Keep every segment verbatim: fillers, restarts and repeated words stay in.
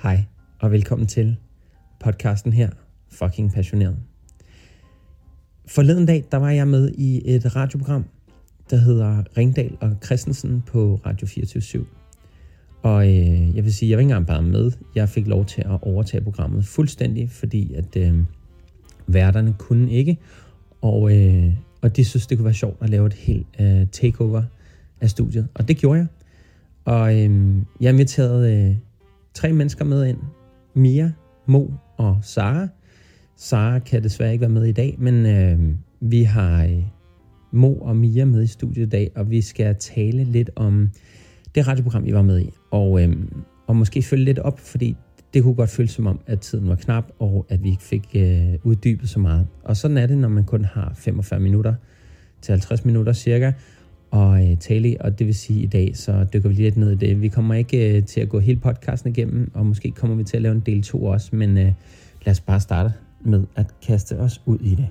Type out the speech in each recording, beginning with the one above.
Hej, og velkommen til podcasten her, Fucking Passioneret. Forleden dag, der var jeg med i et radioprogram, der hedder Ringdal og Christensen på Radio fireogtyve syv. Og øh, jeg vil sige, jeg var ikke engang bare med. Jeg fik lov til at overtage programmet fuldstændig, fordi at øh, værterne kunne ikke. Og, øh, og de synes, det kunne være sjovt at lave et helt øh, takeover af studiet. Og det gjorde jeg. Og øh, jeg inviterede øh, tre mennesker med ind. Mia, Mo og Sara. Sara kan desværre ikke være med i dag, men øh, vi har øh, Mo og Mia med i studiet i dag, og vi skal tale lidt om det radioprogram, vi var med i. Og, øh, og måske følge lidt op, fordi det kunne godt føles som om, at tiden var knap, og at vi ikke fik øh, uddybet så meget. Og sådan er det, når man kun har femogfyrre minutter til halvtreds minutter cirka, og øh, tale i, og det vil sige, at i dag så dykker vi lidt ned i det. Vi kommer ikke øh, til at gå hele podcasten igennem, og måske kommer vi til at lave en del to også, men øh, lad os bare starte med at kaste os ud i det.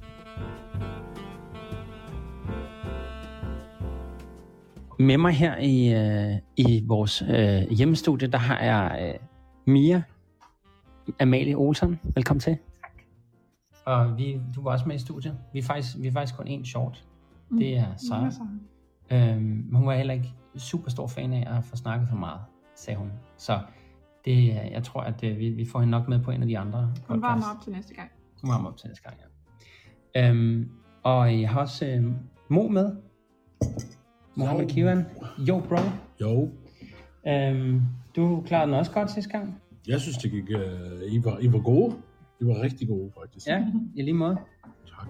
Med mig her i, øh, i vores øh, hjemmestudie, der har jeg øh, Mia Amalie Olsen. Velkommen til. Tak. Og vi, du var også med i studiet. Vi er faktisk, vi er faktisk kun en short. Mm. Det er Sara. Øhm, hun var heller ikke super stor fan af at få snakket for meget, sagde hun. Så det, jeg tror, at vi, vi får hende nok med på en af de andre podcasts. Hun varmer op til næste gang. Hun varmer op til næste gang, ja. Øhm, og jeg har også øh, Mo med. Mohammed Kivan. Jo, bro. Jo. Øhm, du klarede den også godt sidste gang. Jeg synes, det gik... Uh, I, var, I var gode. I var rigtig gode, faktisk. Ja, i lige måde. Tak.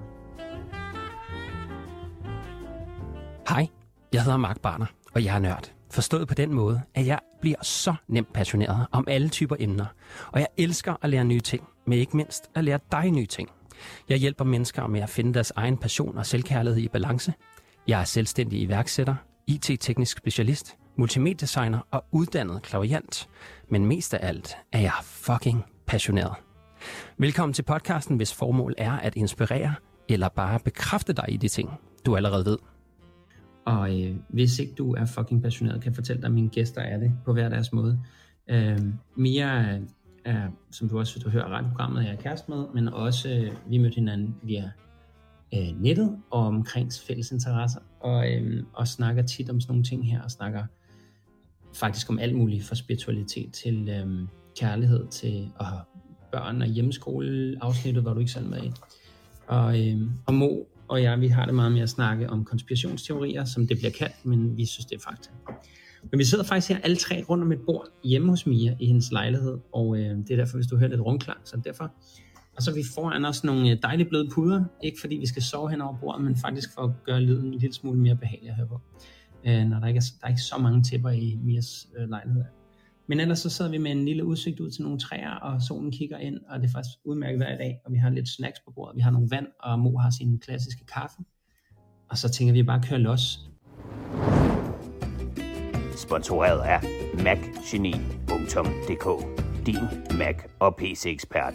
Hej, jeg hedder Mark Barner, og jeg er nørd. Forstået på den måde, at jeg bliver så nemt passioneret om alle typer emner. Og jeg elsker at lære nye ting, men ikke mindst at lære dig nye ting. Jeg hjælper mennesker med at finde deres egen passion og selvkærlighed i balance. Jeg er selvstændig iværksætter, I T-teknisk specialist, multimediedesigner og uddannet clairvoyant. Men mest af alt er jeg fucking passioneret. Velkommen til podcasten, hvis formål er at inspirere eller bare bekræfte dig i de ting, du allerede ved. Og øh, hvis ikke du er fucking passioneret, kan jeg fortælle dig, at mine gæster er det på hver deres måde. Øh, Mia er, er, som du også hvis du hører radioprogrammet, jeg er kæreste med, men også øh, vi mødte hinanden via øh, nettet og omkring fælles interesser, og, øh, og snakker tit om sådan nogle ting her, og snakker faktisk om alt muligt, fra spiritualitet til øh, kærlighed til og børn og hjemmeskole afsnittet, hvor du ikke selv med i. Og, øh, og Mo og jeg, vi har det meget med at snakke om konspirationsteorier, som det bliver kaldt, men vi synes, det er fakta. Men vi sidder faktisk her alle tre rundt om et bord hjemme hos Mia i hendes lejlighed, og øh, det er derfor, hvis du hører lidt rumklang, så derfor. Og så er vi foran os nogle dejlige bløde puder, ikke fordi vi skal sove hen over bordet, men faktisk for at gøre lyden en lille smule mere behagelig at høre på, øh, når der ikke er, der er ikke så mange tæpper i Mias øh, lejlighed. Men ellers så sidder vi med en lille udsigt ud til nogle træer, og solen kigger ind, og det er faktisk udmærket hver dag, og vi har lidt snacks på bordet. Vi har nogle vand, og Mo har sin klassiske kaffe. Og så tænker vi bare at køre los. Sponsoreret af mac geni punktum d k. Din Mac og P C-ekspert.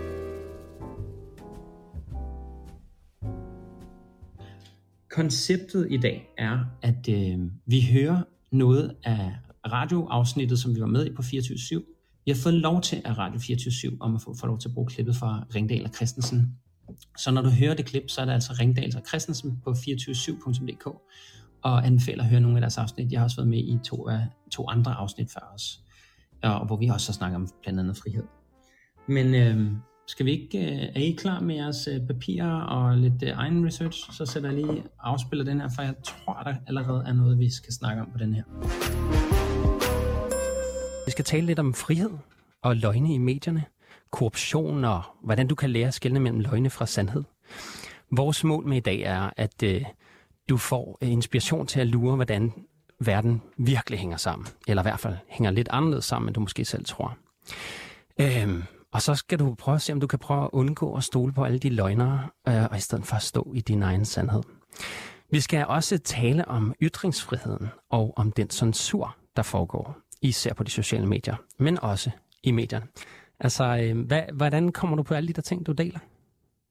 Konceptet i dag er, at øh, vi hører noget af radioafsnittet, som vi var med i på fireogtyve syv. Vi har fået lov til af Radio fireogtyve syv om at få, få lov til at bruge klippet fra Ringdal og Christensen. Så når du hører det klip, så er det altså Ringdal og Christensen på fireogtyve syv punktum d k, og anbefaler at høre nogle af deres afsnit. Jeg har også været med i to, af, to andre afsnit før os, og hvor vi også har snakket om blandt andet frihed. Men øh, skal vi ikke, øh, er I klar med jeres øh, papirer og lidt øh, egen research? Så sætter jeg lige afspiller den her, for jeg tror, der allerede er noget, vi skal snakke om på den her. Vi skal tale lidt om frihed og løgne i medierne, korruption og hvordan du kan lære at skelne mellem løgne fra sandhed. Vores mål med i dag er, at øh, du får inspiration til at lure, hvordan verden virkelig hænger sammen. Eller i hvert fald hænger lidt anderledes sammen, end du måske selv tror. Øhm, og så skal du prøve at se, om du kan prøve at undgå at stole på alle de løgnere, øh, og i stedet for at stå i din egen sandhed. Vi skal også tale om ytringsfriheden og om den censur, der foregår, især på de sociale medier, men også i medierne. Altså, øh, hvad, hvordan kommer du på alle de der ting, du deler?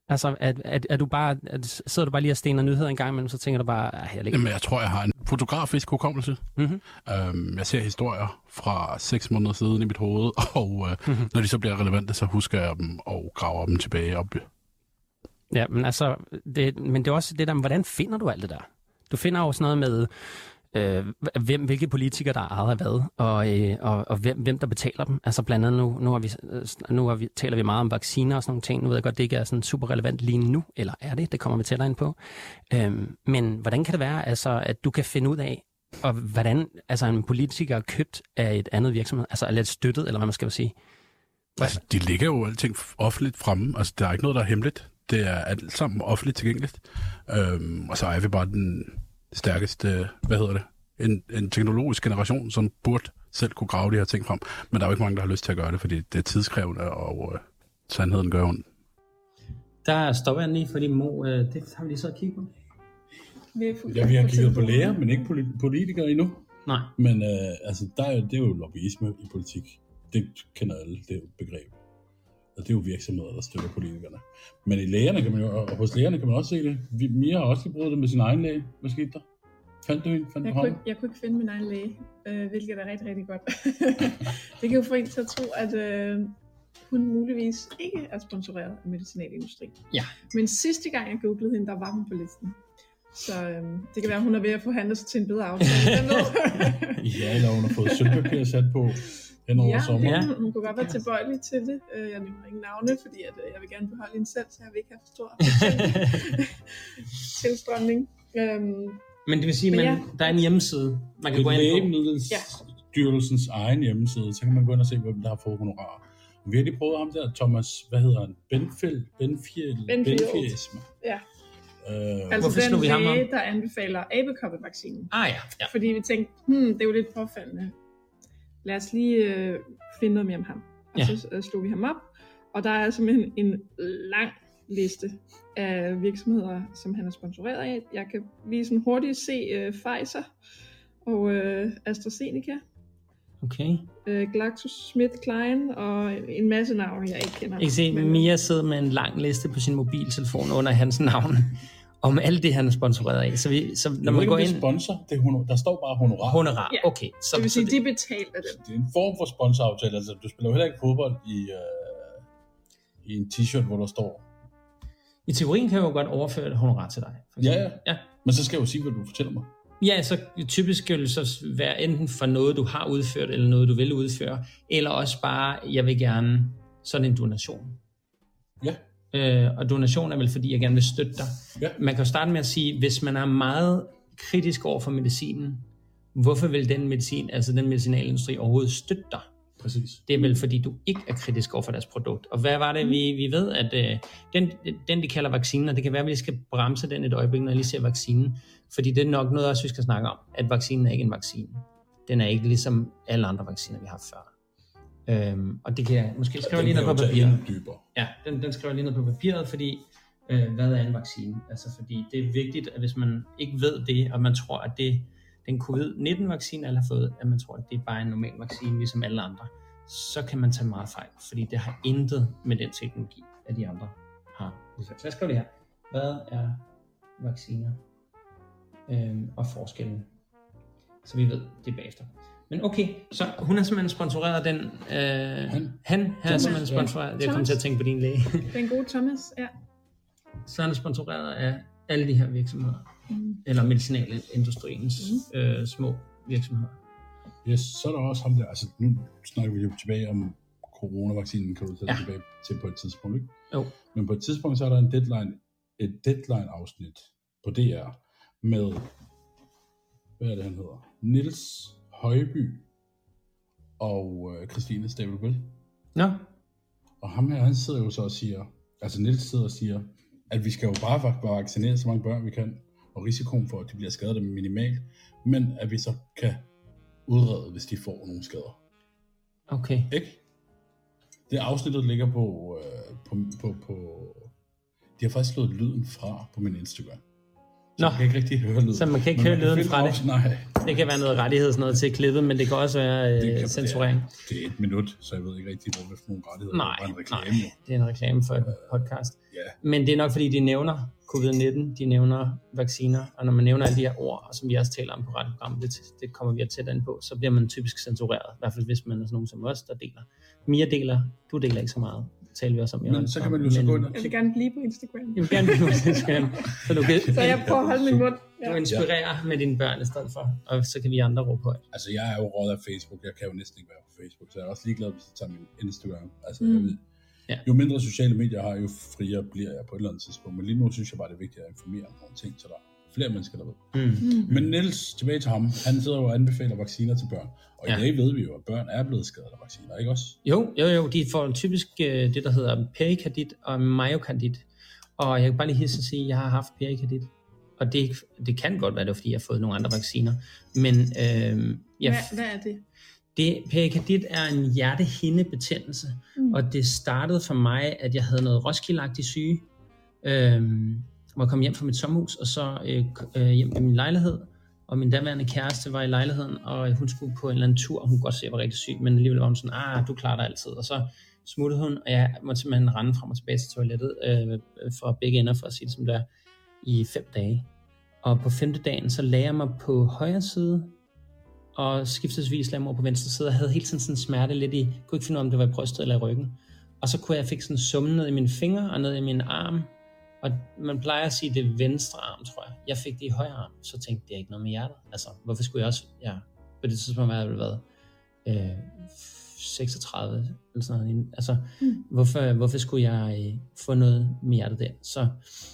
Altså, er, er, er du bare, er, sidder du bare lige og stener nyheder en gang imellem, så tænker du bare, at jeg ligger... Jamen, jeg tror, jeg har en fotografisk hukommelse. Mm-hmm. Øhm, jeg ser historier fra seks måneder siden i mit hoved, og øh, mm-hmm. når de så bliver relevante, så husker jeg dem og graver dem tilbage op. Ja, men altså, det, men det er også det der, hvordan finder du alt det der? Du finder jo sådan noget med, øh, hvem, hvilke politikere, der ejer hvad, og, øh, og, og hvem, hvem der betaler dem. Altså blandt andet nu, nu, har vi, nu har vi, taler vi meget om vacciner og sådan nogle ting. Nu ved jeg godt, det ikke er sådan super relevant lige nu, eller er det? Det kommer vi tættere ind på. Øhm, men hvordan kan det være, altså, at du kan finde ud af, og hvordan altså, en politiker er købt af et andet virksomhed, altså er lidt støttet, eller hvad man skal sige? Altså, de ligger jo alting offentligt fremme. Altså, der er ikke noget, der er hemmeligt. Det er alt sammen offentligt tilgængeligt. Øhm, og så er vi bare den stærkeste, hvad hedder det, en, en teknologisk generation, som burde selv kunne grave de her ting frem. Men der er jo ikke mange, der har lyst til at gøre det, fordi det er tidskrævende, og øh, sandheden gør ondt. Der stopper jeg lige, fordi Mo, øh, det har vi lige så at kigge på. Ja, vi har kigget på læger, men ikke politikere endnu. Nej. Men øh, altså, der er, det er jo lobbyisme i politik. Det kender alle, det er jo et begreb. Og det er jo virksomheder, der støtter politikerne. Men i lægerne kan man jo, og hos lægerne kan man også se det. Vi, Mia har også lige brugt det med sin egen læge. Hvad skete der? Fandt du hende? Fandt jeg, du kunne ikke, jeg kunne ikke finde min egen læge, øh, hvilket er rigtig, rigtig godt. Det kan jo få en til at tro, at øh, hun muligvis ikke er sponsoreret af medicinalindustrien. Ja. Men sidste gang jeg googlede hende, der var hun på listen. Så øh, det kan være, at hun er ved at forhandle sig til en bedre aftale. Ja, eller hun har fået sølvpapir sat på. Ja, sommer. ja, hun kunne godt være tilbøjelig til det. Jeg nævner ingen navne, fordi at, jeg vil gerne beholde hende selv, så jeg vil ikke have for stor tilstrømning. Um, Men det vil sige, at ja. Der er en hjemmeside, man kan gå ind på. Lægemiddelstyrelsens ja. egen hjemmeside, så kan man gå ind og se, hvem der har fået honorar. Vi har lige prøvet ham der, Thomas, hvad hedder han? Benfield? Benfield? Benfield. Ja. Uh, altså Hvorfor den vi ham læge, der anbefaler abekoppevaccinen. Ah ja, ja. Fordi vi tænkte, hmm, det er jo lidt påfaldende. Lad os lige øh, finde noget mere om ham. Og ja. så øh, slog vi ham op, og der er simpelthen en lang liste af virksomheder, som han er sponsoreret af. Jeg kan lige sådan hurtigt se øh, Pfizer og øh, AstraZeneca. Okay. Øh, GlaxoSmithKline og en masse navne, jeg ikke kender. Jeg kan se, men... Mia sidder med en lang liste på sin mobiltelefon under hans navn. Om alt det, han er sponsoreret af. Så, vi, så når man går ind... sponsor, det er honor, der står bare honorar. Honorar, ja. okay. Så, det vil sige, så det... de betaler dem. Det er en form for sponsoraftale. Altså, du spiller jo heller ikke fodbold i, øh, i en t-shirt, hvor der står... I teorien kan jeg jo godt overføre et honorar til dig. Ja, ja, ja. Men så skal jeg jo sige, hvad du fortæller mig. Ja, så typisk skal det så være enten for noget, du har udført, eller noget, du vil udføre. Eller også bare, jeg vil gerne sådan en donation. Ja. Øh, og donation er vel, fordi jeg gerne vil støtte dig. Ja. Man kan jo starte med at sige, hvis man er meget kritisk over for medicinen, hvorfor vil den medicin, altså den medicinalindustri overhovedet støtte dig? Præcis. Det er vel, fordi du ikke er kritisk over for deres produkt. Og hvad var det, vi, vi ved, at øh, den, den, de kalder vaccinen, og det kan være, at vi skal bremse den et øjeblik, når jeg lige ser vaccinen, fordi det er nok noget også, vi skal snakke om, at vaccinen er ikke en vaccine. Den er ikke ligesom alle andre vacciner, vi har haft før. Øhm, og det kan jeg måske skrive lige ned på papiret. Ja, den, den skriver lige ned på papiret, fordi øh, hvad er en vaccine? Altså fordi det er vigtigt, at hvis man ikke ved det, og man tror, at det den covid nitten vaccine, alle har fået, at man tror, at det er bare en normal vaccine, ligesom alle andre, så kan man tage meget fejl, fordi det har intet med den teknologi, at de andre har. Så jeg skriver det her. Hvad er vacciner? Øhm, og forskellen. Så vi ved det bagefter. Men okay, så hun er simpelthen sponsoreret den... Øh, han. Han, han er simpelthen sponsoreret... Jeg kom til at tænke på din læge. Den gode Thomas, ja. Så han er sponsoreret af alle de her virksomheder. Mm. Eller medicinalindustriens mm. øh, små virksomheder. Yes, så er der også ham der... Altså, nu snakker vi jo tilbage om coronavaccinen, kan du tage ja. tilbage til på et tidspunkt, ikke? Jo. Men på et tidspunkt, så er der en deadline, et deadline-afsnit på D R med... Hvad er det, han hedder? Niels Højby og øh, Christine Stabelbøl. Ja. Og ham her, han sidder jo så og siger, altså Niels sidder og siger, at vi skal jo bare, bare vaccinere så mange børn vi kan, og risikoen for, at de bliver skadet er minimal, men at vi så kan udrede, hvis de får nogle skader. Okay. Ikke? Det afsnittet ligger på, øh, på, på, på, de har faktisk slået lyden fra på min Instagram. Så Nå, man kan ikke rigtig høre lyden. Så man kan ikke høre lyden fra det? Nej. Det kan være noget rettighed noget til klippet, men det kan også være øh, kan, censurering. Det er et minut, så jeg ved ikke rigtig, hvad for nogle rettigheder. Nej, det er en reklame, nej, det er en reklame for et podcast. Ja. Men det er nok fordi, de nævner covid nitten, de nævner vacciner, og når man nævner alle de her ord, og som vi også taler om på radioprogrammet, det, det kommer vi at tæt ind på, så bliver man typisk censureret, i hvert fald hvis man er sådan nogen som os, der deler. Mia deler, du deler ikke så meget, det taler vi også om. Men så kan man jo så gå ind og Jeg vil gerne blive på Instagram. Jeg vil gerne blive på Instagram, så du kan Så jeg prøver at holde min mund. du inspirerer ja. med dine børn i stedet for, og så kan vi andre råbe højt. Altså, jeg er jo råd af Facebook. Jeg kan jo næsten ikke være på Facebook, så jeg er også ligeglad, hvis jeg tager min Instagram. Altså, Mm. jeg ved, Ja. jo mindre sociale medier har, jo friere bliver jeg på et eller andet tidspunkt. Men lige nu synes jeg bare, det er vigtigt at informere om nogle ting, så der er flere mennesker, der ved. Mm. Mm. Men Niels, tilbage til ham. Han sidder jo og anbefaler vacciner til børn. Og i Ja. dag ved vi jo, at børn er blevet skadet af vacciner, ikke også? Jo, jo, jo, de får typisk øh, det, der hedder perikardit og myokardit. Og jeg kan bare lige hilse at sige, at jeg har haft perikardit. Og det, det kan godt være, det er, fordi jeg har fået nogle andre vacciner. Men øh, jeg, Hvad, hvad er det? det, perikardit er en hjertehindebetændelse. Mm. Og det startede for mig, at jeg havde noget Roskilde-agtig syge. Øh, hvor jeg kom hjem fra mit sommerhus, og så øh, øh, hjem i min lejlighed. Og min daværende kæreste var i lejligheden, og hun skulle på en eller anden tur, og hun kunne godt se, at jeg var rigtig syg, men alligevel var hun sådan, ah, du klarer dig altid. Og så smuttede hun, og jeg måtte simpelthen rende frem og tilbage til toilettet øh, fra begge ender, for at sige det som det er, i fem dage. Og på femte dagen, så lagde jeg mig på højre side, og skiftesvis lagde jeg mig over på venstre side, og havde hele tiden sådan en smerte lidt i, kunne ikke finde ud af, om det var i brystet eller i ryggen. Og så kunne jeg fik sådan summen ned i mine fingre, og ned i min arm, og man plejer at sige, det er venstre arm, tror jeg. Jeg fik det i højre arm, så tænkte jeg, det er ikke noget med hjertet. Altså, hvorfor skulle jeg også, ja, på det tidspunkt var jeg vel været øh, seksogtredive eller sådan noget. Altså, mm. hvorfor, hvorfor skulle jeg øh, få noget med hjertet der? Så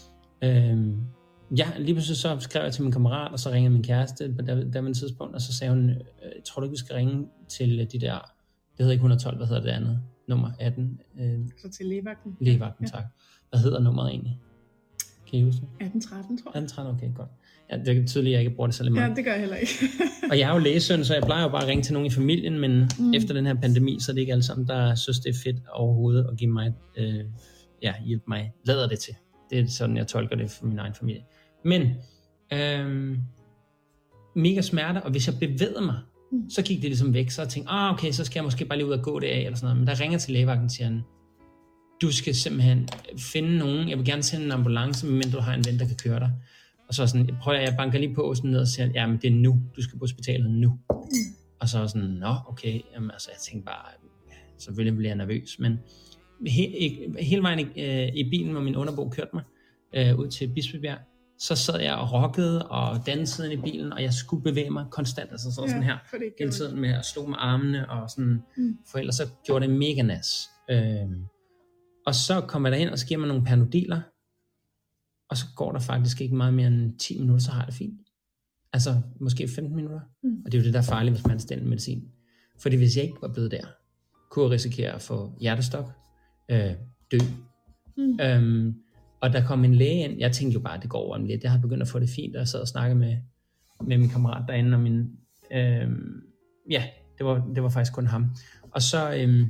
øh, ja, lige pludselig så skrev jeg til min kammerat, og så ringede min kæreste på der, der med tidspunkt, og så sagde hun, øh, tror du ikke, vi skal ringe til de der, det hedder ikke et hundrede og tolv, hvad hedder det andet? Nummer atten. Øh, Så til lægevagten. Lægevagten, ja. Tak. Hvad hedder nummeret egentlig? Kan I huske det? atten tretten, tror jeg. atten tretten, okay, godt. Ja, det er tydeligt, at jeg ikke bruger det så lidt meget. Ja, det gør jeg heller ikke. Og jeg er jo lægesøn, så jeg plejer jo bare at ringe til nogen i familien, men mm. efter den her pandemi, så er det ikke alle sammen, der synes, det er fedt overhovedet at give mig, øh, ja, hjælpe mig, lader det til. Det er sådan, jeg tolker det for min egen familie. Men, øh, mega smerte, og hvis jeg bevægede mig, mm. så gik det ligesom væk, så jeg tænkte, ah, okay, så skal jeg måske bare lige ud og gå det af, eller sådan noget. Men der ringer til lægevagten, siger han, du skal simpelthen finde nogen, jeg vil gerne sende en ambulance, men du har en ven, der kan køre dig. Og så sådan, jeg prøver, jeg banker lige på sådan ned og siger, ja, men det er nu, du skal på hospitalet nu. Mm. Og så sådan, nå, okay, jamen, altså jeg tænkte bare, ja, selvfølgelig bliver jeg nervøs, men he, hele vejen i, øh, i bilen, hvor min underbo kørte mig øh, ud til Bispebjerg, så sad jeg og rockede og dansede i bilen, og jeg skulle bevæge mig konstant, altså så sådan her, ja, hele tiden med at slå med armene og sådan, mm. for ellers så gjorde det mega nas. Øh, og så kommer jeg derhen, og så giver man nogle Panodiler, og så går der faktisk ikke meget mere end ti minutter, så har jeg det fint. Altså måske femten minutter. Mm. Og det er jo det, der er farligt, hvis man stiller medicin. Fordi hvis jeg ikke var blevet der, kunne jeg risikere at få hjertestop, øh, dø. Mm. Øhm, og der kom en læge ind, jeg tænkte jo bare, at det går over en lidt. Jeg har begyndt at få det fint, og jeg sad og snakkede med, med min kammerat derinde, og min, øh, ja, det var, det var faktisk kun ham. Og så, øh,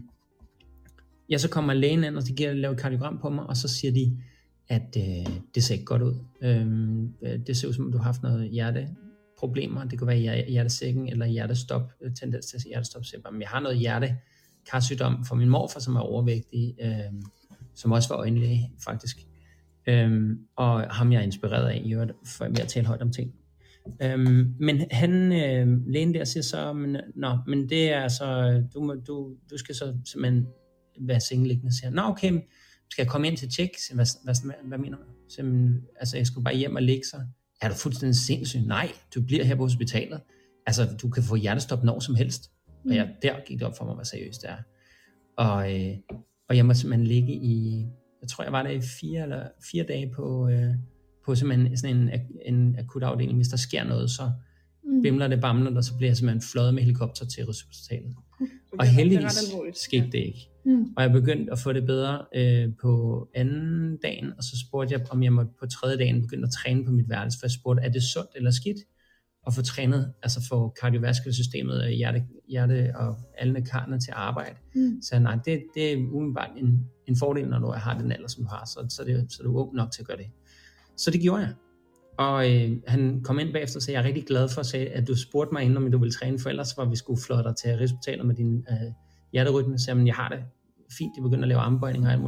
ja, så kommer lægen ind, og de giver lavet kardiogram på mig, og så siger de, at øh, det ser ikke godt ud. Øhm, det ser ud som, om du har haft noget hjerteproblemer. Det kunne være hjertesækken eller hjertestop, tendens til hjertestop. Så jeg, bare, jeg har noget hjertekarsygdom fra min morfar, som er overvægtig, øh, som også var øjenlæge, faktisk. Øhm, og ham jeg er inspireret af, i øvrigt, for ved at tale højt om ting. Øhm, men han, øh, lægen der siger så, men, nå, men det er så, du, må, du, du skal så simpelthen være sengeliggende, siger han. Nå, okay, skal jeg komme ind til tjek? Hvad, hvad, hvad, hvad mener du? Så, altså, jeg skulle bare hjem og ligge sig. Er du fuldstændig sindssyg? Nej, du bliver her på hospitalet. Altså, du kan få hjertestop når som helst. Mm. Og jeg, der gik det op for mig, hvor seriøst det er. Og, øh, og jeg måtte simpelthen ligge i, jeg tror, jeg var der i fire, eller fire dage på, øh, på simpelthen sådan en, en akut afdeling. Hvis der sker noget, så mm. bimler det bamler, og så bliver jeg simpelthen fløjet med helikopter til Rigshospitalet. Okay, og heldigvis skete det ikke. Mm. Og jeg begyndte at få det bedre øh, på anden dagen, og så spurgte jeg, om jeg måtte på tredje dagen begynde at træne på mit værelse, for jeg spurgte, er det sundt eller skidt at få trænet, altså få kardiovaskulære systemet, hjerte, hjerte og alle karrene til at arbejde. Mm. Så nej, det, det er umiddelbart en, en fordel, når du har den alder, som du har, så, så, det, så er du ung nok til at gøre det. Så det gjorde jeg. Og øh, han kom ind bagefter og sagde, jeg er rigtig glad for at, sige, at du spurgte mig inden, om du ville træne, for ellers var vi skulle fløje dig til Rigshospitalet med din øh, hjerterytme. Så jeg, men jeg har det fint, jeg begynder at lave armbøjninger og alt muligt andet.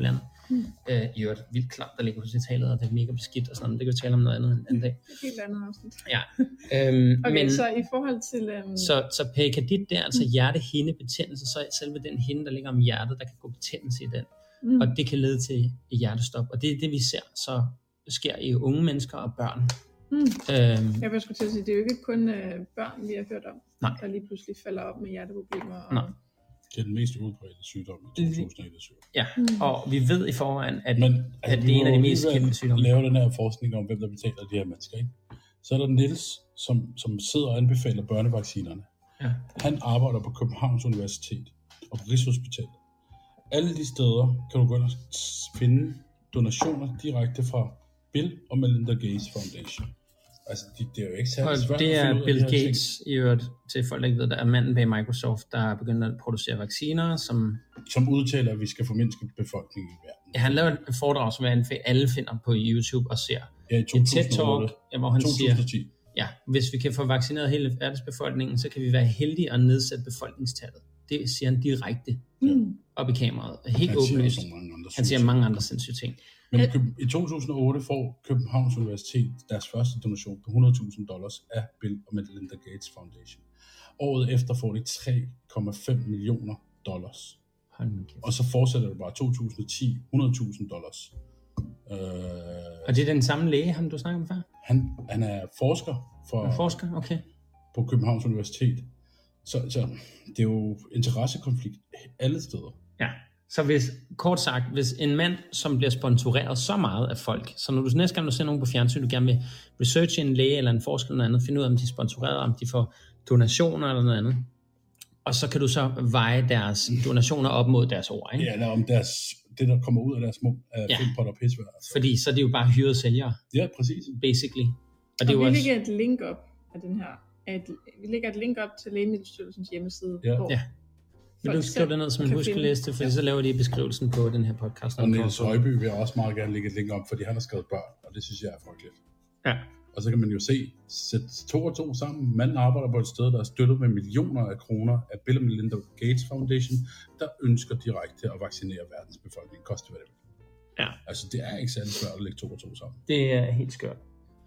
Mm. Øh, I øvrigt vildt klart, der ligger hospitalet, og det er mega beskidt og sådan noget. Det kan vi tale om noget andet en anden dag. Det er et helt andet afsnit. Ja. Øhm, okay, men, så i forhold til... Um... Så, så perikardit, det er altså mm. hjerte-hinde-betændelse, så er selve den hinde, der ligger om hjertet, der kan gå betændelse i den. Mm. Og det kan lede til hjertestop. Og det er det, vi ser, så sker i unge mennesker og børn. Mm. Øhm, jeg vil skulle til at sige, det er jo ikke kun uh, børn, vi har hørt om, nej. der lige pludselig falder op med hjerteproblemer. Og... Nej. Det er den mest udbredte sygdom i to tusind enogtyve. Ja, mm. og vi ved i forvejen, at, Men, at altså, det er en af de mest kendte sygdomme. Lave den her forskning om, hvem der betaler de her mennesker, ikke? Så er der Niels, som, som sidder og anbefaler børnevaccinerne. Ja. Han arbejder på Københavns Universitet og på Rigshospitalet. Alle de steder kan du gå ind og finde donationer direkte fra Bill og Melinda Gates Foundation. Altså, det, det er jo ikke særlig svært. Det er Bill de Gates, i øvrigt, til folk, der ikke ved, der er manden bag Microsoft, der er begyndt at producere vacciner, som... Som udtaler, at vi skal formindske befolkningen i verden. Ja, han laver et foredrag, som alle finder på YouTube og ser. Ja, i to tusind og otte. TED Talk, ja, hvor han to tusind og ti. siger, ja, hvis vi kan få vaccineret hele verdensbefolkningen, så kan vi være heldige at nedsætte befolkningstallet. Det siger han direkte mm. op i kameraet. Helt han åbenlyst. Siger han siger mange andre sindssyge ting. Men i to tusind og otte får Københavns Universitet deres første donation på hundrede tusind dollars af Bill og Melinda Gates Foundation. Året efter får de tre komma fem millioner dollars. Og så fortsætter det bare to tusind og ti, hundrede tusind dollars. Øh, og det er den samme læge, ham du snakker om før? Han, han er forsker, for, er forsker? Okay. på Københavns Universitet. Så, så det er jo interessekonflikt alle steder. Ja. Så hvis, kort sagt, hvis en mand, som bliver sponsoreret så meget af folk, så når du næste gang du ser nogen på fjernsyn, du gerne vil researche en læge eller en forsker eller noget andet, finde ud af, om de er sponsoreret, om de får donationer eller noget andet, og så kan du så veje deres donationer op mod deres ord, ikke? Ja, eller om deres, det, der kommer ud af deres mund, er ja. Filmpot og pisvær. Altså. Fordi så er det jo bare hyrede sælgere. Ja, præcis. Basically. Og, og det vi også... lægger et link op af den her. At, vi lægger et link op til Lægemiddelstyrelsens hjemmeside. Ja. Hvor ja. Vil du skrive det ned som en huskeliste, for ja. Så laver de beskrivelsen på den her podcast. Og Niels Højby vil også meget gerne lægge et link op, fordi han har skrevet børn, og det synes jeg er frygteligt. Ja. Og så kan man jo se, sætte to og to sammen. Manden arbejder på et sted, der er støttet med millioner af kroner af Bill og Melinda Gates Foundation, der ønsker direkte at vaccinere verdens befolkning. Koste hvad det vil. Ja. Altså, det er ikke særlig svært at lægge to og to sammen. Det er helt skørt.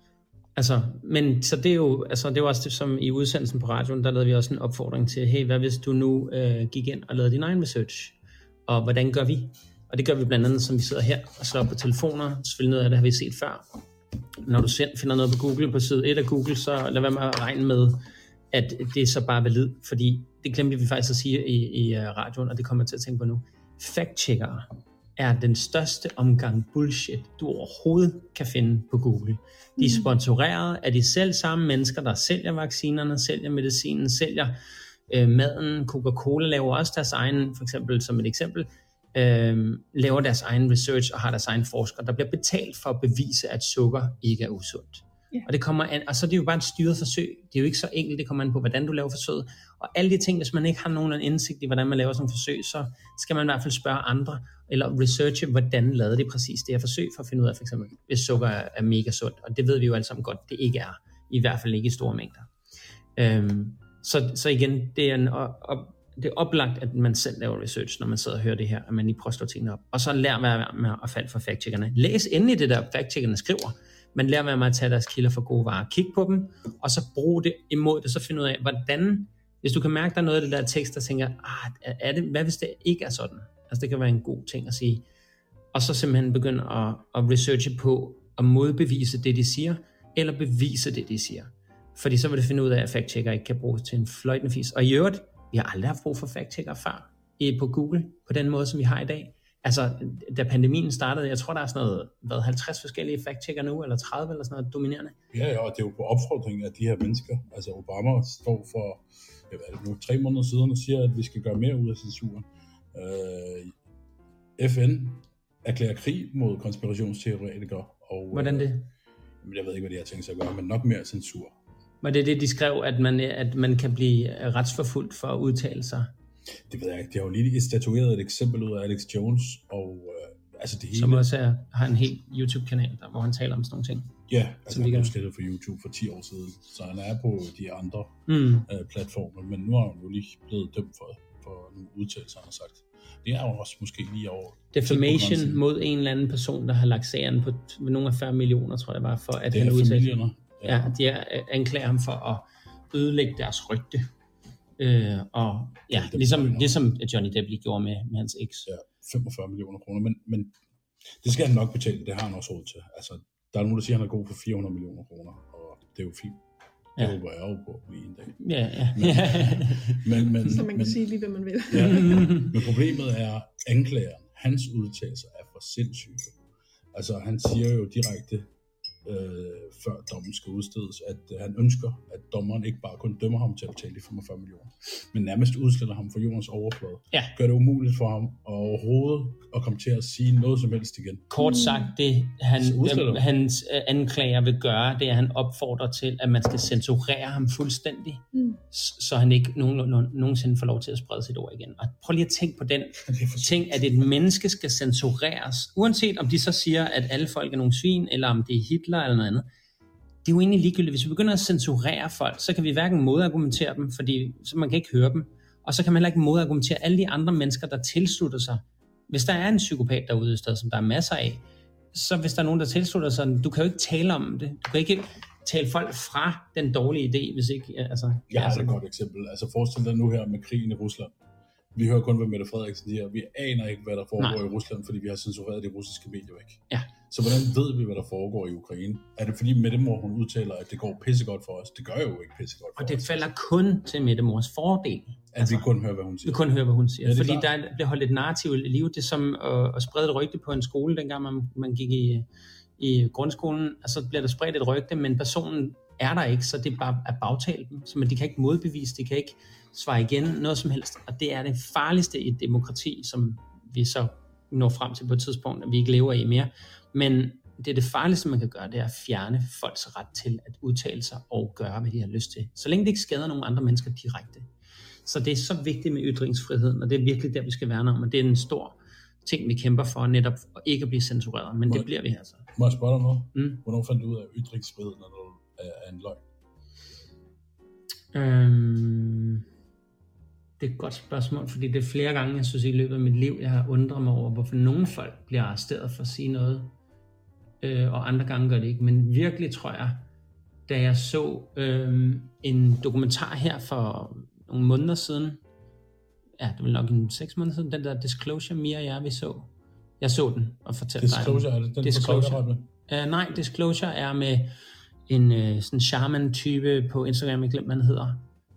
Altså, men så det er jo, altså det er jo også det, som i udsendelsen på radioen, der lavede vi også en opfordring til, hey, hvad hvis du nu øh, gik ind og lavede din egen research? Og hvordan gør vi? Og det gør vi blandt andet, som vi sidder her og slår på telefoner. Selvfølgelig noget af det har vi set før. Når du selv finder noget på Google, på side et af Google, så lad være med at regne med, at det er så bare valid. Fordi det glemte vi faktisk at sige i, i radioen, og det kommer jeg til at tænke på nu. Fact-checkere er den største omgang bullshit, du overhovedet kan finde på Google. De er sponsoreret af de selv samme mennesker, der sælger vaccinerne, sælger medicinen, sælger øh, maden. Coca-Cola laver også deres egen, for eksempel som et eksempel, øh, laver deres egen research og har deres egen forskere, der bliver betalt for at bevise, at sukker ikke er usundt. Yeah. Og det kommer an, og så er det jo bare et styret forsøg. Det er jo ikke så enkelt, det kommer an på, hvordan du laver forsøget. Og alle de ting, hvis man ikke har nogen indsigt i, hvordan man laver sådan et forsøg, så skal man i hvert fald spørge andre, eller researche, hvordan lavede det præcis det her forsøg, for at finde ud af, for eksempel, hvis sukker er mega sundt. Og det ved vi jo alle sammen godt, det ikke er. I hvert fald ikke i store mængder. Øhm, så, så igen, det er, en, og, og, det er oplagt, at man selv laver research, når man sidder og hører det her, at man lige prøver at slå tingene op. Og så lær være med at falde for fact-checkerne. Læs endelig det der, fact-checkerne skriver, men lær være med at tage deres kilder for gode varer. Kig på dem, og så brug det imod det, så find ud af, hvordan, hvis du kan mærke, der er noget af det der tekst, der tænker, ah, er det, hvad hvis det ikke er sådan? Altså det kan være en god ting at sige. Og så simpelthen begynde at, at researche på, at modbevise det, de siger, eller bevise det, de siger. Fordi så vil du finde ud af, at fact-checker ikke kan bruges til en fløjtende fis. Og i øvrigt, vi har aldrig haft brug for fact-checker før på Google, på den måde, som vi har i dag. Altså, da pandemien startede, jeg tror, der er sådan noget, hvad, halvtreds forskellige fact-checker nu, eller tredive, eller sådan noget dominerende. Ja, ja, og det er jo på opfordring af de her mennesker. Altså, Obama står for, jeg ved det nu, tre måneder siden og siger, at vi skal gøre mere ud af censuren. Uh, F N erklærer krig mod konspirationsteoretikere. Og, hvordan det? Uh, jeg ved ikke, hvad de har tænkt sig at gøre, men nok mere censur. Var det det, de skrev, at man, at man kan blive retsforfulgt for at udtale sig? Det ved jeg ikke. De har jo lige statueret et eksempel ud af Alex Jones, og øh, altså det hele... Som også er, har en helt YouTube-kanal, der, hvor han taler om sådan nogle ting. Ja, altså han blev slettet for YouTube for ti år siden, så han er på de andre mm. øh, platformer, men nu har han jo lige blevet dømt for, for nogle udtalelser, han har sagt. Det er jo også måske lige over... Defamation mod en eller anden person, der har lagt sagen på nogle af fyrre millioner, tror jeg var, for at det han udtaler. Ja, ja, de anklager ham for at ødelægge deres rygte. Øh, og ja, ligesom, ligesom Johnny Depp lige gjorde med, med hans eks. Ja, femogfyrre millioner kroner, men, men det skal han nok betale, det har han også råd til. Altså, der er nogen, der siger, at han er god for fire hundrede millioner kroner, og det er jo fint. Det ja. håber jeg jo på lige en dag. Ja, ja. Men, men, men, så man kan men, sige lige, hvad man vil. Ja, men problemet er, anklageren, hans udtalelser er for sindssyge. Altså, han siger jo direkte, øh, før dommen skal udstedes, at øh, han ønsker, at dommeren ikke bare kun dømmer ham til at betale de femogfyrre millioner, men nærmest udsletter ham for jordens overflade. Ja. Gør det umuligt for ham overhovedet at komme til at sige noget som helst igen. Kort sagt, det han, øh, hans anklager vil gøre, det er, at han opfordrer til, at man skal censurere ham fuldstændig, mm. så han ikke nogen, nogen, nogensinde får lov til at sprede sit ord igen. Og prøv lige at tænke på den ting, at et menneske skal censureres, uanset om de så siger, at alle folk er nogle svin, eller om det er Hitler eller noget andet. Det er jo egentlig ligegyldigt. Hvis vi begynder at censurere folk, så kan vi hverken modargumentere dem, fordi så man kan ikke høre dem, og så kan man heller ikke modargumentere alle de andre mennesker, der tilslutter sig. Hvis der er en psykopat derude i stedet, som der er masser af, så hvis der er nogen, der tilslutter sig, du kan jo ikke tale om det. Du kan ikke tale folk fra den dårlige idé, hvis ikke... Altså, jeg har altså, et godt eksempel. Altså forestil dig nu her med krigen i Rusland. Vi hører kun, hvad Mette Frederiksen siger. Vi aner ikke, hvad der foregår Nej. i Rusland, fordi vi har censureret de russiske medier væk. Ja. Så hvordan ved vi, hvad der foregår i Ukraine? Er det fordi Mette Mor, hun udtaler, at det går pissegodt for os? Det gør jo ikke pissegodt for os. Og det os. falder kun til Mette Mors fordel. At altså, vi kun hører, hvad hun siger. Vi kun hører, hvad hun siger. Ja, fordi klar. der bliver holdt et narrativ i liv. Det er som at, at sprede et rygte på en skole, dengang man, man gik i, i grundskolen. Altså bliver der spredt et rygte, men personen er der ikke, så det er bare at bagtale dem. Så de kan ikke modbevise, de kan ikke svare igen, noget som helst. Og det er det farligste i et demokrati, som vi så når frem til på et tidspunkt, at vi ikke lever i mere. Men det er det farligste, man kan gøre, det er at fjerne folks ret til at udtale sig og gøre, hvad de har lyst til. Så længe det ikke skader nogen andre mennesker direkte. Så det er så vigtigt med ytringsfriheden, og det er virkelig der, vi skal værne om. Og det er en stor ting, vi kæmper for, netop at ikke at blive censureret. Men må det bliver vi altså. Må jeg spørge dig noget? Mm? Hvornår fandt du ud af ytringsfriheden, når du er en løgn? Øhm, det er et godt spørgsmål, fordi det er flere gange, jeg synes i løbet af mit liv, jeg har undret mig over, hvorfor nogle folk bliver arresteret for at sige noget, øh, og andre gange gør det ikke. Men virkelig tror jeg, da jeg så øh, en dokumentar her for nogle måneder siden, ja, det var nok en seks måneder siden, den der Disclosure, Mia og jeg, vi så. Jeg så den og fortalte Disclosure, dig. Er det den Disclosure. Uh, nej, Disclosure er med en uh, sådan shaman-type på Instagram, jeg glemte, hvad han hedder,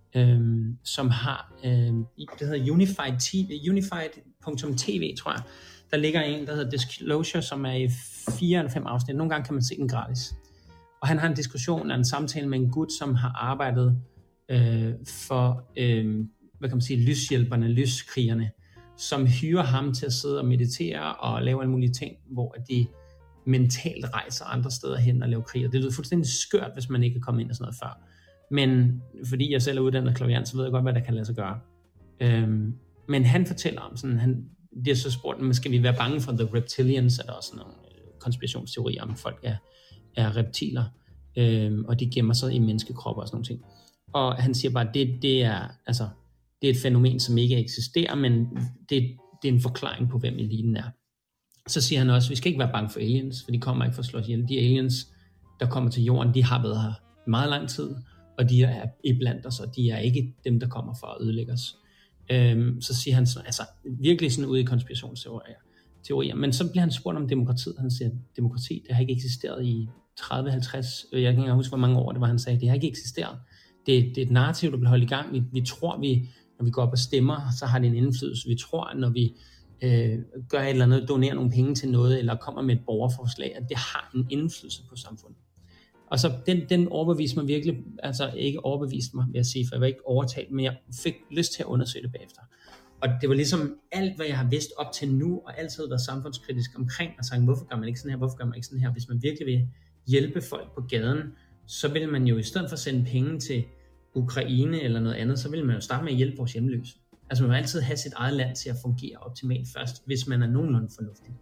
um, som har, uh, det hedder Unified T V, unified punktum t v, tror jeg. Der ligger en, der hedder Disclosure, som er i fire eller fem afsnit. Nogle gange kan man se den gratis. Og han har en diskussion, en samtale med en gut, som har arbejdet uh, for, uh, hvad kan man sige, lyshjælperne, lyskrigerne, som hyrer ham til at sidde og meditere og lave alle mulige ting, hvor de mentalt rejser andre steder hen og laver krig. Og det lyder fuldstændig skørt, hvis man ikke er kommet ind og sådan noget før. Men fordi jeg selv er uddannet klaviant, så ved jeg godt, hvad der kan lade sig gøre. Øhm, men han fortæller om sådan, han, det er så spurgt, men skal vi være bange for the reptilians? Er der også nogle konspirationsteorier om, folk er, er reptiler, øhm, og de gemmer sig i menneskekropper og sådan nogle ting. Og han siger bare, at det, det er, altså, det er et fænomen, som ikke eksisterer, men det, det er en forklaring på, hvem eliten er. Så siger han også, at vi skal ikke være bange for aliens, for de kommer ikke for at slå os ihjel. De aliens, der kommer til jorden, de har været her meget lang tid, og de er iblandt os, og de er ikke dem, der kommer for at ødelægge os. Øhm, så siger han sådan, altså virkelig sådan ude i konspirationsteorier. Teorier. Men så bliver han spurgt om demokratiet. Han siger, demokrati, det har ikke eksisteret i tredive halvtreds, jeg kan ikke huske, hvor mange år det var, han sagde, det har ikke eksisteret. Det, det er et narrativ, der bliver holdt i gang. Vi, vi tror, vi, når vi går op og stemmer, så har det en indflydelse. Vi tror, at når vi øh, gør et eller andet, donerer nogle penge til noget, eller kommer med et borgerforslag, at det har en indflydelse på samfundet. Og så den, den overbeviste mig virkelig, altså ikke overbeviste mig, vil jeg sige, for jeg var ikke overtalt, men jeg fik lyst til at undersøge det bagefter. Og det var ligesom alt, hvad jeg har vidst op til nu, og altid været samfundskritisk omkring, og sagt, hvorfor gør man ikke sådan her, hvorfor gør man ikke sådan her? Hvis man virkelig vil hjælpe folk på gaden, så vil man jo i stedet for at sende penge til Ukraine eller noget andet, så vil man jo starte med at hjælpe vores hjemløse. Altså man vil altid have sit eget land til at fungere optimalt først, hvis man er nogenlunde fornuftig.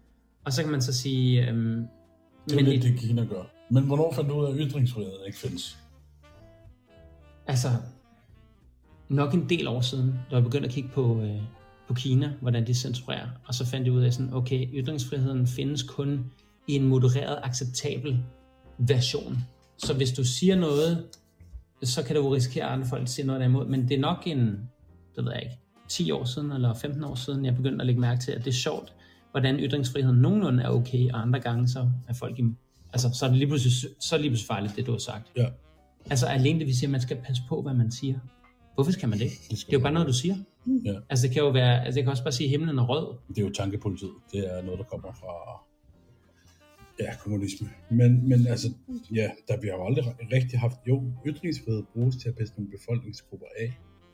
Og så kan man så sige... Øhm, det er lidt det, Kina gør. Men hvornår fandt du ud af, at ytringsfriheden ikke findes? Altså, nok en del år siden, da jeg begyndte at kigge på, øh, på Kina, hvordan de censurerer, og så fandt de ud af sådan, okay, ytringsfriheden findes kun i en modereret, acceptabel version. Så hvis du siger noget, så kan du risikere, at andre folk siger noget derimod, men det er nok en, det ved jeg ikke, ti år siden eller femten år siden, jeg begyndte at lægge mærke til, at det er sjovt, hvordan ytringsfriheden nogenlunde er okay, og andre gange så er folk i, altså så er det lige pludselig, så er det lige pludselig farligt, det du har sagt. Ja. Altså alene det, vi siger, at man skal passe på, hvad man siger. Hvorfor skal man det? Det, det er jo bare noget, du siger. Ja. Altså det kan jo være, altså jeg kan også bare sige, at himlen er rød. Det er jo tankepolitiet. Det er noget, der kommer fra ja, kommunisme. Men, men altså, ja, der vi har jo aldrig rigtig haft, jo, ytringsfrihed bruges til at pisse nogle befolkningsgrupper af,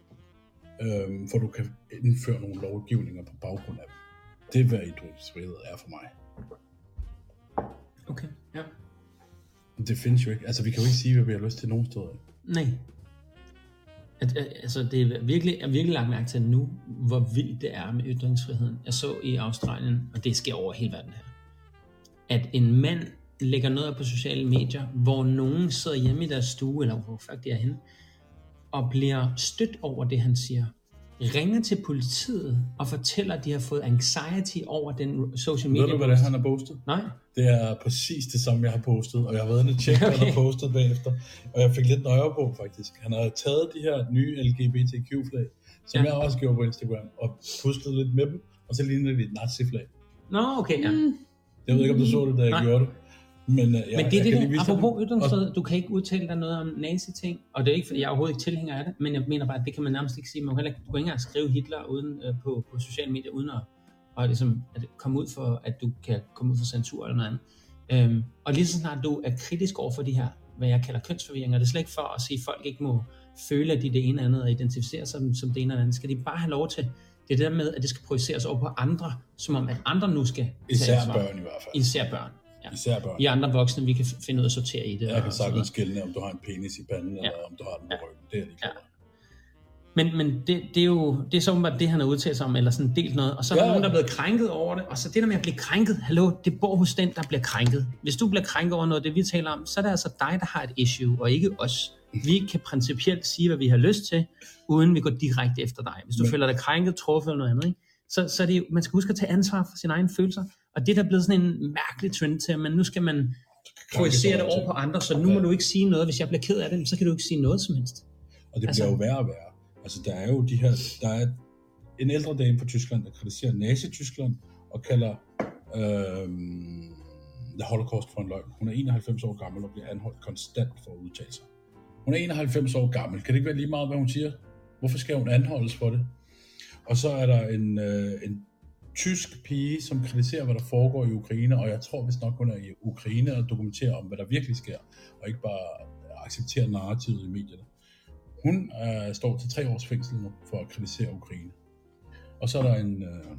øhm, for du kan indføre nogle lovgivninger på baggrund af dem. Det er, hvad ytringsfrihed er for mig. Okay, ja. Det findes jo ikke. Altså, vi kan jo ikke sige, hvad vi har lyst til nogen steder. Nej. At, altså, det er virkelig, jeg har virkelig lagt mærke til nu, hvor vildt det er med ytringsfriheden. Jeg så i Australien, og det sker over hele verden her, at en mand lægger noget op på sociale medier, hvor nogen sidder hjemme i deres stue, eller hvor fuck det er henne, og bliver stødt over det, han siger. Ringer til politiet og fortæller, at de har fået anxiety over den social media. Ved du, hvad det er, han har postet? Nej. Det er præcis det samme, jeg har postet, og jeg har været inde og tjekke, okay. hvad han har postet bagefter, og jeg fik lidt nøje på, faktisk. Han har taget de her nye L G B T Q-flag, som ja. jeg også gjorde på Instagram, og pustet lidt med dem, og så ligner det et nazi-flag. Nå, okay, ja. Jeg ved ikke, om du så det, da jeg Nej. gjorde det. Men, uh, ja, men det er det, det apropos ytringsfrihed, du kan ikke udtale dig noget om nazi-ting, og det er ikke, fordi jeg er overhovedet ikke tilhænger af det, men jeg mener bare, at det kan man nærmest ikke sige. Man kan ikke, du kan ikke engang skrive Hitler uden, øh, på, på sociale medier, uden at, og ligesom, at komme ud for, at du kan komme ud for censur eller noget andet. Øhm, og lige så snart du er kritisk over for de her, hvad jeg kalder kønsforvirringer, det er slet ikke for at sige, at folk ikke må føle, at de er det ene eller andet, og identificere sig som, som det ene eller andet. Skal de bare have lov til? Det er det der med, at det skal projiceres over på andre, som om at andre nu skal især børn i hvert fald. Især børn. Ja. Især børn. I andre voksne, vi kan finde ud af at sortere i det. Jeg kan sagtens skelne, om du har en penis i panden, ja. eller om du har den på ja. ryggen. Det er lige klart. Ja. Men, men det, det er jo det er så åbenbart det, han har udtalt sig om, eller sådan delt noget. Og så er der ja. nogen, der er blevet krænket over det. Og så det der med at blive krænket, hallo, det bor hos den, der bliver krænket. Hvis du bliver krænket over noget, det vi taler om, så er det altså dig, der har et issue, og ikke os. Vi kan principielt sige, hvad vi har lyst til, uden vi går direkte efter dig. Hvis du men... føler dig krænket, truffet eller noget andet, ikke? Så, så er det jo, man skal huske at tage ansvar for sine egne følelser. Og det der er blevet sådan en mærkelig trend til, men nu skal man projicere det over på andre, så nu må du ikke sige noget. Hvis jeg bliver ked af det, så kan du ikke sige noget som helst. Og det altså, bliver jo værre og værre. Altså der er jo de her, der er en ældre dame fra Tyskland, der kritiserer Nazi-Tyskland og kalder øhm, The Holocaust for en løgn. Hun er enoghalvfems år gammel og bliver anholdt konstant for at udtale sig. Hun er enoghalvfems år gammel. Kan det ikke være lige meget, hvad hun siger? Hvorfor skal hun anholdes for det? Og så er der en, øh, en tysk pige, som kritiserer, hvad der foregår i Ukraine, og jeg tror vist nok, hun er i Ukraine og dokumenterer om, hvad der virkelig sker, og ikke bare accepterer narrativet i medierne. Hun øh, står til tre års fængsel nu for at kritisere Ukraine. Og så er der en, øh,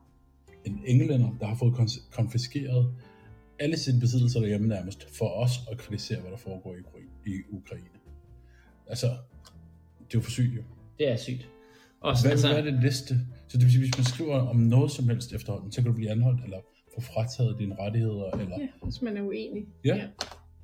en englænder, der har fået konfiskeret alle sine besiddelser derhjemme nærmest, for os at kritisere, hvad der foregår i, i Ukraine. Altså, det er jo for sygt jo. Det er sygt. Også, hvad, altså, hvad er det næste? Så det vil sige, hvis man skriver om noget som helst efterhånden, så kan du blive anholdt, eller få frataget dine rettigheder, eller... Ja, hvis man er uenig. Ja. ja.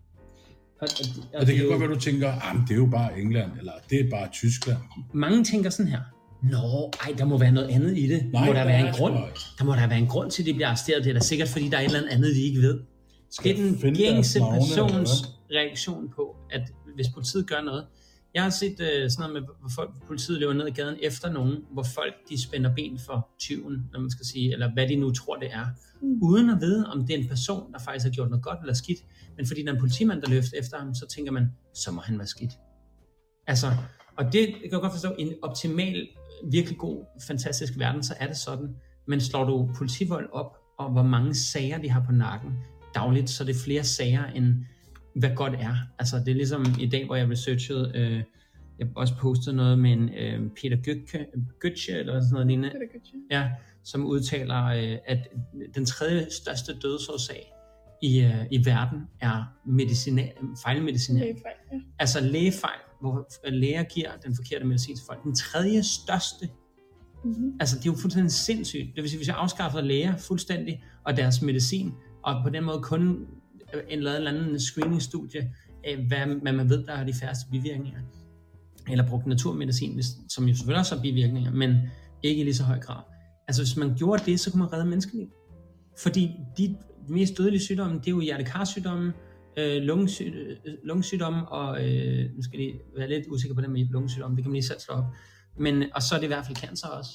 Og, og, og, og det kan jo godt være, du tænker, ah, det er jo bare England, eller det er bare Tyskland. Mange tænker sådan her, nå, ej, der må være noget andet i det. Nej, må der, der være en grund? Der må der være en grund til, at de bliver arresteret. Det er da sikkert, fordi der er et eller andet, vi ikke ved. Det er den gængse persons reaktion på, at hvis politiet gør noget. Jeg har set uh, sådan noget med, hvor folk, politiet løber ned ad gaden efter nogen, hvor folk de spænder ben for tyven, når man skal sige, eller hvad de nu tror, det er. Mm. Uden at vide, om det er en person, der faktisk har gjort noget godt eller skidt. Men fordi der er en politimand, der løfter efter ham, så tænker man, så må han være skidt. Altså, og det jeg kan jeg godt forstå, i en optimal, virkelig god, fantastisk verden, så er det sådan. Men slår du politivold op, og hvor mange sager de har på nakken dagligt, så er det flere sager, end hvad godt er. Altså, det er ligesom i dag, hvor jeg researchede, øh, jeg også postede noget med en øh, Peter Götze, eller sådan noget lignende, ja, som udtaler, øh, at den tredje største dødsårsag i, øh, i verden er medicinal, fejlmedicinering. Lægefejl, ja. Altså lægefejl, hvor læger giver den forkerte medicin til folk. Den tredje største, mm-hmm. altså det er jo fuldstændig sindssygt. Det vil sige, hvis jeg afskaffer læger fuldstændig, og deres medicin, og på den måde kun en eller anden screeningstudie af, hvad, hvad man ved, der har de færreste bivirkninger. Eller brugt naturmedicin, som jo selvfølgelig også har bivirkninger, men ikke i lige så høj grad. Altså hvis man gjorde det, så kunne man redde menneskeliv. Fordi de mest dødelige sygdomme, det er jo hjertekarsygdomme, øh, lungesyg, lungesygdomme, og øh, nu skal jeg være lidt usikker på det med lungesygdomme, det kan man lige selv slå op. Men, og så er det i hvert fald cancer også.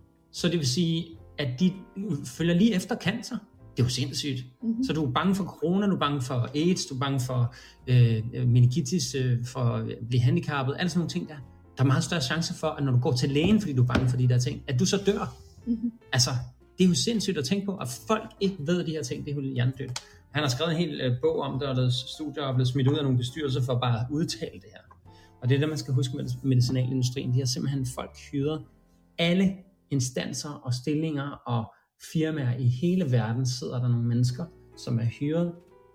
Så det vil sige, at de følger lige efter cancer. Det er jo sindssygt. Mm-hmm. Så du er bange for corona, du er bange for AIDS, du er bange for øh, meningitis, øh, for at blive handicappet, alle sådan nogle ting der. Der er meget større chance for, at når du går til lægen, fordi du er bange for de der ting, at du så dør. Mm-hmm. Altså, det er jo sindssygt at tænke på, at folk ikke ved de her ting, det er jo hjernedødt. Han har skrevet en hel øh, bog om det, og lavet studier og blevet smidt ud af nogle bestyrelser for bare at udtale det her. Og det er det, man skal huske med medicinalindustrien. De har simpelthen folk hyret. Alle instanser og stillinger og firmaer i hele verden sidder der nogle mennesker, som er hyret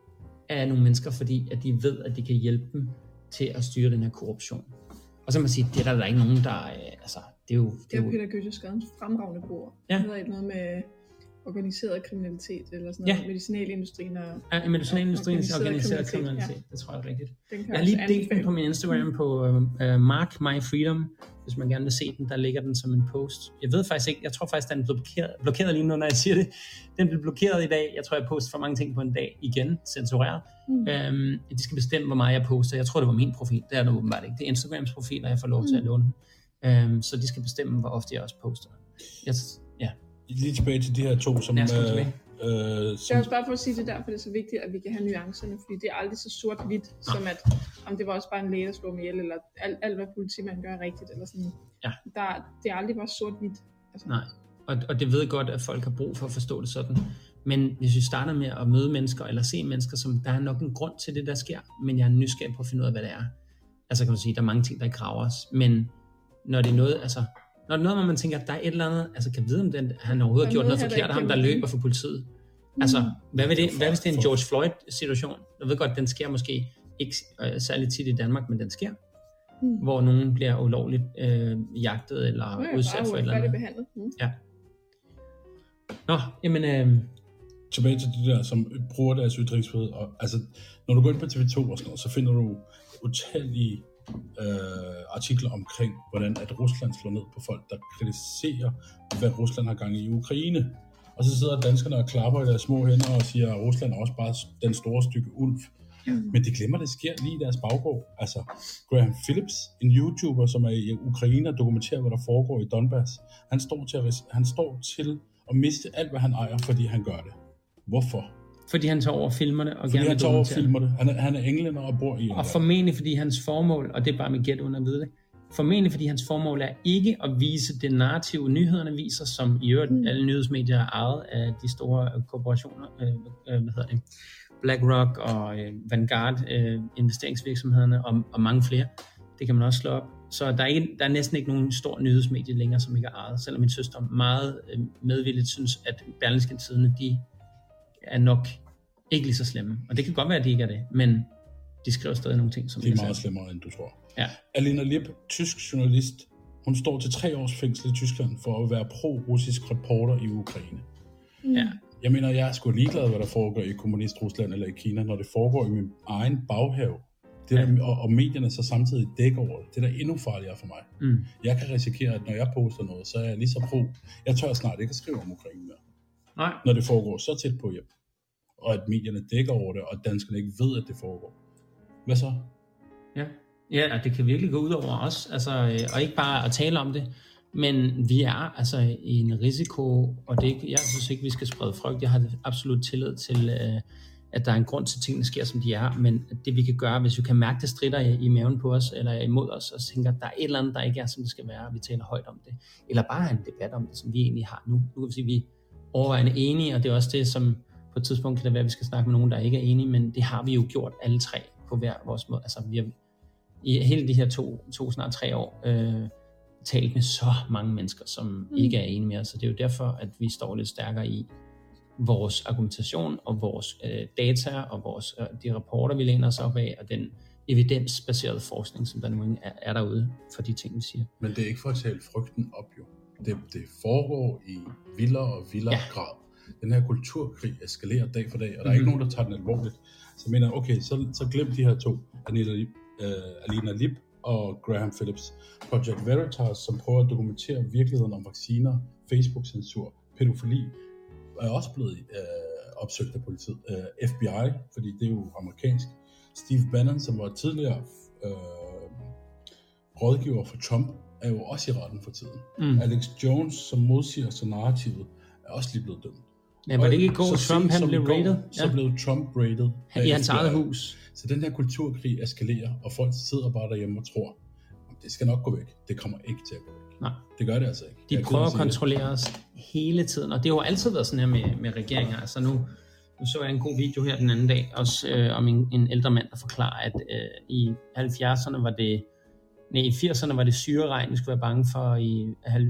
af nogle mennesker, fordi at de ved, at de kan hjælpe dem til at styre den her korruption. Og så kan man sige, det er der, der er ikke nogen, der... Altså, det er jo... Det er jo Peter Goethe skrevet en fremragende bog. Ja. Det hedder noget med organiseret kriminalitet, eller sådan noget, ja. Medicinalindustrien og... Ja, medicinalindustrien og organiseret kriminalitet, ja. Det tror jeg er rigtigt. Jeg har lige delt den på min Instagram mm. på uh, Mark My Freedom, hvis man gerne vil se den, der ligger den som en post. Jeg ved faktisk ikke, jeg tror faktisk, den er blokeret, blokeret lige nu, når jeg siger det. Den blev blokeret i dag. Jeg tror, jeg poster for mange ting på en dag igen, censureret. Mm. Um, de skal bestemme, hvor meget jeg poster. Jeg tror, det var min profil. Det er det åbenbart ikke. Det er Instagrams profil, og jeg får lov til at låne den. Um, så de skal bestemme, hvor ofte jeg også poster. Jeg, ja. Lige tilbage til de her to, som... Ja, øh, øh, som... Jeg vil bare for at sige det der, for det er så vigtigt, at vi kan have nuancerne, fordi det er aldrig så sort-hvidt, ja. Som at, om det var også bare en læge, der slog mig ihjel, eller alt, alt hvad politimanden gør rigtigt, eller sådan. Ja. Der, det er aldrig bare sort-hvidt. Altså. Nej, og, og det ved godt, at folk har brug for at forstå det sådan. Men hvis vi starter med at møde mennesker, eller se mennesker, som der er nok en grund til det, der sker, men jeg er nysgerrig på at finde ud af, hvad det er. Altså kan man sige, der er mange ting, der ikke graver os, men når det er noget, altså... Når det er noget, hvor man tænker, at der er et eller andet, altså kan vide, om den, han overhovedet har gjort noget forkert, ham der løber for politiet. Mm. Altså, hvad, vil det, hvad hvis det er en George Floyd-situation? Jeg ved godt, den sker måske ikke øh, særlig tit i Danmark, men den sker. Mm. Hvor nogen bliver ulovligt øh, jagtet eller ja, udsat for et eller andet. Behandlet. Mm. Ja. Nå, jamen... Øh... Tilbage til de der, som bruger deres ytringsfrihed. Og, altså, når du går ind på T V to og sådan noget, så finder du utallige Øh, artikler omkring, hvordan at Rusland slår ned på folk, der kritiserer, hvad Rusland har gang i Ukraine. Og så sidder danskerne og klapper i deres små hænder og siger, at Rusland er også bare den store stykke ulv. Mm. Men de glemmer, det sker lige i deres baggård. Altså, Graham Phillips, en YouTuber, som er i Ukraine og dokumenterer, hvad der foregår i Donbass, han står til at, han står til at miste alt, hvad han ejer, fordi han gør det. Hvorfor? Fordi han tager over filmerne og fordi gerne han tager over filmer det. Han er, han er englænder og bor i England. Og formentlig fordi hans formål, og det er bare mit gæt uden at vide det, formentlig fordi hans formål er ikke at vise det narrative, nyhederne viser, som i øvrigt mm. alle nyhedsmedier er ejet af de store korporationer, øh, øh, hvad hedder det, BlackRock og øh, Vanguard, øh, investeringsvirksomhederne og, og mange flere. Det kan man også slå op. Så der er, ikke, der er næsten ikke nogen stor nyhedsmedie længere, som ikke er ejet, selvom min søster meget øh, medvilligt synes, at Berlingske Tidende, de er nok ikke lige så slemme. Og det kan godt være, at de ikke er det, men de skriver stadig nogle ting, som... Det er meget slemmere, end du tror. Ja. Alina Lip, tysk journalist, hun står til tre års fængsel i Tyskland for at være pro-russisk reporter i Ukraine. Mm. Ja. Jeg mener, jeg er sgu ligeglad, hvad der foregår i kommunist-Rusland eller i Kina, når det foregår i min egen baghave. Det der, ja. og, og medierne så samtidig dækker over det. Det er da endnu farligere for mig. Mm. Jeg kan risikere, at når jeg poster noget, så er jeg lige så pro. Jeg tør snart ikke at skrive om Ukraine mere. Nej. Når det foregår så tæt på hjem. Og at medierne dækker over det, og danskerne ikke ved, at det foregår. Hvad så? Ja, ja, det kan virkelig gå ud over os, altså, og ikke bare at tale om det, men vi er altså i en risiko, og det, jeg synes ikke, vi skal sprede frygt. Jeg har absolut tillid til, at der er en grund til, at tingene sker, som de er, men det vi kan gøre, hvis vi kan mærke, det stritter i maven på os, eller imod os, og tænker, at der er et eller andet, der ikke er, som det skal være, og vi taler højt om det, eller bare have en debat om det, som vi egentlig har nu. Nu kan vi sige, at vi er overvejende enige, og det er også det, som på et tidspunkt kan det være, at vi skal snakke med nogen, der ikke er enige, men det har vi jo gjort alle tre på hver vores måde. Altså vi har i hele de her to, to snart tre år øh, talt med så mange mennesker, som mm. ikke er enige med os. Så det er jo derfor, at vi står lidt stærkere i vores argumentation og vores øh, data og vores, øh, de rapporter, vi læner os op af, og den evidensbaserede forskning, som der nu er, er derude for de ting, vi siger. Men det er ikke for at tale frygten op, jo. Det, det foregår i vildere og vildere ja. grad. Den her kulturkrig eskalerer dag for dag, og der er mm-hmm. ikke nogen, der tager den alvorligt. Så jeg mener, okay, så, så glem de her to, Alina Lip, uh, Alina Lip og Graham Phillips. Project Veritas, som prøver at dokumentere virkeligheden om vacciner, Facebook-censur, pædofili, er også blevet øh, opsøgt af politiet. Øh, F B I, fordi det er jo amerikansk. Steve Bannon, som var tidligere øh, rådgiver for Trump, er jo også i retten for tiden. Mm. Alex Jones, som modsiger sig narrativet, er også lige blevet dømt. Ja, var det ikke i går, Trump han blev rated? Så ja. blev Trump rated. I hans eget hus. Så den her kulturkrig eskalerer, og folk sidder bare derhjemme og tror, det skal nok gå væk. Det kommer ikke til at gå væk. Nej. Det gør det altså ikke. De jeg prøver at kontrollere det. os hele tiden, og det har jo altid været sådan her med, med regeringer. Altså nu, nu så jeg en god video her den anden dag, også øh, om en, en ældre mand, der forklarer, at øh, i halvfjerdserne var det, nej, i firserne var det syreregn, vi skulle være bange for, i,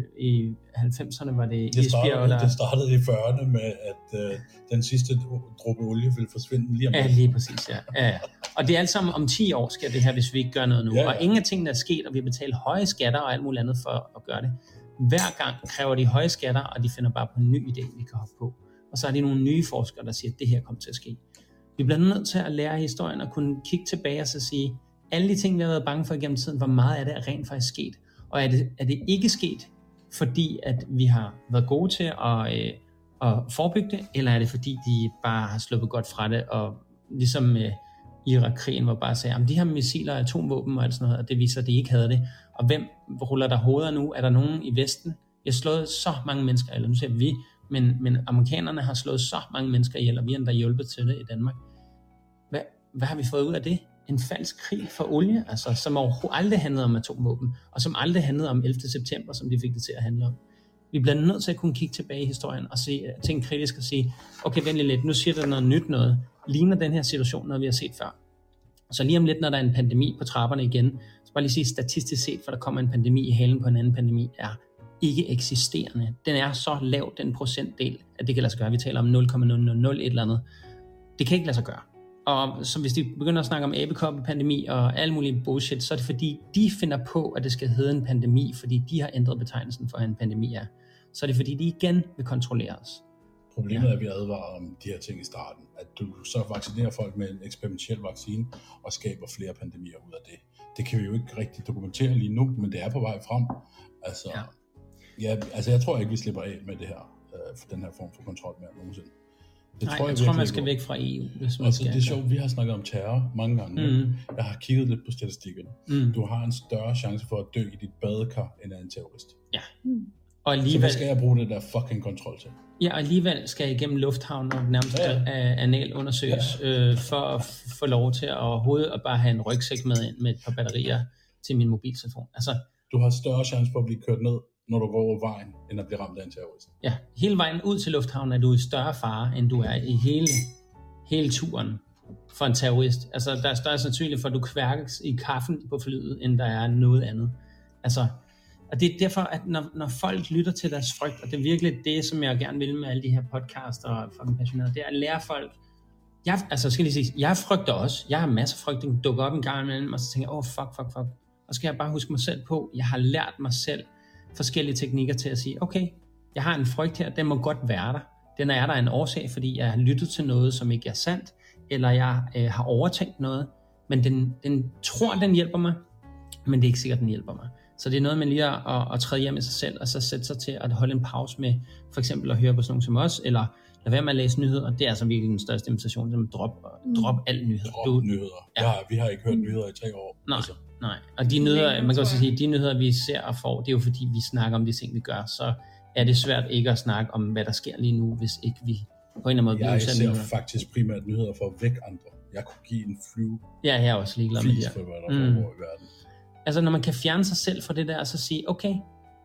i halvfemserne var det isbjerg. Det, det startede i fyrrerne med, at øh, den sidste dråbe olie ville forsvinde lige om. Ja, lige præcis, ja. ja. Og det er alt sammen om ti år skal det her, hvis vi ikke gør noget nu. Ja, ja. Og ingen af tingene er sket, og vi betaler høje skatter og alt muligt andet for at gøre det. Hver gang kræver de høje skatter, og de finder bare på en ny idé, vi kan hoppe på. Og så er de nogle nye forskere, der siger, at det her kommer til at ske. Vi bliver nødt til at lære historien og kunne kigge tilbage og så sige, alle de ting, vi har været bange for gennem tiden, hvor meget af det er rent faktisk sket. Og er det, er det ikke sket, fordi at vi har været gode til at, øh, at forebygge det, eller er det fordi, de bare har sluppet godt fra det, og ligesom øh, Irak-krigen, hvor bare sagde, at de her missiler og atomvåben og alt sådan noget, og det viser, at de ikke havde det. Og hvem ruller der hoveder nu? Er der nogen i Vesten? Jeg har slået så mange mennesker, eller nu siger vi, men, men amerikanerne har slået så mange mennesker ihjel, og vi har endda hjulpet til det i Danmark. Hvad, hvad har vi fået ud af det? En falsk krig for olie, altså, som overhovedet aldrig handlede om atomvåben, og som aldrig handlede om ellevte september, som de fik det til at handle om. Vi bliver nødt til at kunne kigge tilbage i historien og se, tænke kritisk og sige, okay, vent lidt, nu siger der noget nyt noget. Ligner den her situation noget, vi har set før? Så lige om lidt, når der er en pandemi på trapperne igen, så bare lige sige statistisk set, for der kommer en pandemi i halen på en anden pandemi, er ikke eksisterende. Den er så lav, den procentdel, at det kan lade sig gøre. Vi taler om nul komma nul nul nul et eller andet. Det kan ikke lade sig gøre. Og så hvis de begynder at snakke om abekopper-pandemi og alle mulige bullshit, så er det fordi, de finder på, at det skal hedde en pandemi, fordi de har ændret betegnelsen for, at en pandemi er. Så er det fordi, de igen vil kontrollere os. Problemet er, at vi advarer om de her ting i starten. At du så vaccinerer folk med en eksperimentel vaccine og skaber flere pandemier ud af det. Det kan vi jo ikke rigtig dokumentere lige nu, men det er på vej frem. Altså, ja. Ja, altså jeg tror ikke, vi slipper af med det her, øh, for den her form for kontrol mere nogensinde. Det Nej, tror jeg, jeg tror, man skal væk fra E U. Hvis man altså, skal. Det er sjovt, vi har snakket om terror mange gange. Mm. Jeg har kigget lidt på statistikken. Mm. Du har en større chance for at dø i dit badekar, end af en terrorist. Ja. Mm. Og alligevel... Så hvad skal jeg bruge det der fucking kontrol til? Ja, og alligevel skal jeg igennem lufthavnen og nærmest ja. anal undersøges, ja. øh, for at få lov til at overhovedet at bare have en rygsæk med ind med et par batterier til min mobiltelefon. Altså, du har større chance for at blive kørt ned, når du går over vejen, end at blive ramt af en terrorist. Ja, hele vejen ud til lufthavnen er du i større fare, end du er i hele, hele turen for en terrorist. Altså, der er større sandsynlighed for, at du kværkes i kaffen på flyet, end der er noget andet. Altså, og det er derfor, at når, når folk lytter til deres frygt, og det er virkelig det, som jeg gerne vil med alle de her podcaster og fucking passionerede, det er at lære folk. Jeg, altså, skal lige sige, jeg frygter også. Jeg har masser af frygt, den dukker op en gang imellem, og så tænker jeg, åh, oh, fuck, fuck, fuck. Og så skal jeg bare huske mig selv på, jeg har lært mig selv forskellige teknikker til at sige, okay, jeg har en frygt her, den må godt være der. Den er der en årsag, fordi jeg har lyttet til noget, som ikke er sandt, eller jeg øh, har overtænkt noget, men den, den tror, den hjælper mig, men det er ikke sikkert, den hjælper mig. Så det er noget med lige at, at, at træde hjem i sig selv, og så sætte sig til at holde en pause med, for eksempel at høre på sådan nogen som os, eller lade være med at læse nyheder. Det er altså virkelig den største invitation, som drop, drop alle nyheder. Drop du, nyheder. Ja. Ja, vi har ikke hørt nyheder i tre år. Nej. Altså. Nej, og de nyheder, man kan også sige, de nyheder, vi ser og får, det er jo fordi, vi snakker om de ting, vi gør, så er det svært ikke at snakke om, hvad der sker lige nu, hvis ikke vi på en eller anden måde bliver udsendt nyheder. Jeg ser faktisk primært nyheder for at vække andre. Jeg kunne give en flyve. Ja, jeg er også ligeglad med det. For, hvad der mm. foregår i verden. Altså, når man kan fjerne sig selv fra det der, og så sige, okay,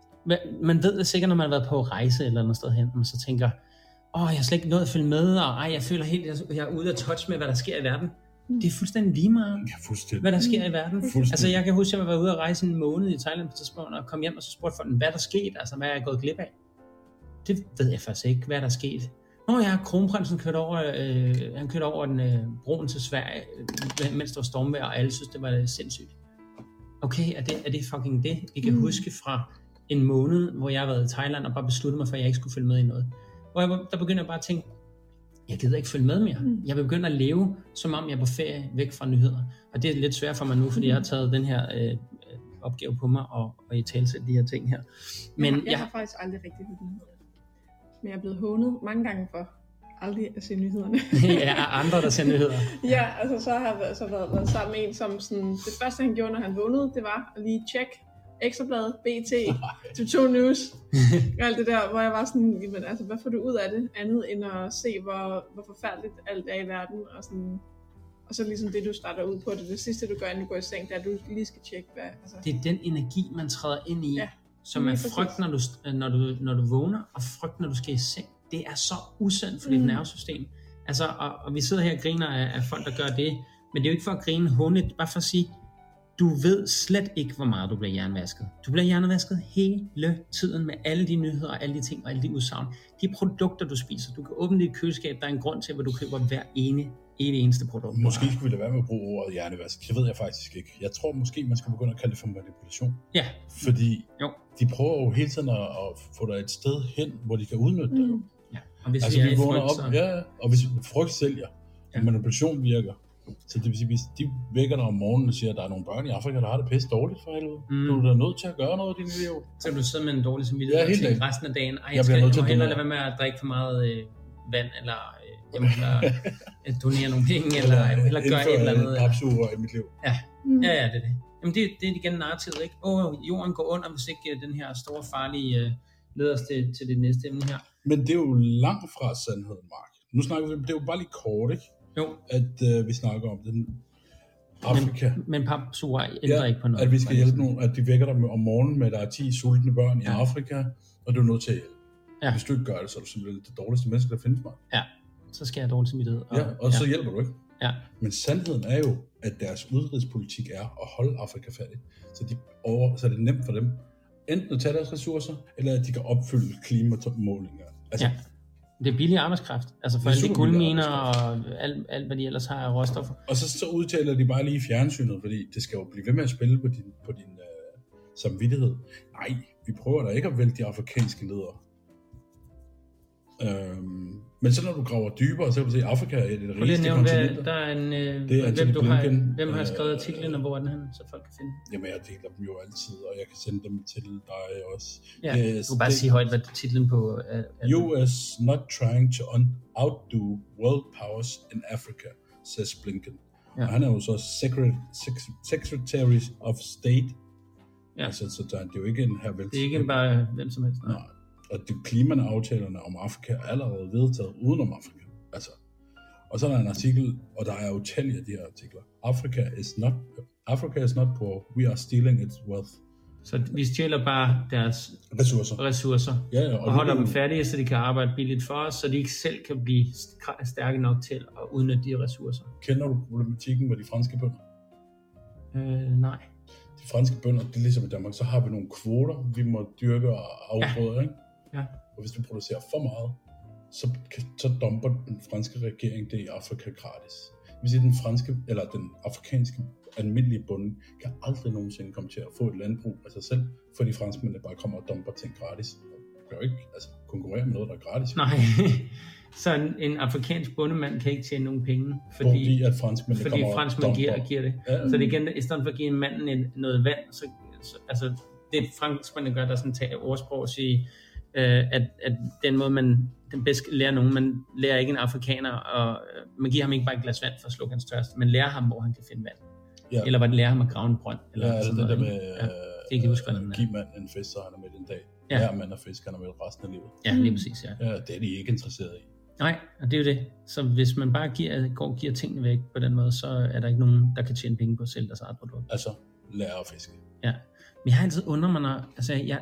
man ved det sikkert, når man har været på rejse eller andet sted hen, og man så tænker, åh, jeg har slet ikke nået at følge med, og ej, jeg føler helt, jeg er ude af touch med, hvad der sker i verden. Det er fuldstændig lige meget, ja, hvad der sker i verden. Altså, jeg kan huske, at jeg var ude at rejse en måned i Thailand på tidspunkt, og kom hjem og så spurgte folk, hvad der skete, altså hvad er jeg gået glip af? Det ved jeg faktisk ikke, hvad der skete. Nå ja, kronprinsen kørte over, øh, han kørte over den øh, broen til Sverige, øh, mens der var stormvejr, og alle synes, det var sindssygt. Okay, er det, er det fucking det? Vi kan mm. huske fra en måned, hvor jeg har været i Thailand, og bare besluttede mig for, at jeg ikke skulle følge med i noget. Hvor jeg, der begynder jeg bare at tænke, jeg gider ikke følge med mere. Jeg vil begynde at leve, som om jeg er på ferie væk fra nyheder. Og det er lidt svært for mig nu, fordi jeg har taget den her øh, opgave på mig at, at i talsætte de her ting her. Men jeg, jeg jeg har faktisk aldrig rigtig hørt nyhederne. Men jeg er blevet hånet mange gange for aldrig at se nyhederne. ja, andre, der ser nyheder. ja, altså så har jeg været, så været, været sammen med en, som sådan, det første han gjorde, når han vågnede, det var at lige tjekke Ekstrabladet, B T, T V to News, alt det der, hvor jeg var sådan, jamen, altså, hvad får du ud af det, andet end at se, hvor, hvor forfærdeligt alt er i verden, og sådan, og så ligesom det, du starter ud på, det det sidste, du gør, inden du går i seng, det er, at du lige skal tjekke, hvad, altså. Det er den energi, man træder ind i, ja, som er frygt, når du, når, du, når du vågner, og frygt, når du skal i seng. Det er så usundt for dit mm. nervesystem. Altså, og, og vi sidder her og griner af, af folk, der gør det, men det er jo ikke for at grine hånligt, bare for at sige, du ved slet ikke, hvor meget du bliver hjernevasket. Du bliver hjernevasket hele tiden med alle de nyheder og alle de ting og alle de udsagn. De produkter, du spiser. Du kan åbne dit køleskab. Der er en grund til, hvor du køber hver ene, ene eneste produkt. Måske skulle vi lade være med at bruge ordet hjernevask. Det ved jeg faktisk ikke. Jeg tror måske, man skal begynde at kalde det for manipulation. Ja. Fordi jo. de prøver jo hele tiden at få dig et sted hen, hvor de kan udnytte det. Mm. Ja. Og hvis altså, vi, vi vågner frygt, op, så... ja, og hvis frygt sælger, ja. manipulation virker. Så det vil sige, hvis de vækker dig om morgenen og siger, at der er nogle børn i Afrika, der har det pisse dårligt for helvede. Mm. Du er da nødt til at gøre noget i din liv. Så du sidder med en dårlig samvittighed ja, til resten af dagen. Ej, jeg, jeg skal jeg må hellere lade være med at drikke for meget øh, vand, eller øh, jeg må hellere donere nogle penge, eller jeg må hellere gøre et eller andet. Papsuger i mit liv. Ja, mm. ja, ja, det er det. Jamen det, det er igen narrativet, ikke? Åh, oh, jorden går under, hvis ikke den her store farlige øh, leder os til, til det næste emne her. Men det er jo langt fra sandheden, Mark. Nu snakker vi, det er jo bare lige kort, ikke? Jo. At øh, vi snakker om den Afrika. Men, men papsuger ændrer ja, ikke på noget. At vi skal hjælpe nogen, at de vækker dig om morgenen med, at der er ti sultne børn ja. i Afrika, og du er nødt til at hjælpe. Ja. Hvis du ikke gør det, så er du simpelthen det dårligste menneske, der findes, mig. Ja, så skal jeg have dårlig samvittighed. Og, ja, og ja. så hjælper du ikke. Ja. Men sandheden er jo, at deres udenrigspolitik er at holde Afrika fattigt. Så, de over, så er det nemt for dem, enten at tage deres ressourcer, eller at de kan opfylde klimamålinger. Altså, ja. Det er billig arbejdskraft, altså for alle de guldminer og alt, alt, hvad de ellers har af råstoffer. Og så, så udtaler de bare lige i fjernsynet, fordi det skal jo blive ved med at spille på din, på din uh, samvittighed. Nej, vi prøver da ikke at vælge de afrikanske ledere. Øhm, men så når du graver dybere, så kan du se, at Afrika er et af de rigeste kontinenter. Der er en, øh, det er hvem, du har, hvem har skrevet artiklen, og hvor er den hen, så folk kan finde den? Jamen, jeg deler dem jo altid, og jeg kan sende dem til dig også. Ja, yes, du kan bare det, sige højt, hvad titlen på er. U S not trying to outdo world powers in Africa, says Blinken. Ja. Og han er jo så Secretary of State. Ja. Altså, så det er jo ikke en her vel. Det er ikke bare hvem som helst. Nej. Nej. Og de klimaaftalerne om Afrika er allerede vedtaget udenom Afrika. Altså. Og så er der en artikel, og der er utallige af de her artikler. Africa is not, Africa is not poor, we are stealing its wealth. Så vi stjæler bare deres ressourcer, ressourcer ja, ja, og, og holder dem færdige, så de kan arbejde billigt for os, så de ikke selv kan blive stærke nok til at udnytte de ressourcer. Kender du problematikken med de franske bønder? Øh, nej. De franske bønder, det er ligesom i Danmark, så har vi nogle kvoter, vi må dyrke og afgrøde, ja. ikke? Ja. Og hvis du producerer for meget, så, så dumper den franske regering det i Afrika gratis. Det vil sige, den franske, eller den afrikanske almindelige bonde kan aldrig nogensinde komme til at få et landbrug af sig selv, fordi franskmændene bare kommer og dumper ting gratis. Du kan jo ikke altså, konkurrere med noget, der er gratis. Nej, så en, en afrikansk bondemand kan ikke tjene nogen penge, fordi, fordi at franskmændene fordi kommer franskmænd giver, giver det. Ja. Så det igen, i stedet for at give manden en, noget vand, så, så altså det franskmændene gør, der sådan tager ordsprog og siger, At, at den måde, man den bedst lærer nogen, man lærer ikke en afrikaner, og man giver ham ikke bare et glas vand for at slukke hans tørst, man lærer ham, hvor han kan finde vand. Ja. Eller hvad det lærer ham at grave en brønd. Eller ja, sådan det noget, der med, ja, det kan huske, øh, giv manden en fisk, så han er med den dag. Ja. Lærer mand at fisk, han er med resten af livet. Ja, lige præcis, ja. Ja, det er de ikke interesseret i. Nej, og det er jo det. Så hvis man bare giver, går og giver tingene væk på den måde, så er der ikke nogen, der kan tjene penge på at sælge deres eget produkt. Altså, lære at fiske. Ja, men jeg har altid undret mig, når, altså jeg,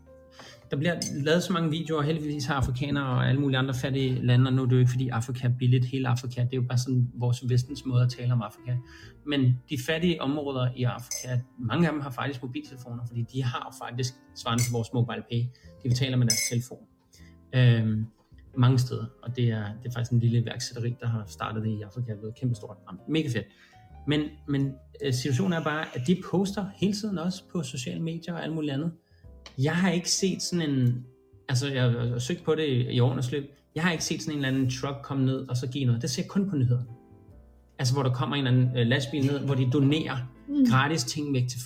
der bliver lavet så mange videoer, og heldigvis har afrikanere og alle mulige andre fattige lande, og nu er det jo ikke fordi Afrika er billigt, hele Afrika, det er jo bare sådan vores vestens måde at tale om Afrika. Men de fattige områder i Afrika, mange af dem har faktisk mobiltelefoner, fordi de har jo faktisk svarende til vores mobile pay, de betaler med deres telefon. Øhm, mange steder, og det er, det er faktisk en lille værksætteri, der har startet det i Afrika, det er kæmpe stort, mega fedt. Men, men situationen er bare, at de poster hele tiden også på sociale medier og alt muligt andet. Jeg har ikke set sådan en, altså jeg har søgt på det i årenes løb, jeg har ikke set sådan en eller anden truck komme ned og så give noget. Det ser jeg kun på nyhederne. Altså hvor der kommer en eller anden lastbil ned, hvor de donerer mm. gratis ting væk til folk.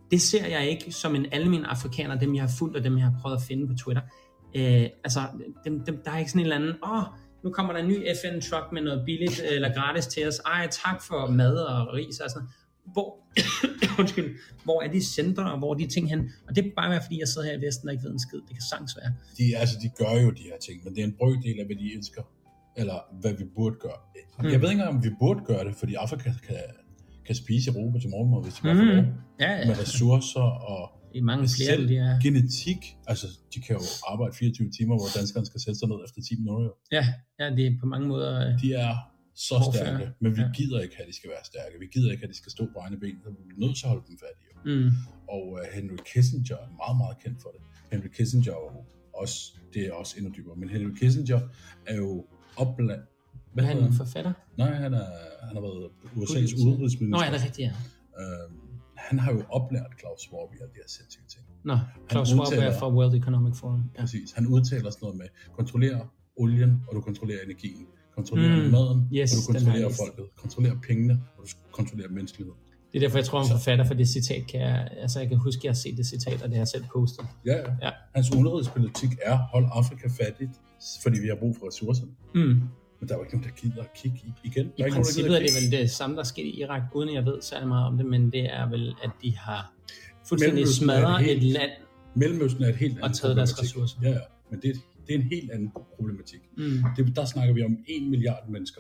det ser jeg ikke som en almen afrikaner, dem jeg har fulgt og dem jeg har prøvet at finde på Twitter. Øh, altså, dem, dem, der er ikke sådan en eller anden, åh, oh, nu kommer der en ny F N-truck med noget billigt eller gratis til os. Ej, tak for mad og ris og sådan noget. Hvor, undskyld, hvor er de centre, og hvor er de ting hen? Og det er bare være, fordi jeg sidder her i Vesten og ikke ved en skid. Det kan sagtens være. De, altså, de gør jo de her ting, men det er en brøkdel af, hvad de elsker. Eller hvad vi burde gøre. Hmm. Jeg ved ikke engang, om vi burde gøre det, fordi Afrika kan, kan spise Europa til morgenmad, hvis de bare får lov. Ja, ja. Med ressourcer og i mange flere, selv de er... genetik. Altså, de kan jo arbejde fireogtyve timer, hvor danskerne skal sætte sig ned efter ti minutter. Ja, ja, det er på mange måder... De er så Hvorfor? stærke, men vi Ja. gider ikke, at de skal være stærke. Vi gider ikke, at de skal stå på egne ben, så vi er nødt til at holde dem fat i. Mm. Og uh, Henry Kissinger er meget, meget kendt for det. Henry Kissinger er jo også, det er også endnu dybere, men Henry Kissinger er jo opland... Hvad er han en forfatter? Nej, han, er, han har været U S A's Nå, udenrigsminister. ja, det er rigtigt, ja. Uh, han har jo oplært Klaus Schwab i alle de her sindssyge ting. Nå, Klaus Schwab er fra World Economic Forum. Ja. Præcis. Han udtaler sådan noget med, kontrollere olien, og du kontrollerer energien. Kontrollere Mm, maden, yes, og du den har kontrollerer jeg læst. folket. Kontrollere pengene, og du kontrollerer menneskeligheden. Det er derfor, jeg tror, han er forfatter, for det citat kan jeg... Altså, jeg kan huske, at jeg har set det citat, og det har jeg selv postet. Ja, ja. Ja. Hans udenrigspolitik er, hold Afrika fattigt, fordi vi har brug for ressourcerne. Mm. Men der er jo ikke nogen, der gider at kigge i igen. Der I er ikke nogen, der princippet gider er at det vel det samme, der er sket i Irak, uden jeg ved særlig meget om det, men det er vel, at de har fuldstændig Mellemøsten er smadret et et helt- land. Mellemøsten er et helt andet taget deres problematik. ressourcer. Ja, ja. Men det, det er en helt anden problematik. Mm. Det, der snakker vi om en milliard mennesker.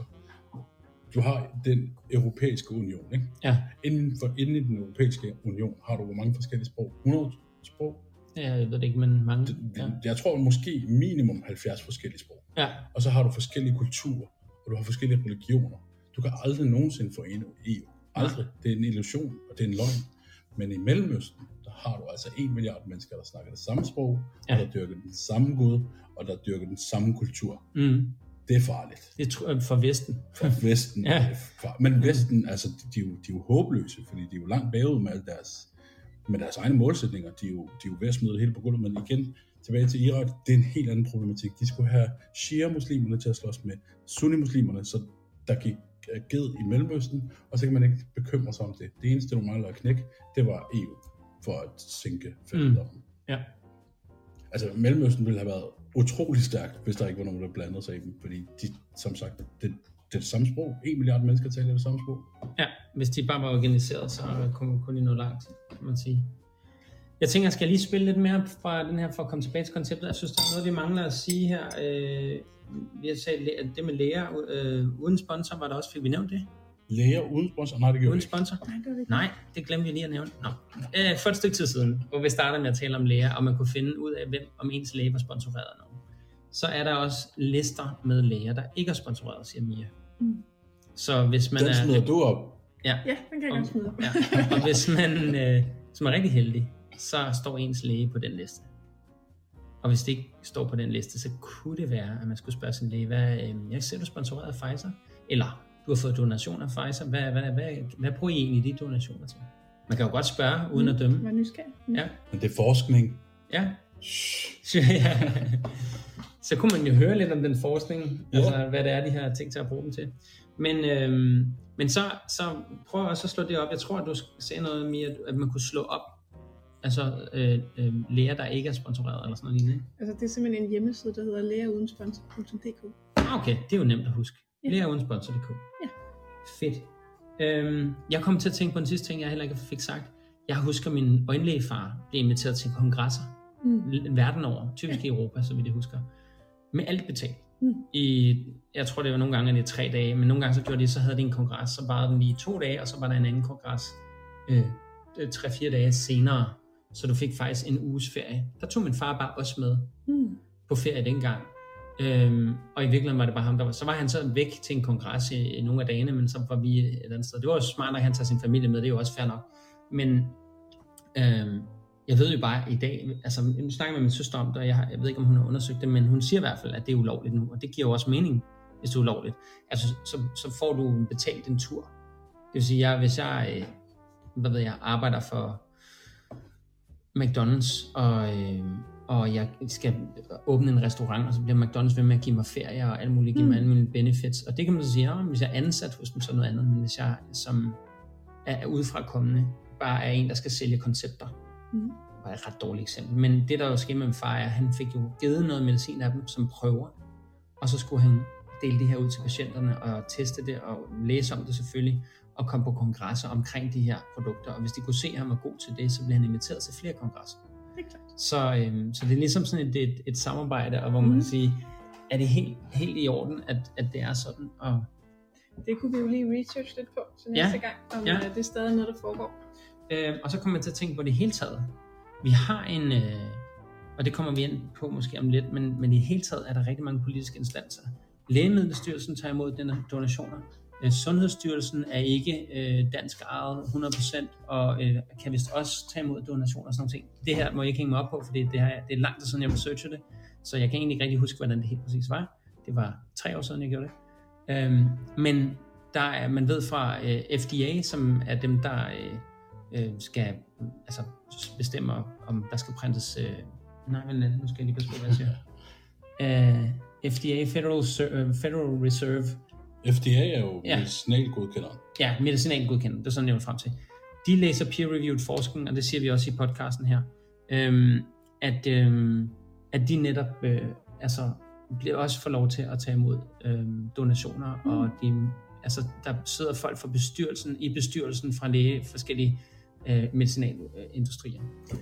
Du har den europæiske union, ikke? Ja, Inden, for, inden i den europæiske union har du hvor mange forskellige sprog? hundrede sprog? ja, jeg ved det ikke, men mange. Det, Ja, Jeg tror måske minimum halvfjerds forskellige sprog. ja. Og så har du forskellige kulturer, og du har forskellige religioner. Du kan aldrig nogensinde forene E U. Aldrig. Det er en illusion, og det er en løgn. Men i Mellemøsten, der har du altså en milliard mennesker, der snakker det samme sprog, Ja. og der dyrker den samme Gud, og der dyrker den samme kultur. Mm. Det er farligt. Det tror jeg for Vesten. For Vesten Ja. er det farligt. Men Vesten, altså, de, de, er jo, de er jo håbløse, fordi de er jo langt bagud med alle deres, med deres egne målsætninger. De er, jo, de er jo ved at smide det hele på gulvet, men igen, tilbage til Irak, det er en helt anden problematik. De skulle have shia-muslimerne til at slås med sunni-muslimerne, så der gik ged i Mellemøsten, og så kan man ikke bekymre sig om det. Det eneste, du mangler at knække, det var E U for at sænke fattigdommen. Mm. Ja. Altså, Mellemøsten ville have været utrolig stærkt, hvis der ikke var nogen, der blandede sig i dem, fordi de, som sagt, det, det er det samme sprog. En milliard mennesker taler det samme sprog. Ja, hvis de bare var organiseret, så kunne, kunne de nå langt, kan man sige. Jeg tænker, jeg skal lige spille lidt mere fra den her, for at komme tilbage til konceptet. Jeg synes, der er noget, vi mangler at sige her. Øh, vi har sagt, at det med læger øh, uden sponsor, var der også, fik vi nævnt det? Læger uden sponsor? Nej, det gjorde Uden vi ikke. sponsor? Nej, det var det ikke. Nej, det glemte vi lige at nævne. Nå. Øh, for et stykke tid siden, hvor vi startede med at tale om læger, og man kunne finde ud af, hvem om ens læge var sponsoreret af nogen. Så er der også lister med læger, der ikke er sponsoreret, siger Mia. Mm. Så hvis man Den er... smider du op. Ja, Ja, den kan jeg godt smide. ja. Og hvis man øh, som er rigtig heldig, så står ens læge på den liste. Og hvis det ikke står på den liste, så kunne det være, at man skulle spørge sin læge, hvad, øh, jeg ser du sponsoreret af Pfizer? Eller du har fået donation af Pfizer, hvad, hvad, hvad, hvad bruger I egentlig de donationer til? Man kan jo godt spørge, uden at dømme. Var nysgerrig. Mm. Ja, Men det er forskning. ja. Så, ja. Så kunne man jo høre lidt om den forskning, Ja. altså hvad det er, de har tænkt sig at bruge dem til. Men, øhm, men så, så prøv også at slå det op. Jeg tror, at du sagde noget mere, at man kunne slå op, altså øh, øh, læger, der ikke er sponsoreret, eller sådan noget lignende. Altså, det er simpelthen en hjemmeside, der hedder lægerudenssponsor punktum d k. Ah, okay, det er jo nemt at huske. Ja. Lægerudsponsor punktum d k. Ja. Fedt. Øhm, jeg kom til at tænke på den sidste ting, jeg heller ikke fik sagt. Jeg husker, min øjenlægefar blev inviteret til kongresser Mm. verden over, typisk i Europa, så vidt jeg husker, med alt betalt. Mm. I, jeg tror, det var nogle gange, det er tre dage, men nogle gange så gjorde de, så havde de en kongres, så varede den lige to dage, og så var der en anden kongres øh, tre-fire dage senere, så du fik faktisk en uges ferie. Der tog min far bare også med Mm. på ferie dengang. Øhm, og i virkeligheden var det bare ham, der var. Så var han så væk til en kongres i, i nogle af dagene, men så var vi et andet sted. Det var jo smart, at han tager sin familie med, det er jo også fair nok. Men øhm, jeg ved jo bare i dag, altså nu snakker jeg med min søster om det, og jeg, har, jeg ved ikke, om hun har undersøgt det, men hun siger i hvert fald, at det er ulovligt nu, og det giver jo også mening, hvis det er ulovligt. Altså, så, så får du betalt en tur. Det vil sige, jeg, hvis jeg, øh, hvad ved jeg, arbejder for McDonald's, og, øh, og jeg skal åbne en restaurant, og så bliver McDonald's ved med at give mig ferie og alt muligt, give mig alle mulige benefits. Og det kan man så sige, ja, hvis jeg er ansat hos dem, så noget andet, men hvis jeg som er udefrakommende bare er en, der skal sælge koncepter. Mm. Det var et ret dårligt eksempel. Men det, der jo skete med min far, er, at han fik jo givet noget medicin af dem som prøver, og så skulle han dele det her ud til patienterne og teste det og læse om det selvfølgelig, og komme på kongresser omkring de her produkter. Og hvis de kunne se, at han var god til det, så blev han inviteret til flere kongresser. Så, øhm, så det er ligesom sådan et, et, et samarbejde, og hvor man mm. kan sige, er det helt, helt i orden, at, at det er sådan? Og det kunne vi jo lige research lidt på til næste ja. gang, om ja. det er stadig noget, der foregår. Øh, og så kommer man til at tænke på det hele taget. Vi har en, øh, og det kommer vi ind på måske om lidt, men, men i det hele taget er der rigtig mange politiske instanser. Lægemiddelstyrelsen tager imod denne donationer. Øh, Sundhedsstyrelsen er ikke øh, dansk ejet hundrede procent, og øh, kan vist også tage imod donationer og sådan noget. Det her må jeg ikke hænge mig op på, for det, det, her, det er langt siden jeg researchede det, så jeg kan egentlig ikke rigtig huske, hvordan det helt præcis var. Det var tre år siden, jeg gjorde det. Øhm, men der er, man ved fra øh, F D A, som er dem, der øh, øh, skal altså, bestemme, om der skal printes... Øh, nej, men nu skal jeg lige passe på, hvad jeg siger. Uh, F D A, Federal, uh, Federal Reserve. F D A er jo ja. medicinalgodkender. Ja, medicinalgodkender, det er sådan, jeg vil frem til. De læser peer-reviewed forskning, og det siger vi også i podcasten her, øhm, at, øhm, at de netop øh, altså, bliver også får lov til at tage imod øhm, donationer, mm. og de, altså, der sidder folk fra bestyrelsen, i bestyrelsen fra læge, forskellige øh, medicinalindustrier.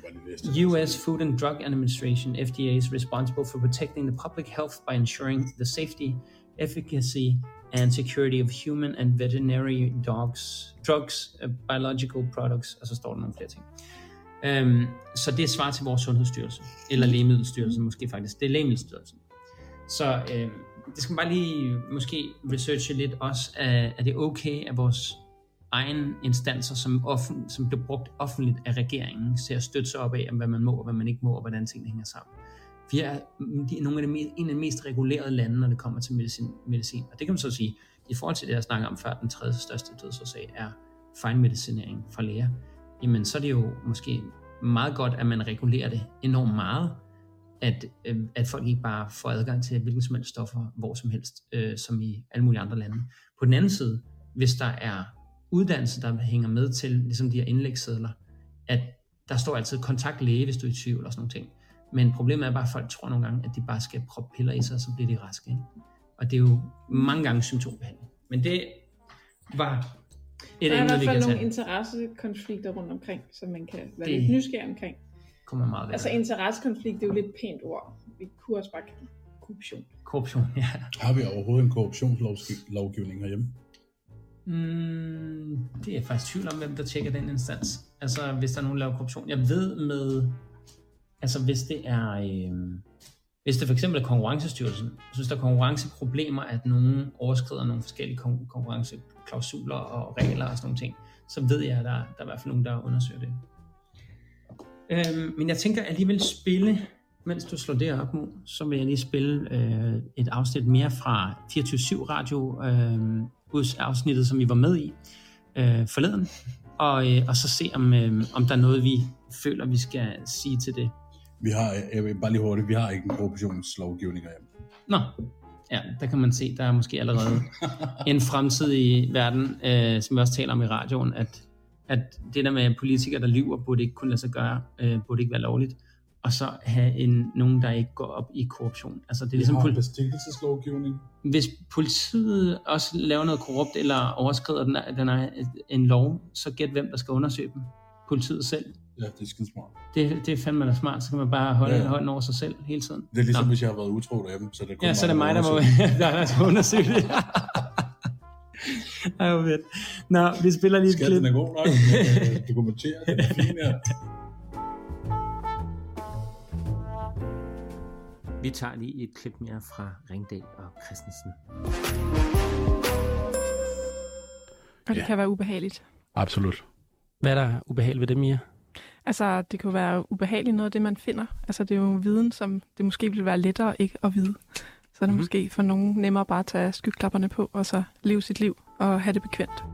U S Food and Drug Administration, F D A, is responsible for protecting the public health by ensuring the safety, efficacy, and security of human and veterinary dogs, drugs, uh, biological products, og så står der nogle flere ting. Um, så det svarer til vores Sundhedsstyrelse, eller Lægemiddelstyrelsen måske faktisk. Det er Lægemiddelstyrelsen. Så um, det skal man bare lige måske researche lidt også. Er, er det okay, at vores egen instanser, som, offen, som bliver brugt offentligt af regeringen, til at støtte sig op af, hvad man må og hvad man ikke må, og hvordan tingene hænger sammen? Vi er, de er nogle af de mest, en af de mest regulerede lande, når det kommer til medicin, medicin. Og det kan man så sige, i forhold til det, jeg snakker om før, den tredje største dødsårsag er fejlmedicinering fra læger. Jamen, så er det jo måske meget godt, at man regulerer det enormt meget, at, øh, at folk ikke bare får adgang til hvilken som helst stoffer, hvor som helst, øh, som i alle mulige andre lande. På den anden side, hvis der er uddannelse, der hænger med til, ligesom de her indlægssedler, at der står altid kontakt læge, hvis du er i tvivl og sådan nogle ting. Men problemet er bare, at folk tror nogle gange, at de bare skal proppe piller i sig, og så bliver de raske. Ikke? Og det er jo mange gange symptombehandling. Men det var et emne, vi kan tage. Der er i hvert fald nogle tage. interessekonflikter rundt omkring, som man kan være det lidt nysgerrig omkring. Kommer meget altså interessekonflikt, det er jo lidt pænt ord. Vi kunne også bare kalde korruption. Korruption, ja. Har vi overhovedet en korruptionslovgivning herhjemme? Mm, det er jeg faktisk tvivl om, hvem der tjekker den instans. Altså, hvis der er nogen, der laver korruption. Jeg ved med... Altså, hvis det er... Øh, hvis det for eksempel er Konkurrencestyrelsen, synes der er konkurrenceproblemer, at nogen overskrider nogle forskellige kon- konkurrenceklausuler og regler og sådan nogle ting, så ved jeg, at der, der er i hvert fald nogen, der undersøger det. Øh, men jeg tænker alligevel spille, mens du slår det op nu, så vil jeg lige spille øh, et afsnit mere fra fireogtyve syv Radio, øh, afsnittet, som vi var med i øh, forleden, og, øh, og så se, om, øh, om der er noget, vi føler, vi skal sige til det. Vi har, jeg vil bare lige hurtigt, vi har ikke en korruptionslovgivning herhjemme. Nå, ja, der kan man se, der er måske allerede en fremtid i verden, øh, som vi også taler om i radioen, at, at det der med politikere, der lyver, burde ikke kunne lade sig gøre, øh, burde ikke være lovligt, og så have en, nogen, der ikke går op i korruption. Altså, det er ligesom vi har en bestikkelseslovgivning. Hvis politiet også laver noget korrupt, eller overskrider den, den er en lov, så gæt hvem, der skal undersøge dem. Politiet selv. Ja, det er skide smart. Det, det er fandme da smart, så kan man bare holde ja, ja. hånden over sig selv hele tiden. Det er ligesom, Nå. hvis jeg har været utro derhjemme, så det er kun ja, mig, så er det mig, der, må, der, der skal undersøge det. Ej, hvor fedt. Nå, vi spiller lige et klip. Skatten er god nok. Jeg dokumenterer, det er fint her. Vi tager lige et klip mere fra Ringdal og Christensen. Og det Ja. kan være ubehageligt. Absolut. Hvad er der ubehageligt ved det, Mia? Altså, det kan jo være ubehageligt noget af det, man finder. Altså, det er jo viden, som det måske vil være lettere ikke at vide. Så er det Mhm. måske for nogen nemmere bare at tage skyklapperne på, og så leve sit liv og have det bekvemt.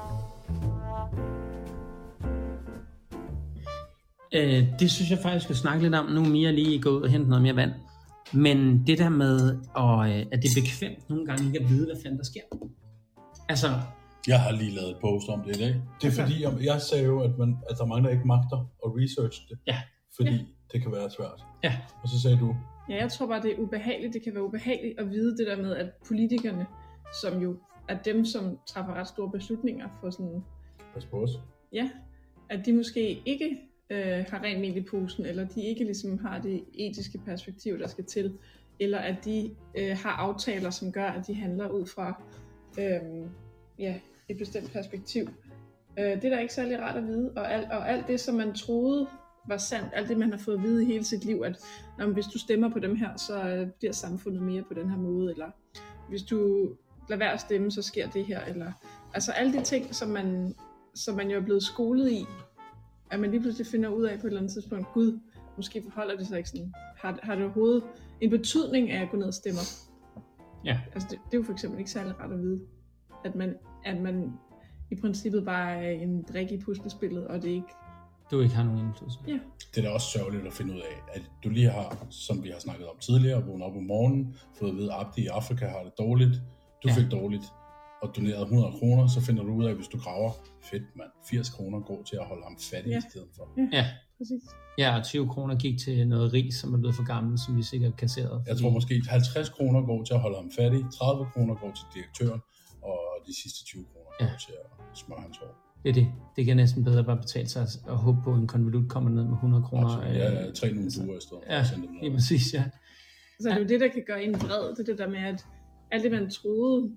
Øh, det synes jeg faktisk, vi skal snakke lidt om. Nu er Mia lige gået ud og hentet noget mere vand. Men det der med, at, at det er bekvemt nogle gange ikke at vide, hvad fanden der sker. Altså, Jeg har lige lavet et post om det i dag. Det er fordi, jeg sagde jo, at, man, at der er mange, der ikke magter at researche det. Ja. Fordi ja. det kan være svært. Ja. Og så sagde du... Ja, jeg tror bare, det er ubehageligt. Det kan være ubehageligt at vide det der med, at politikerne, som jo er dem, som træffer ret store beslutninger for sådan... Pas på os. Ja, at de måske ikke øh, har rent mel i posen, eller de ikke ligesom har det etiske perspektiv, der skal til, eller at de øh, har aftaler, som gør, at de handler ud fra øh, ja, et bestemt perspektiv. Øh, det er da ikke særlig rart at vide, og alt, og alt det, som man troede var sandt, alt det, man har fået at vide i hele sit liv, at når, hvis du stemmer på dem her, så øh, bliver samfundet mere på den her måde, eller hvis du lader være at stemme, så sker det her, eller altså alle de ting, som man, som man jo er blevet skolet i, at man lige pludselig finder ud af på et eller andet tidspunkt, gud, måske forholder det sig ikke sådan, har, har det overhovedet en betydning af at gå ned og stemme? Ja. Altså det, det er jo for eksempel ikke særlig rart at vide, at man, at man i princippet bare er en drik i puslespillet, og det ikke... Du ikke har nogen indflydelse. Ja. Det er da også sørgeligt at finde ud af, at du lige har, som vi har snakket om tidligere, vågnet op om morgenen, fået at vide, at Abdi i Afrika har det dårligt, du ja. fik dårligt, og doneret hundrede kroner, så finder du ud af, at hvis du graver, fedt mand, firs kroner går til at holde ham fattig ja. i stedet for. Ja, ja. præcis. Ja, og tyve kroner gik til noget ris, som er blevet for gammel, som vi sikkert kasserede. Jeg tror måske, halvtreds kroner går til at holde ham fattig, tredive kroner går til direktøren, og de sidste tyve kroner ja. går til at smøre hans hår. Det er det. Det kan næsten bedre bare betale sig at håbe på, at en konvolut kommer ned med hundrede kroner. Absolut. Ja, tre nogle duer i stedet. Ja, lige præcis, ja. Så det er jo det, der kan gøre en vred. Det er det der med, at alt det, man troede,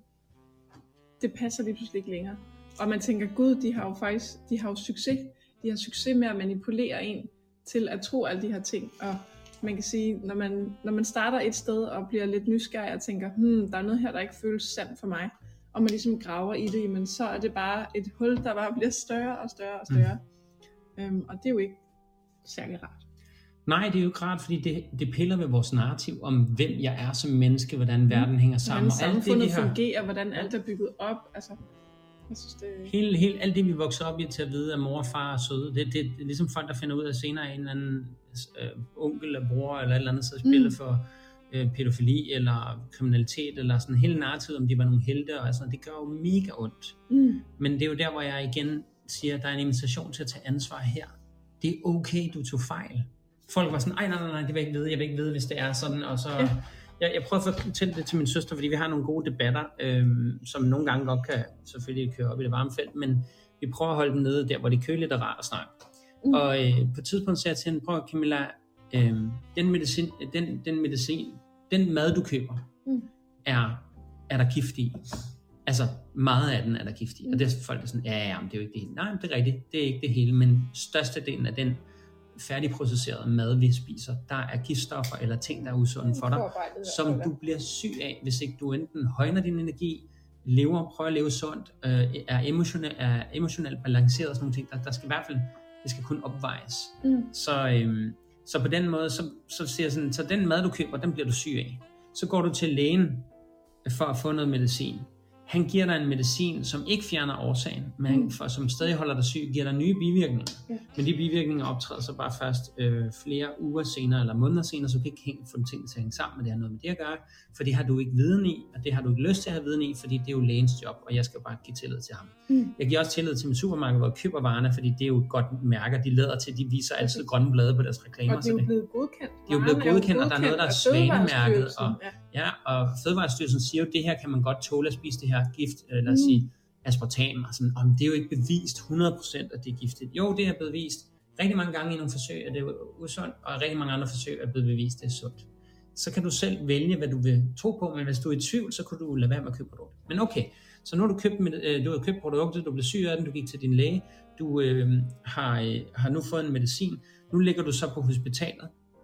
det passer lige pludselig ikke længere. Og man tænker, gud, de har jo faktisk de har jo succes. De har succes med at manipulere en til at tro alle de her ting. Og man kan sige, når man, når man starter et sted og bliver lidt nysgerrig og tænker, hmm, der er noget her, der ikke føles sandt for mig, og man ligesom graver i det, men så er det bare et hul, der bare bliver større og større og større. Mm. Øhm, og det er jo ikke særlig rart. Nej, det er jo ikke rart, fordi det, det piller ved vores narrativ om, hvem jeg er som menneske, hvordan mm. verden hænger sammen. Hvordan samfundet det, de fungerer, hvordan alt er bygget op. Altså, jeg synes, det... Hele, hele, alt det, vi vokser op i til at vide, at mor og far er søde, det, det, det er ligesom folk, der finder ud af senere, en eller anden øh, onkel eller bror eller et eller andet, så spiller mm. for øh, pædofili eller kriminalitet, eller sådan hele narrativet, om de var nogle helte, og sådan, det gør jo mega ondt. Mm. Men det er jo der, hvor jeg igen siger, at der er en invitation til at tage ansvar her. Det er okay, du tog fejl. Folk var sådan, ej nej, nej, nej, det vil jeg ikke vide, jeg vil ikke vide, hvis det er sådan, og så... Ja. Jeg, jeg prøver at fortælle det til min søster, fordi vi har nogle gode debatter, øhm, som nogle gange godt kan selvfølgelig køre op i det varme felt, men vi prøver at holde dem nede der, hvor det er køligt og rart at snakke. Mm. Og øh, på et tidspunkt sagde jeg til hende, prøv Camilla, øh, den, medicin, den, den medicin, den mad du køber, mm. er, er der gift i. Altså meget af den er der gift i. Mm. Og det er folk der er sådan, ja, ja, men det er jo ikke det hele. Nej, det er rigtigt, det er ikke det hele, men størstedelen af den færdigprocesserede mad, vi spiser, der er giftstoffer eller ting, der er usunde for dig, som du bliver syg af, hvis ikke du enten højner din energi, lever, prøver at leve sundt, øh, er, emotionel, er emotionelt balanceret og sådan nogle ting. Der, der skal i hvert fald, det skal kun opvejes. Mm. Så, øh, så på den måde, så, så siger jeg sådan, så den mad, du køber, den bliver du syg af. Så går du til lægen for at få noget medicin. Han giver dig en medicin, som ikke fjerner årsagen, men mm. for, som stadig holder dig syg, giver dig nye bivirkninger. Ja. Men de bivirkninger optræder så bare først øh, flere uger senere eller måneder senere, så du kan ikke hænge, få den ting til at hænge sammen, med det har noget med det at gøre, for det har du ikke viden i, og det har du ikke lyst til at have viden i, fordi det er jo lægens job, og jeg skal bare give tillid til ham. Mm. Jeg giver også tillid til min supermarked, hvor jeg køber varerne, fordi det er jo et godt mærker, de lader til, de viser altid grønne blade på deres reklamer. Og det er jo blevet godkendt. Det er jo blevet godkendt, og der er noget, der er svanemærket, og, ja, og Fødevarestyrelsen siger jo, det her kan man godt tåle at spise, det her gift, lad os sige, aspartam, og sådan, om det er jo ikke bevist hundrede procent, at det er giftigt. Jo, det er bevist rigtig mange gange i nogle forsøg, at det er usundt, og rigtig mange andre forsøg er blevet bevist, at det er sundt. Så kan du selv vælge, hvad du vil tro på, men hvis du er i tvivl, så kan du lade være med at købe produktet. Men okay, så nu har du købt, med, du har købt produktet, du blev syg af den, du gik til din læge, du øh, har, øh, har nu fået en medicin, nu ligger du så på hospitalet,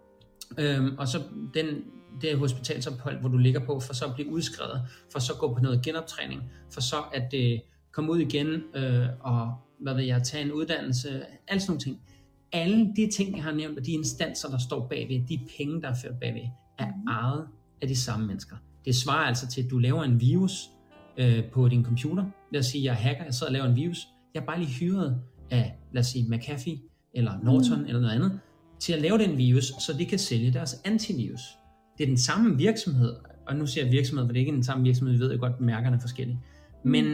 øh, og så den det hospitalsophold, hvor du ligger på, for så at blive udskrevet, for så at gå på noget genoptræning, for så at øh, komme ud igen øh, og hvad ved jeg, tage en uddannelse, alle sådan nogle ting. Alle de ting, jeg har nævnt, og de instanser, der står bagved, de penge, der er ført bagved, er ejet af de samme mennesker. Det svarer altså til, at du laver en virus øh, på din computer. Lad os sige, jeg er hacker, jeg sidder og laver en virus. Jeg er bare lige hyret af, lad os sige, McAfee eller Norton mm. eller noget andet, til at lave den virus, så de kan sælge deres antivirus. Det er den samme virksomhed, og nu siger jeg virksomhed, for det er ikke den samme virksomhed, vi ved jo godt, at mærkerne er forskellige. Men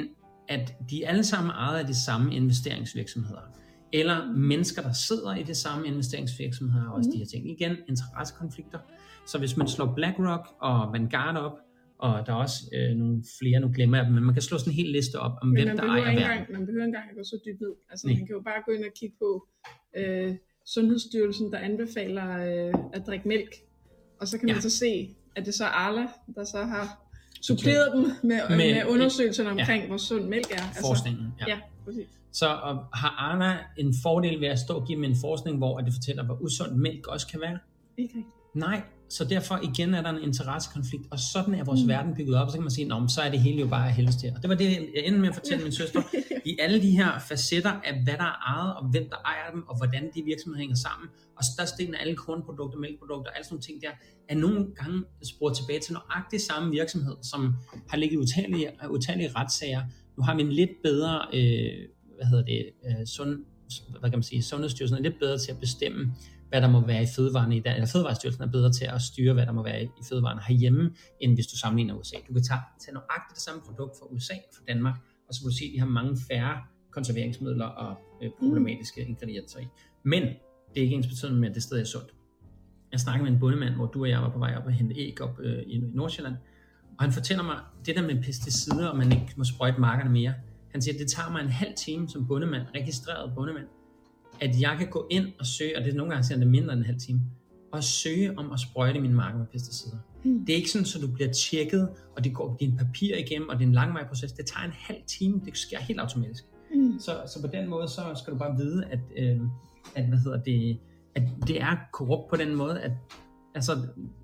at de alle sammen ejet af de samme investeringsvirksomheder. Eller mennesker, der sidder i de samme investeringsvirksomheder, og også mm. de her ting. Igen, interessekonflikter. Så hvis man slår BlackRock og Vanguard op, og der er også øh, nogle flere, nu glemmer jeg dem, men man kan slå sådan en hel liste op, om men hvem der ejer verden. Man behøver ikke engang at gå så dybt ned. Altså, man kan jo bare gå ind og kigge på øh, Sundhedsstyrelsen, der anbefaler øh, at drikke mælk. Og så kan man ja. så se, at det så er Arla, der så har suppleret dem med, med, med undersøgelserne omkring, ja. hvor sund mælk er. Altså, forskningen, ja. ja præcis. Så og har Arla en fordel ved at stå og give dem en forskning, hvor det fortæller, hvor usund mælk også kan være? Ikke rigtigt. Nej, så derfor igen er der en interessekonflikt, og sådan er vores mm. verden bygget op, og så kan man sige, nå, så er det hele jo bare helst her. Og det var det, jeg endte med at fortælle min søster, i alle de her facetter af, hvad der er ejet, og hvem der ejer dem, og hvordan de virksomheder hænger sammen, og størstedelen af alle kornprodukter, mælkeprodukter, alle sådan nogle ting der, er nogle gange sporet tilbage til nøjagtig samme virksomhed, som har ligget utallige, utallige retssager. Nu har vi en lidt bedre, øh, hvad hedder det, øh, sund, hvad kan man sige, Sundhedsstyrelsen er lidt bedre til at bestemme, hvad der må være i fødevarene i dag, eller Fødevarestyrelsen er bedre til at styre, hvad der må være i fødevarene herhjemme, end hvis du sammenligner U S A. Du kan tage, tage nøjagtigt det samme produkt fra U S A og fra Danmark, og så vil du se, at de har mange færre konserveringsmidler og øh, problematiske ingredienser i. Men det er ikke ens betydende med, at det stadig er sundt. Jeg snakkede med en bondemand, hvor du og jeg var på vej op og hente æg op øh, i Nordsjælland, og han fortæller mig, det der med pesticider, og man ikke må sprøjte markerne mere, han siger, at det tager mig en halv time som bondemand, registreret bondemand, at jeg kan gå ind og søge, og det er nogle gange, det er mindre end en halv time, og søge om at sprøjte min marker med pesticider. Mm. Det er ikke sådan, at du bliver tjekket, og det går din papir igennem, og det er en langvarig proces. Det tager en halv time, det sker helt automatisk. Mm. Så, så på den måde, så skal du bare vide, at, øh, at, hvad hedder det, at det er korrupt på den måde, at altså,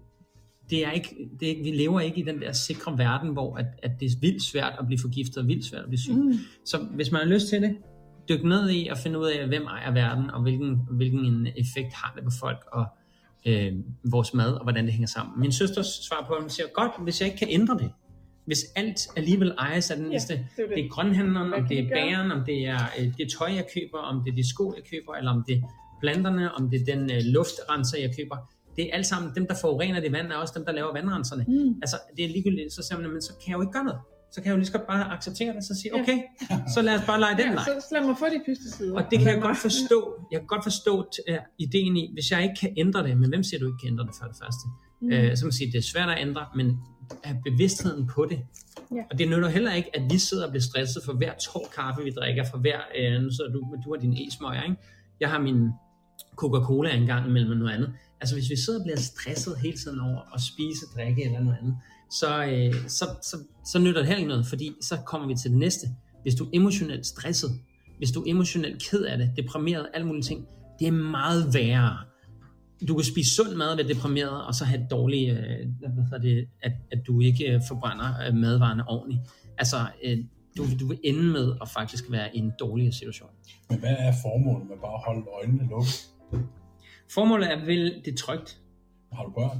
det er ikke, det er ikke, vi lever ikke i den der sikre verden, hvor at, at det er vildt svært at blive forgiftet, og vildt svært at blive syg. Mm. Så hvis man har lyst til det, dyk ned i og finde ud af, hvem ejer verden, og hvilken, hvilken effekt har det på folk, og øh, vores mad, og hvordan det hænger sammen. Min søsters svar på, hun siger, godt, hvis jeg ikke kan ændre det, hvis alt alligevel ejes af den næste, ja, det, det er grønhandleren, om det er bageren, om det er øh, det tøj, jeg køber, om det er de sko, jeg køber, eller om det er planterne, om det er den øh, luftrenser, jeg køber. Det er alt sammen, dem der forurener det vand, er også dem, der laver vandrenserne. Mm. Altså, det er ligegyldigt, så siger man, men så kan jeg jo ikke gøre noget. Så kan jeg jo lige så godt bare acceptere det, så sige, okay, ja. så lad os bare lege den leg. Ja, så lad mig få de pesticider. Og det kan jeg godt forstå. Jeg kan godt forstå uh, ideen i, hvis jeg ikke kan ændre det, men hvem siger du ikke kan ændre det for det første? Mm. Uh, så man siger, det er svært at ændre, men er bevidstheden på det. Ja. Og det nytter heller ikke, at vi sidder og bliver stresset for hver tår kaffe, vi drikker, for hver, uh, nu sidder du, du har din e-smøger, ikke? Jeg har min Coca-Cola engang imellem noget andet. Altså hvis vi sidder og bliver stresset hele tiden over at spise, drikke eller noget andet, så, øh, så, så, så nytter det heller ikke noget, fordi så kommer vi til det næste. Hvis du er emotionelt stresset, hvis du er emotionelt ked af det, deprimeret, alle mulige ting, det er meget værre. Du kan spise sund mad og være deprimeret, og så have et dårligt, øh, hvad hedder det, at, at du ikke forbrænder madvarerne ordentligt. Altså, øh, du, du vil ende med at faktisk være i en dårligere situation. Men hvad er formålet med bare at holde øjnene lukket? Formålet er vel, det er trygt. Har du børn?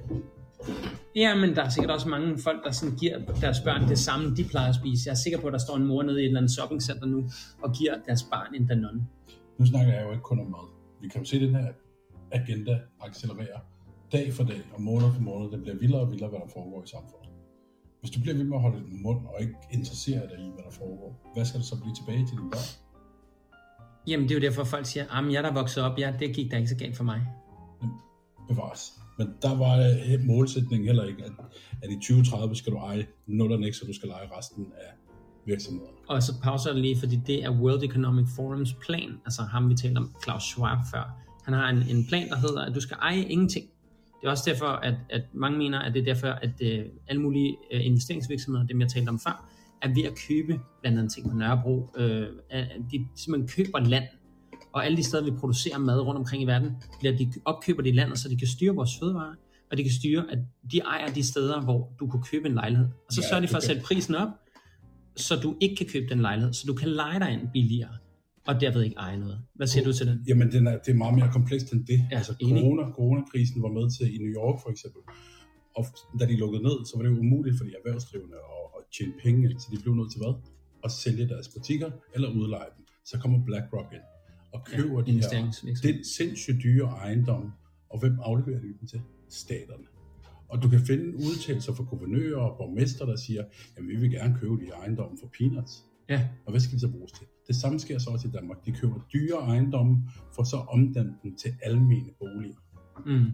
Ja, men der er sikkert også mange folk, der sådan giver deres børn det samme, de plejer at spise. Jeg er sikker på, at der står en mor nede i et eller andet shoppingcenter nu, og giver deres barn en Danone. Nu snakker jeg jo ikke kun om mad. Vi kan jo se, at den her agenda accelererer dag for dag, og måned for måned. Det bliver vildere og vildere, hvad der foregår i samfundet. Hvis du bliver ved med at holde din mund, og ikke interessere dig i, hvad der foregår, hvad skal der så blive tilbage til dine børn? Jamen, det er jo derfor, folk siger, at jeg der voksede op, ja, det gik da ikke så galt for mig. Bevares. Men der var målsætningen heller ikke, at, at i tyve tredive skal du eje nul og niks, så du skal eje resten af virksomhederne. Og så pauser det lige, fordi det er World Economic Forums plan, altså ham vi talte om, Klaus Schwab før. Han har en, en plan, der hedder, at du skal eje ingenting. Det er også derfor, at, at mange mener, at det er derfor, at uh, alle mulige uh, investeringsvirksomheder, dem jeg talte om før, er ved at købe blandt andet ting på Nørrebro. Uh, de simpelthen køber land, og alle de steder, vi producerer mad rundt omkring i verden, bliver de opkøber de landet, så de kan styre vores fødevarer, og de kan styre, at de ejer de steder, hvor du kunne købe en lejlighed. Og så ja, sørger de for at sætte prisen op, så du ikke kan købe den lejlighed, så du kan leje dig ind billigere, og derved ikke eje noget. Hvad siger du til det? Jamen, den er, det er meget mere komplekst end det. Ja, altså, corona, coronakrisen var med til i New York for eksempel, og da de lukkede ned, så var det jo umuligt for de erhvervsdrivende at, at tjene penge, så de blev nødt til hvad? At sælge deres butikker eller udleje dem. Så kommer BlackRock ind og køber ja, de her den sindssygt dyre ejendomme, og hvem afleverer de dem til? Staterne. Og du kan finde udtalelser fra guvernører og borgmester, der siger, jamen vi vil gerne købe de ejendomme for peanuts. Ja. Og hvad skal de så bruges til? Det samme sker så også i Danmark. De køber dyre ejendomme, for så at omdanne dem til almene boliger. Mm.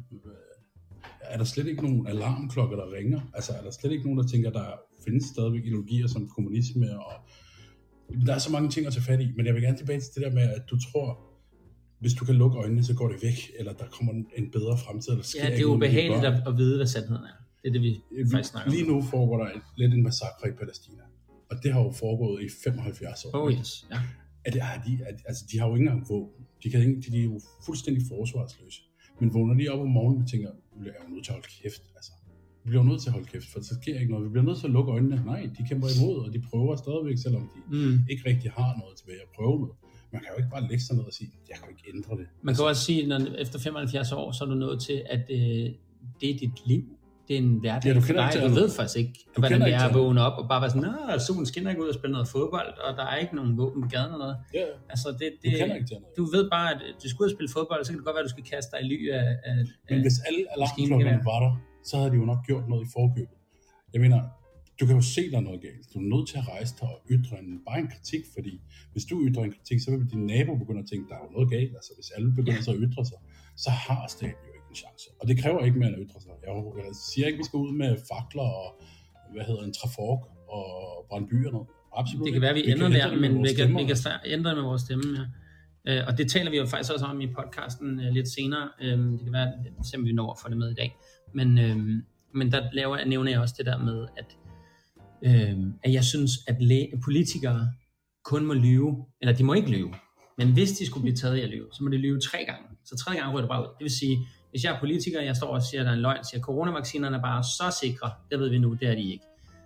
Er der slet ikke nogen alarmklokker, der ringer? Altså er der slet ikke nogen, der tænker, der findes stadigvæk ideologier som kommunisme? Og der er så mange ting at tage fat i, men jeg vil gerne tilbage til det der med, at du tror, hvis du kan lukke øjnene, så går det væk, eller der kommer en bedre fremtid, eller sker. Ja, det er ubehageligt at, at vide, hvad sandheden er. Det er det, vi faktisk snakker om. Lige nu foregår der et, lidt en massakre i Palæstina, og det har jo foregået i femoghalvfjerds år. Oh yes, ja. Er det, er de, er, altså, de har jo ikke engang våben. De, kan ikke, de er jo fuldstændig forsvarsløse. Men vågner de op om morgenen og tænker, vi bliver jo nødt til at holde kæft. Altså, vi bliver nødt til at holde kæft, for så sker ikke noget. Vi bliver nødt til at lukke øjnene. Nej, de kæmper imod, og de prøver stadigvæk, selvom de mm. ikke rigtig har noget tilbage at prøve med. Man kan jo ikke bare lægge sig ned og sige, jeg kan jo ikke ændre det. Man kan også sige, at efter femoghalvfjerds år, så er du nået til, at øh, det er dit liv. Det er en hverdag ja, for dig. Du ved faktisk ikke, du hvordan det er at vågne op og bare være sådan, nej, solen skinner ikke ud og spille noget fodbold, og der er ikke nogen våben på gaden eller noget. Ja, altså, det, det, du, ikke du ved bare, at du skal ud og spille fodbold, så kan det godt være, at du skal kaste dig i ly af, af Men hvis alle alarmklokkerne var der, så havde de jo nok gjort noget i forkøbet. Jeg mener, du kan jo se, der er noget galt. Du er nødt til at rejse dig og ytre en, bare en kritik, fordi hvis du ytrer en kritik, så vil din nabo begynde at tænke, der er jo noget galt. Altså, hvis alle begynder ja. at ytre sig, så har staten jo ikke en chance. Og det kræver ikke mere at ytre sig. Jeg, jeg siger ikke, at vi skal ud med fakler og, hvad hedder en trafork og brænde byer noget. Absolut. Det kan være, at vi, vi ender der, men vi kan, vi kan ændre med vores stemme, ja. Uh, og det taler vi jo faktisk også om i podcasten uh, lidt senere. Uh, det kan være, at vi når at få det med i dag. Men, uh, men der laver, nævner jeg også det der med, at Uh, at jeg synes, at læ- politikere kun må lyve, eller de må ikke lyve, men hvis de skulle blive taget i at lyve, så må de lyve tre gange. Så tredje gang ryger det bare ud. Det vil sige, hvis jeg er politiker, jeg står og siger, at der er en løgn, siger, at coronavaccinerne er bare så sikre, det ved vi nu, det er de ikke.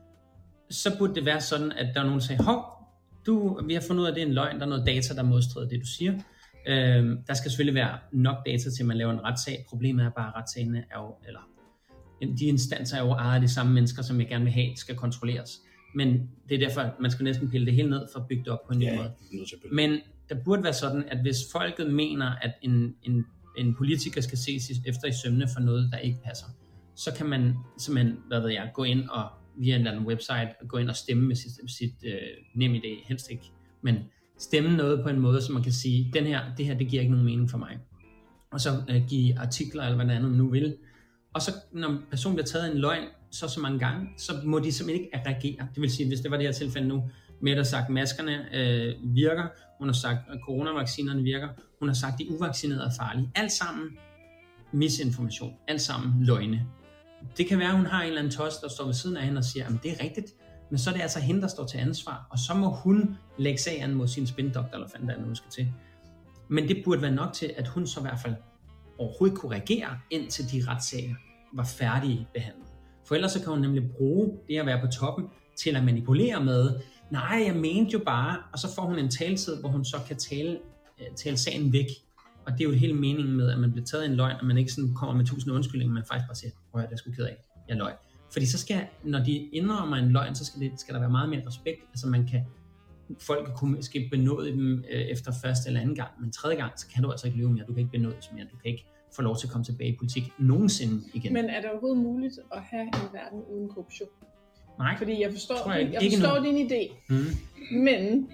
Så burde det være sådan, at der er nogen, der siger, hov, du, vi har fundet ud af, at det er en løgn, der er noget data, der modstrider det, du siger. Uh, der skal selvfølgelig være nok data til, at man laver en retssag. Problemet er bare, at retssagene er jo, eller de instanser er jo ejet af de samme mennesker, som jeg gerne vil have, skal kontrolleres. Men det er derfor, at man skal næsten pille det hele ned for at bygge det op på en ny ja, måde. Men der burde være sådan, at hvis folket mener, at en, en, en politiker skal ses efter i sømne for noget, der ikke passer, så kan man simpelthen, hvad ved jeg, gå ind og via en eller anden website, gå ind og stemme med sit, sit øh, NemID, helst ikke, men stemme noget på en måde, så man kan sige, den her, det her, det giver ikke nogen mening for mig. Og så øh, give artikler, eller hvad det andet man nu vil. Og så når personen bliver taget en løgn så så mange gange, så må de simpelthen ikke reagere. Det vil sige, hvis det var det her tilfælde nu, med at have sagt, at maskerne øh, virker, hun har sagt, at coronavaccinerne virker, hun har sagt, at de uvaccinerede er farlige. Alt sammen misinformation, alt sammen løgne. Det kan være, at hun har en eller anden tos, der står ved siden af hende og siger, at det er rigtigt, men så er det altså hende, der står til ansvar, og så må hun lægge sag an mod sin spindoktor, eller hvad fanden der nu skal til. Men det burde være nok til, at hun så i hvert fald overhovedet kunne reagere, indtil de retssager var færdige behandlet. For ellers så kan hun nemlig bruge det at være på toppen til at manipulere med, nej, jeg mente jo bare, og så får hun en taletid, hvor hun så kan tale, tale sagen væk. Og det er jo hele meningen med, at man bliver taget i en løgn, og man ikke sådan kommer med tusind undskyldninger, men faktisk bare siger, prøv at høre, det er sgu ked af, jeg løg. Fordi så skal, når de indrømmer en løgn, så skal, det, skal der være meget mere respekt. Altså man kan, folk kan måske benåde dem øh, efter første eller anden gang, men tredje gang, så kan du altså ikke lyve mere, du kan ikke benådes mere, du kan ikke få lov til at komme tilbage i politik nogensinde igen. Men er det overhovedet muligt at have en verden uden korruption? Nej. Fordi jeg forstår, jeg din, jeg forstår din idé, mm. men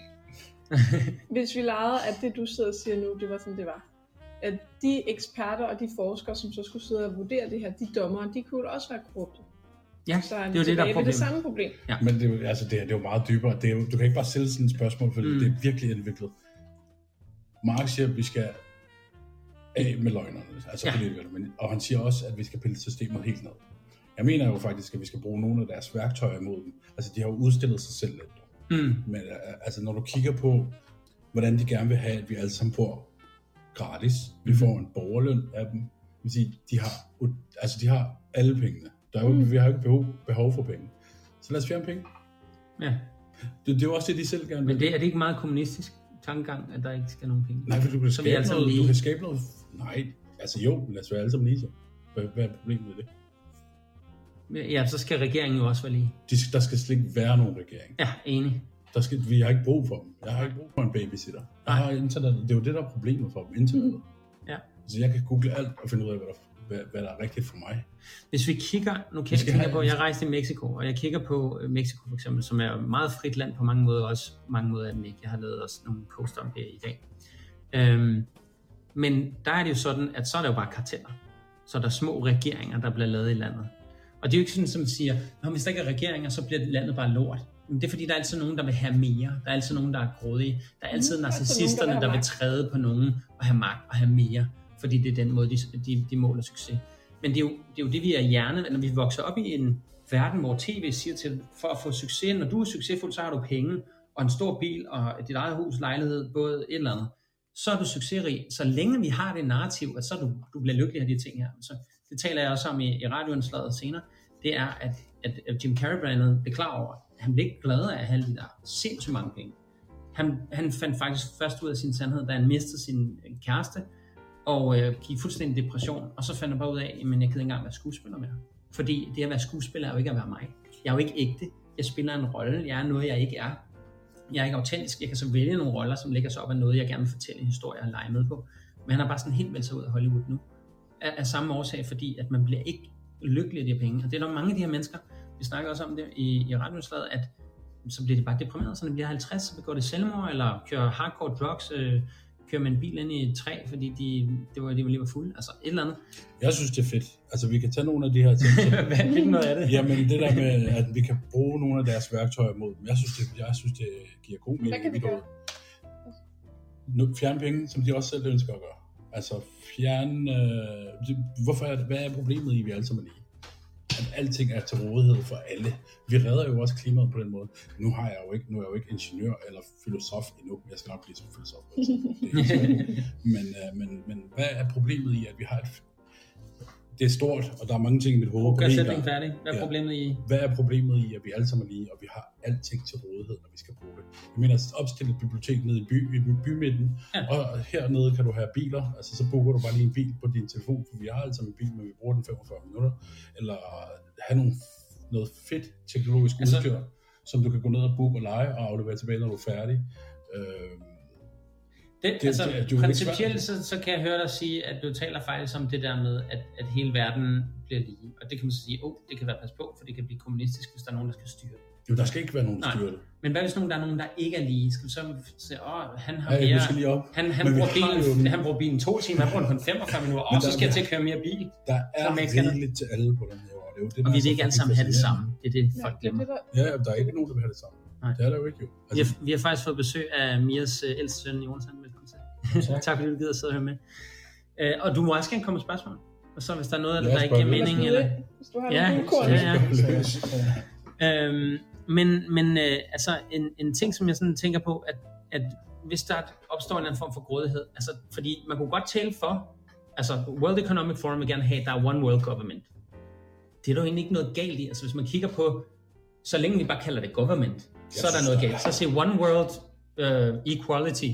hvis vi legede, at det du sidder og siger nu, det var sådan det var, at de eksperter og de forskere, som så skulle sidde og vurdere det her, de dommere, de kunne også være korrupte. Ja, så er det er jo det, der er problemet. det samme problem. Ja. Men det er, jo, altså, det, er, det er jo meget dybere. Det er jo, du kan ikke bare stille sådan et spørgsmål, for mm. det er virkelig indviklet. Marx siger, at vi skal af med løgnerne, altså ja. politikerne, men, og han siger også, at vi skal pille systemet helt ned. Jeg mener jo faktisk, at vi skal bruge nogle af deres værktøjer imod dem. Altså, de har jo udstillet sig selv lidt. Mm. Men altså, når du kigger på, hvordan de gerne vil have, at vi alle sammen bor gratis, vi får en borgerløn af dem, det vil sige, de har, altså, de har alle pengene. Der er jo, mm. Vi har jo ikke behov, behov for penge. Så lad os fjerne penge. Ja. Det, det er jo også det, de selv gerne vil. Men det, er det ikke meget kommunistisk tankegang, at der ikke skal nogen penge? Nej, for du kan skabe, altså noget, lige... du kan skabe noget... Nej, altså jo, lad os være alle sammen lige så. Hvad, hvad er problemet med det? Ja, så skal regeringen jo også være lige. De, der skal slet ikke være nogen regering. Ja, enig. Der skal, vi har ikke brug for dem. Jeg har ikke brug for en babysitter. Jeg har internet. Det er jo det, der er problemet for dem. Internettet. Ja. Altså, jeg kan google alt og finde ud af, hvad der hvad, hvad der er rigtigt for mig. Hvis vi kigger, nu kan jeg tænke på, jeg rejste i Mexico, og jeg kigger på Mexico for eksempel, som er et meget frit land på mange måder, også mange måder af den ikke. Jeg har lavet også nogle poster om det i dag. Øhm, men der er det jo sådan, at så er der jo bare karteller. Så er der små regeringer, der bliver lavet i landet. Og det er jo ikke sådan, som siger, at hvis der ikke er regeringer, så bliver landet bare lort. Men det er fordi, der er altid nogen, der vil have mere. Der er altid nogen, der er grådige. Der er altid mm, narcissisterne, der, der vil træde på nogen og have magt og have mere. Fordi det er den måde, de, de, de måler succes. Men det er, jo, det er jo det, vi er hjernen, når vi vokser op i en verden, hvor tv siger til, for at få succes, når du er succesfuld, så har du penge og en stor bil og dit eget hus, lejlighed, både et eller andet. Så er du succesrig. Så længe vi har det narrativ, at så du, du bliver lykkelig af de ting her. Så det taler jeg også om i, i radioindslaget senere. Det er, at, at, at Jim Carrey blev klar over, at han blev ikke glad af at have de der sindssygt mange penge. Han, han fandt faktisk først ud af sin sandhed, da han mistede sin kæreste, og øh, gik fuldstændig depression, og så fandt han bare ud af, at jeg kan ikke engang være skuespiller mere. Fordi det at være skuespiller er jo ikke at være mig. Jeg er jo ikke ægte. Jeg spiller en rolle. Jeg er noget, jeg ikke er. Jeg er ikke autentisk. Jeg kan så vælge nogle roller, som ligger så op af noget, jeg gerne vil fortælle en historie og lege med på. Men han er bare sådan helt vel så ud af Hollywood nu. Af, af samme årsag, fordi at man bliver ikke lykkelig af de her penge. Og det er der mange af de her mennesker, vi snakker også om det i, i radioslaget, at så bliver de bare deprimeret, så når de bliver halvtreds, så begår det selvmord, eller kører hardcore drugs, øh, kører med en bil ind i et træ, fordi de, det var, de var lige var fulde, altså et eller andet. Jeg synes, det er fedt. Altså, vi kan tage nogle af de her ting. Hvad fik noget af det? Jamen, det der med, at vi kan bruge nogle af deres værktøjer mod dem. Jeg synes, det, jeg synes, det giver god mening. Hvad kan vi gøre? Nu, fjerne penge, som de også selv ønsker at gøre. Altså, fjerne... Øh, hvorfor er det, hvad er problemet i, vi alle sammen er lige? At alting er til rådighed for alle. Vi redder jo også klimaet på den måde. Nu har jeg jo ikke, nu er jeg jo ikke ingeniør eller filosof endnu. Jeg skal nok blive som filosof. men, øh, men, men hvad er problemet i, at vi har et... Det er stort, og der er mange ting i mit hoved. Gør sætningen færdig. Hvad er ja. problemet i? Hvad er problemet i, at vi alle sammen er lige, og vi har alting til rådighed, når vi skal bruge det? Jeg mener, opstille et bibliotek nede i, by, i bymidten, ja. Og hernede kan du have biler, altså så booker du bare lige en bil på din telefon, for vi har alle sammen en bil, men vi bruger den femogfyrre minutter, eller have nogle, noget fedt teknologisk altså, udstyr, som du kan gå ned og booke og lege, og aflevere tilbage, når du er færdig. Øh, Det, det, altså, det, det principielt så, så kan jeg høre dig sige, at du taler faktisk om det der med, at, at hele verden bliver lige. Og det kan man så sige, åh, oh, det kan være pas på, for det kan blive kommunistisk, hvis der er nogen, der skal styre det. Jo, der skal ikke være nogen, der styrer det. Men hvad hvis nogen, der er nogen, der ikke er lige? Skal vi så sige, åh, oh, han har ja, mere... Lige op. Han, han, bruger bilen, jo... han bruger bilen to timer, han bruger den kun femogfyrre minutter, og så skal jeg til at køre mere bil. Der er rigeligt til alle på den her år. Det er jo det, og vi vil ikke alle sammen have det samme. Det er det, folk glemmer. Ja, der er ikke nogen, der vil have det samme. Nej. Det er der jo ikke jo. Altså... Vi, har, vi har faktisk fået besøg af Mias uh, ældste søn, Jonathan. Velkommen til. Tak. tak fordi du gider at sidde og høre med. Uh, og du må også gerne komme med spørgsmål. Og så hvis der er noget af det, der ikke giver mening. Eller... Hvis du har ja, ja, ja. øhm, men men øh, altså en, en ting, som jeg sådan tænker på, at, at hvis der opstår en anden form for grådighed, altså fordi man kunne godt tale for, altså World Economic Forum vil gerne have, at der er one world government. Det er der jo egentlig ikke noget galt i. Altså hvis man kigger på, så længe vi bare kalder det government, så er der noget galt. Så siger one world uh, equality.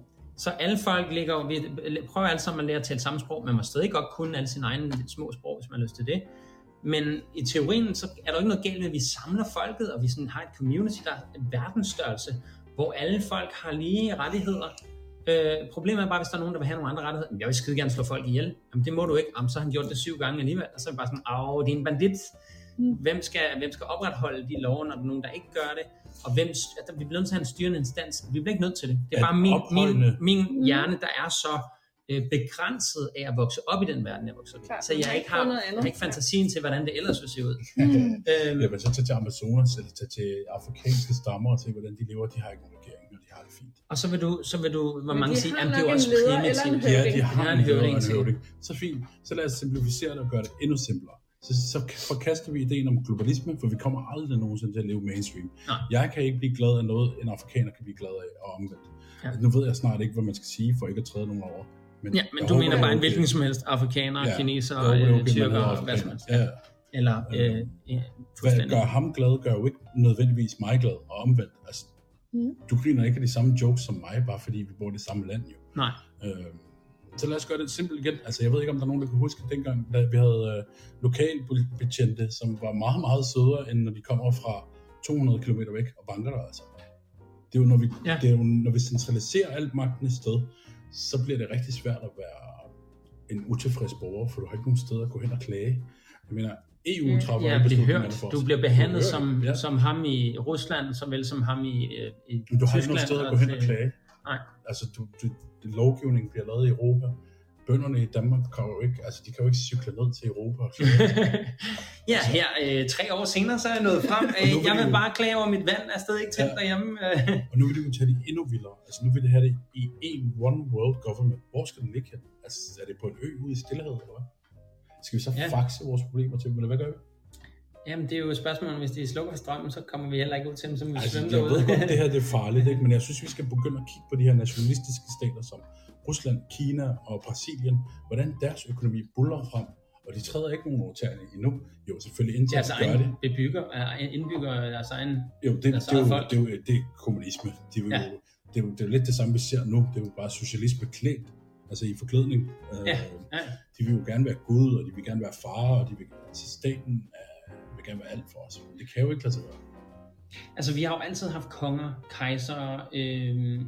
Så alle folk ligger, vi prøver alle sammen at lære at tale samme sprog, man må stadig godt kunne alle sine egne små sprog, hvis man har lyst til det. Men i teorien, så er der ikke noget galt med, at vi samler folket, og vi sådan har et community, der er en verdensstørrelse, hvor alle folk har lige rettigheder. Øh, problemet er bare, hvis der er nogen, der vil have nogle andre rettigheder. Jeg vil skide gerne slå folk ihjel. Jamen det må du ikke. Jamen, så har han gjort det syv gange alligevel. Og så er det bare sådan, åh, det er en bandit. Hvem skal, hvem skal opretholde de love, når der er nogen, der ikke gør det? Og hvem, at vi bliver nødt til at have en styrende instans. Vi bliver ikke nødt til det. Det er bare min, min, min hjerne, der er så øh, begrænset af at vokse op i den verden, jeg vokser op i. Så jeg ikke har, jeg har ikke fantasien til, hvordan det ellers vil se ud. Mm. øhm, ja, men så tage til Amazonas, eller tage til afrikanske stammer og se, hvordan de lever. De har ikke nogen regering, og de har det fint. Og så vil du, så vil du hvor mange de sige, at det er også primitivt. Ja, de har en høvding. Så fint. Så lad os simplificere det og gøre det endnu simplere. Så, så forkaster vi ideen om globalisme, for vi kommer aldrig nogensinde til at leve mainstream. Nej. Jeg kan ikke blive glad af noget, en afrikaner kan blive glad af, og omvendt. Ja. Nu ved jeg snart ikke, hvad man skal sige, for ikke at træde nogen over. Men ja, men du mener bare en hvilken som helst afrikaner, ja, kineser, øh, tyrker, hvad som helst. Ja. Eller øh, øh, hvad gør ham glad, gør jo ikke nødvendigvis mig glad, og omvendt. Altså, mm. Du griner ikke af de samme jokes som mig, bare fordi vi bor i det samme land jo. Nej. Øh, Så lad os gøre det simpelt igen. Altså, jeg ved ikke, om der er nogen, der kan huske dengang, da vi havde øh, lokalbetjente, som var meget, meget sødere, end når de kommer fra to hundrede kilometer væk og banker der, altså. Det er jo, når vi, ja. det er jo, når vi centraliserer alt magten i sted, så bliver det rigtig svært at være en utilfreds borger, for du har ikke nogen steder at gå hen og klage. Jeg mener, E U træffer ja, ja, beslutningerne for os. Du bliver behandlet du som, ja. som ham i Rusland, såvel som ham i, i Men du har Tyskland. ikke nogen steder at gå hen og klage. Nej. Altså, du, du, det, lovgivningen bliver lavet i Europa. Bønderne i Danmark kan jo ikke, altså, de kan jo ikke cykle ned til Europa og klage. ja, her øh, tre år senere, så er jeg nået frem. Øh, jeg vil jo... bare klage over mit vand, er stadig ikke tændt ja. derhjemme. Og nu vil de jo tage det endnu vildere. Altså, nu vil det have det i en one world government. Hvor skal den ligge hen? Altså, er det på en ø ude i stillehavet, eller hvad? Skal vi så ja. faxe vores problemer til dem, eller hvad gør vi? Jamen, det er jo et spørgsmål, hvis de slukker for strømmen, så kommer vi heller ikke ud til dem, som vi altså, svømmer derude. Jeg ved godt, det her det er farligt, ikke? Men jeg synes, vi skal begynde at kigge på de her nationalistiske stater som Rusland, Kina og Brasilien. Hvordan deres økonomi buller frem, og de træder ikke nogen overtagende endnu. Jo, selvfølgelig indtil altså de gør det. Bebygger, indbygger deres egen Jo, det, deres det, det, folk. det, det, det, det er kommunisme. De vil, ja. det, er jo, det er jo lidt det samme, vi ser nu. Det er jo bare socialisme klædt. Altså i forklædning. Ja, ja. De vil jo gerne være Gud, og de vil gerne være far, og de vil, altså staten er, vil gerne være alt for os. Men det kan jo ikke lade sig gøre. Altså vi har jo altid haft konger, kejser, øh,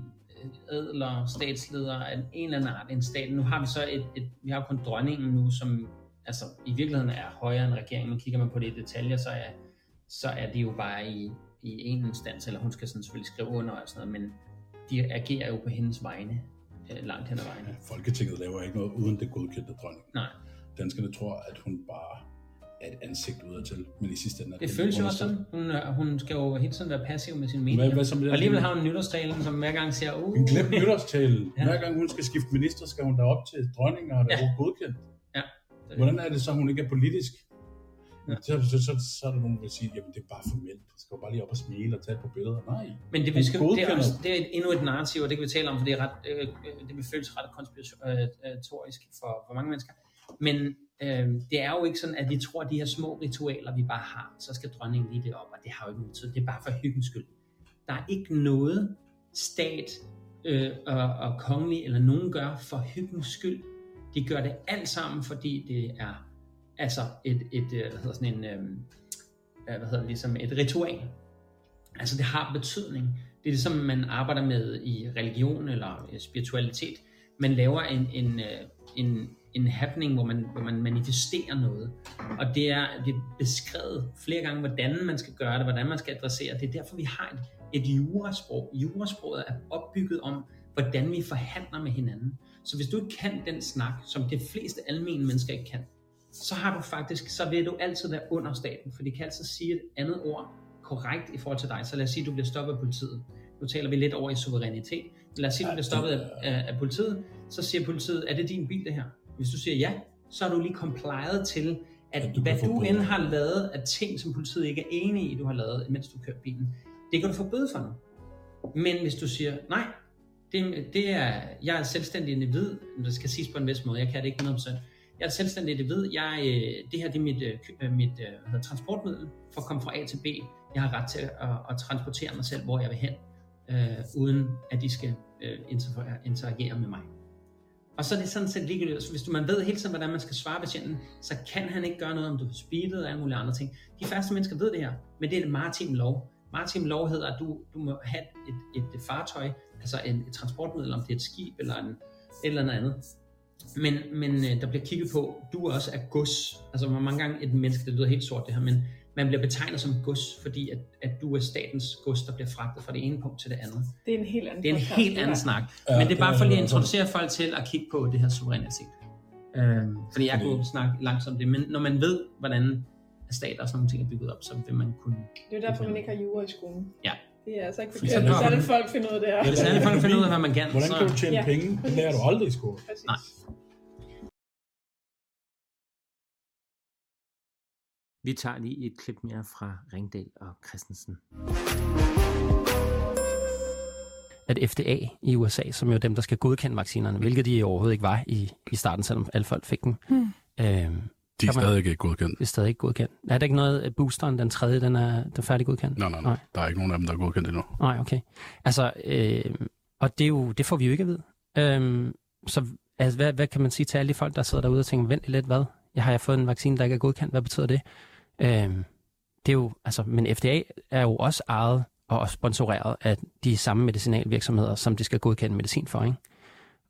adler, statsledere af en eller anden art en stat. Nu har vi så et, et vi har kun dronningen nu, som altså i virkeligheden er højere end regeringen. Men kigger man på det i detaljer, så er, så er det jo bare i, i en instans, eller hun skal sådan selvfølgelig skrive under og sådan noget, men de agerer jo på hendes vegne. Langt hen ad vejen. Ja, Folketinget laver ikke noget uden det godkendte dronning. Nej. Danskerne tror, at hun bare er et ansigt udadtil, men i sidste ende er det føles jo også sådan. Hun, hun skal jo hele tiden være passiv med sin mening. Og alligevel har hun nytårstalen, som hver gang siger, uh. Hun glemmer nytårstalen. Ja. Hver gang hun skal skifte minister, skal hun derop til dronningen og have det ja. godkendt. Ja. Det Hvordan er det så, hun ikke er politisk? Ja. Så, så, så, så er der nogen, der vil sige, jamen det er bare formelt. Du skal jo bare lige op og smile og tage et par billeder. Nej. Men det, vi skal, det, er, også, det er endnu et narrativ, og det kan vi tale om, for det, er ret, øh, det vil føles ret konspiratorisk for, for mange mennesker. Men øh, det er jo ikke sådan, at vi tror, at de her små ritualer, vi bare har, så skal dronningen lige det op, og det har jo ikke noget tid. Det er bare for hyggens skyld. Der er ikke noget stat øh, og, og kongelig eller nogen gør for hyggens skyld. De gør det alt sammen, fordi det er altså et, et, hvad hedder sådan en, øh, hvad hedder det, ligesom et ritual. Altså det har betydning. Det er det, som man arbejder med i religion eller spiritualitet. Man laver en, en, en, en happening, hvor man, hvor man manifesterer noget. Og det er, det er beskrevet flere gange, hvordan man skal gøre det, hvordan man skal adressere. Det er derfor, vi har et, et jurasprog. Jurasproget er opbygget om, hvordan vi forhandler med hinanden. Så hvis du ikke kan den snak, som de fleste almene mennesker ikke kan, så har du faktisk, så vil du altid være under staten, for de kan altid sige et andet ord korrekt i forhold til dig. Så lad os sige, at du bliver stoppet af politiet. Nu taler vi lidt over i suverænitet. Lad os sige, at du bliver stoppet af, af politiet, så siger politiet, er det din bil det her? Hvis du siger ja, så er du lige complied til, at, at du hvad du end har lavet af ting, som politiet ikke er enige i, du har lavet, mens du kører bilen, det kan du få bøde for nu. Men hvis du siger, nej, det, det er, jeg er selvstændig individ, det skal siges på en vis måde, jeg kan det ikke hundrede procent. Jeg er selvstændig individ, jeg, det her det er mit, mit hvad hedder, transportmiddel for at komme fra A til B. Jeg har ret til at, at transportere mig selv, hvor jeg vil hen, øh, uden at de skal øh, interagere med mig. Og så er det sådan set ligegyldigt. Hvis du, man ved hele tiden, hvordan man skal svare patienten, så kan han ikke gøre noget, om du har speedet og alle mulige andre ting. De færreste mennesker ved det her, men det er et maritim lov. Maritim lov hedder, at du, du må have et, et, et fartøj, altså en, et transportmiddel, om det er et skib eller en, et eller andet. Men, men der bliver kigget på, du også er gods. Altså mange gange et menneske, det lyder helt sort det her, men man bliver betegnet som gods, fordi at, at du er statens gods, der bliver fragtet fra det ene punkt til det andet. Det er en helt anden, det er en helt anden snak. Ja, men det er bare for lige at introducere folk til at kigge på det her suverænitet. Øhm, fordi jeg kunne snakke langsomt det, men når man ved, hvordan stater og sådan nogle ting er bygget op, så vil man kunne... Det er derfor, man ikke har jura i skolen. Ja. Det er altså ikke forkert, hvis alle folk finder ud af det her. Hvis alle folk finder ud af, hvad man kan. Hvordan kan du tjene ja. penge? Det lærer du aldrig i skole. Præcis. Nej. Vi tager lige et klip mere fra Ringdal og Christensen. At F D A i U S A, som jo er dem, der skal godkende vaccinerne, hvilket de overhovedet ikke var i, i starten, selvom alle folk fik dem. Hmm. Øhm, de er stadig ikke godkendt. Det er stadig ikke godkendt. Er der ikke noget, boosteren, den tredje, den er, den er færdig godkendt? Nej, nej, nej. Der er ikke nogen af dem, der er godkendt endnu. Nej, okay. Altså, øh, og det, er jo, det får vi jo ikke at vide. Øhm, så altså, hvad, hvad kan man sige til alle de folk, der sidder derude og tænker, vent lidt, hvad? Jeg har jeg fået en vaccine, der ikke er godkendt. Hvad betyder det? Øhm, det er jo, altså, men F D A er jo også ejet og sponsoreret af de samme medicinalvirksomheder, som de skal godkende medicin for, ikke?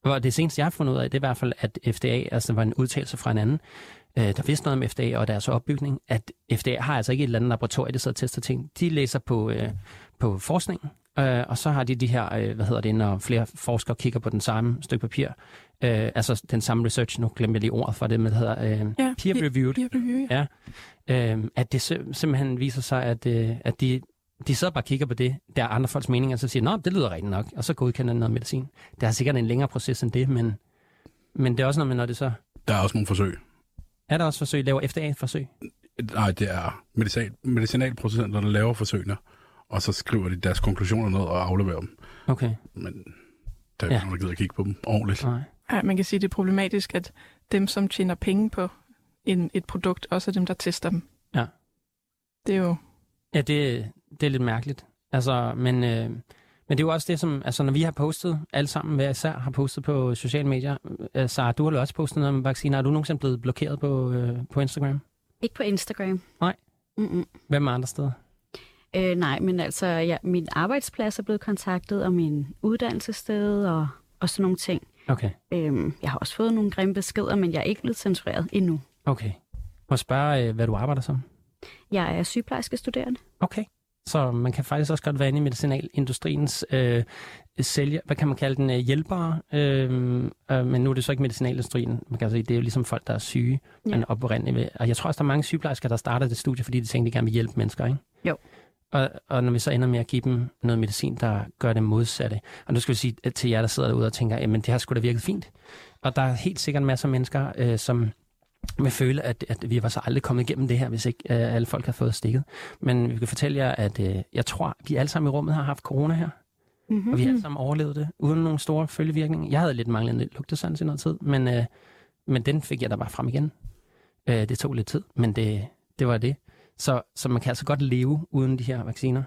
Og det seneste, jeg har fundet ud af, det er i hvert fald, at F D A, altså der var en udtalelse fra en anden, øh, der vidste noget om F D A og deres opbygning, at F D A har altså ikke et eller andet laboratorium, der sidder og tester ting. De læser på, øh, på forskningen, øh, og så har de de her, øh, hvad hedder det, når flere forskere kigger på den samme stykke papir, øh, altså den samme research, nu glemmer jeg lige ordet for det, men det hedder øh, ja, peer-reviewed, peer review, ja. Ja, øh, at det sim- simpelthen viser sig, at, øh, at de De sidder bare og kigger på det, der er andre folks meninger, og så siger, nå, det lyder rigtigt nok, og så godkender noget medicin. Det er sikkert en længere proces end det, men, men det er også noget med, når det så... Der er også nogle forsøg. Er der også forsøg? Laver F D A et forsøg? Nej, det er medicinal, medicinalproducenter, der laver forsøgene, og så skriver de deres konklusioner ned og afleverer dem. Okay. Men der er ja. nogen, der gider at kigge på dem ordentligt. Nej. Ja, man kan sige, at det er problematisk, at dem, som tjener penge på en, et produkt, også er dem, der tester dem. Ja. Det er jo... Ja, det, det er lidt mærkeligt. Altså, men, øh, men det er jo også det, som... Altså, når vi har postet, alle sammen hver især har postet på sociale medier. Øh, Sara, du har også postet noget om vacciner. Er du nogensinde blevet blokeret på, øh, på Instagram? Ikke på Instagram. Nej? Mm-mm. Hvem er andre steder? Øh, nej, men altså, ja, min arbejdsplads er blevet kontaktet, og min uddannelsessted, og, og sådan nogle ting. Okay. Øhm, jeg har også fået nogle grimme beskeder, men jeg er ikke blevet censureret endnu. Okay. Må jeg spørge, øh, hvad du arbejder som? Jeg er sygeplejerske studerende. Okay. Så man kan faktisk også godt være inde i medicinalindustriens øh, sælger, hvad kan man kalde den, øh, hjælpere, øh, øh, men nu er det så ikke medicinalindustrien. Man kan sige, det er jo ligesom folk, der er syge, ja. Men oprindeligt ved. Og jeg tror også, der er mange sygeplejersker, der starter det studie, fordi de tænker, de gerne vil hjælpe mennesker, ikke? Jo. Og, og når vi så ender med at give dem noget medicin, der gør det modsatte. Og nu skal vi sige til jer, der sidder derude og tænker, jamen det har sgu da virket fint. Og der er helt sikkert masser af mennesker, øh, som vil føle, at, at vi var så aldrig kommet igennem det her, hvis ikke øh, alle folk har fået stikket. Men vi kan fortælle jer, at øh, jeg tror, vi alle sammen i rummet har haft corona her. Mm-hmm. Og vi har alle sammen overlevet det, uden nogle store følgevirkninger. Jeg havde lidt manglende lugtesans i noget tid, men, øh, men den fik jeg da bare frem igen. Øh, det tog lidt tid, men det, det var det. Så, så man kan altså godt leve uden de her vacciner.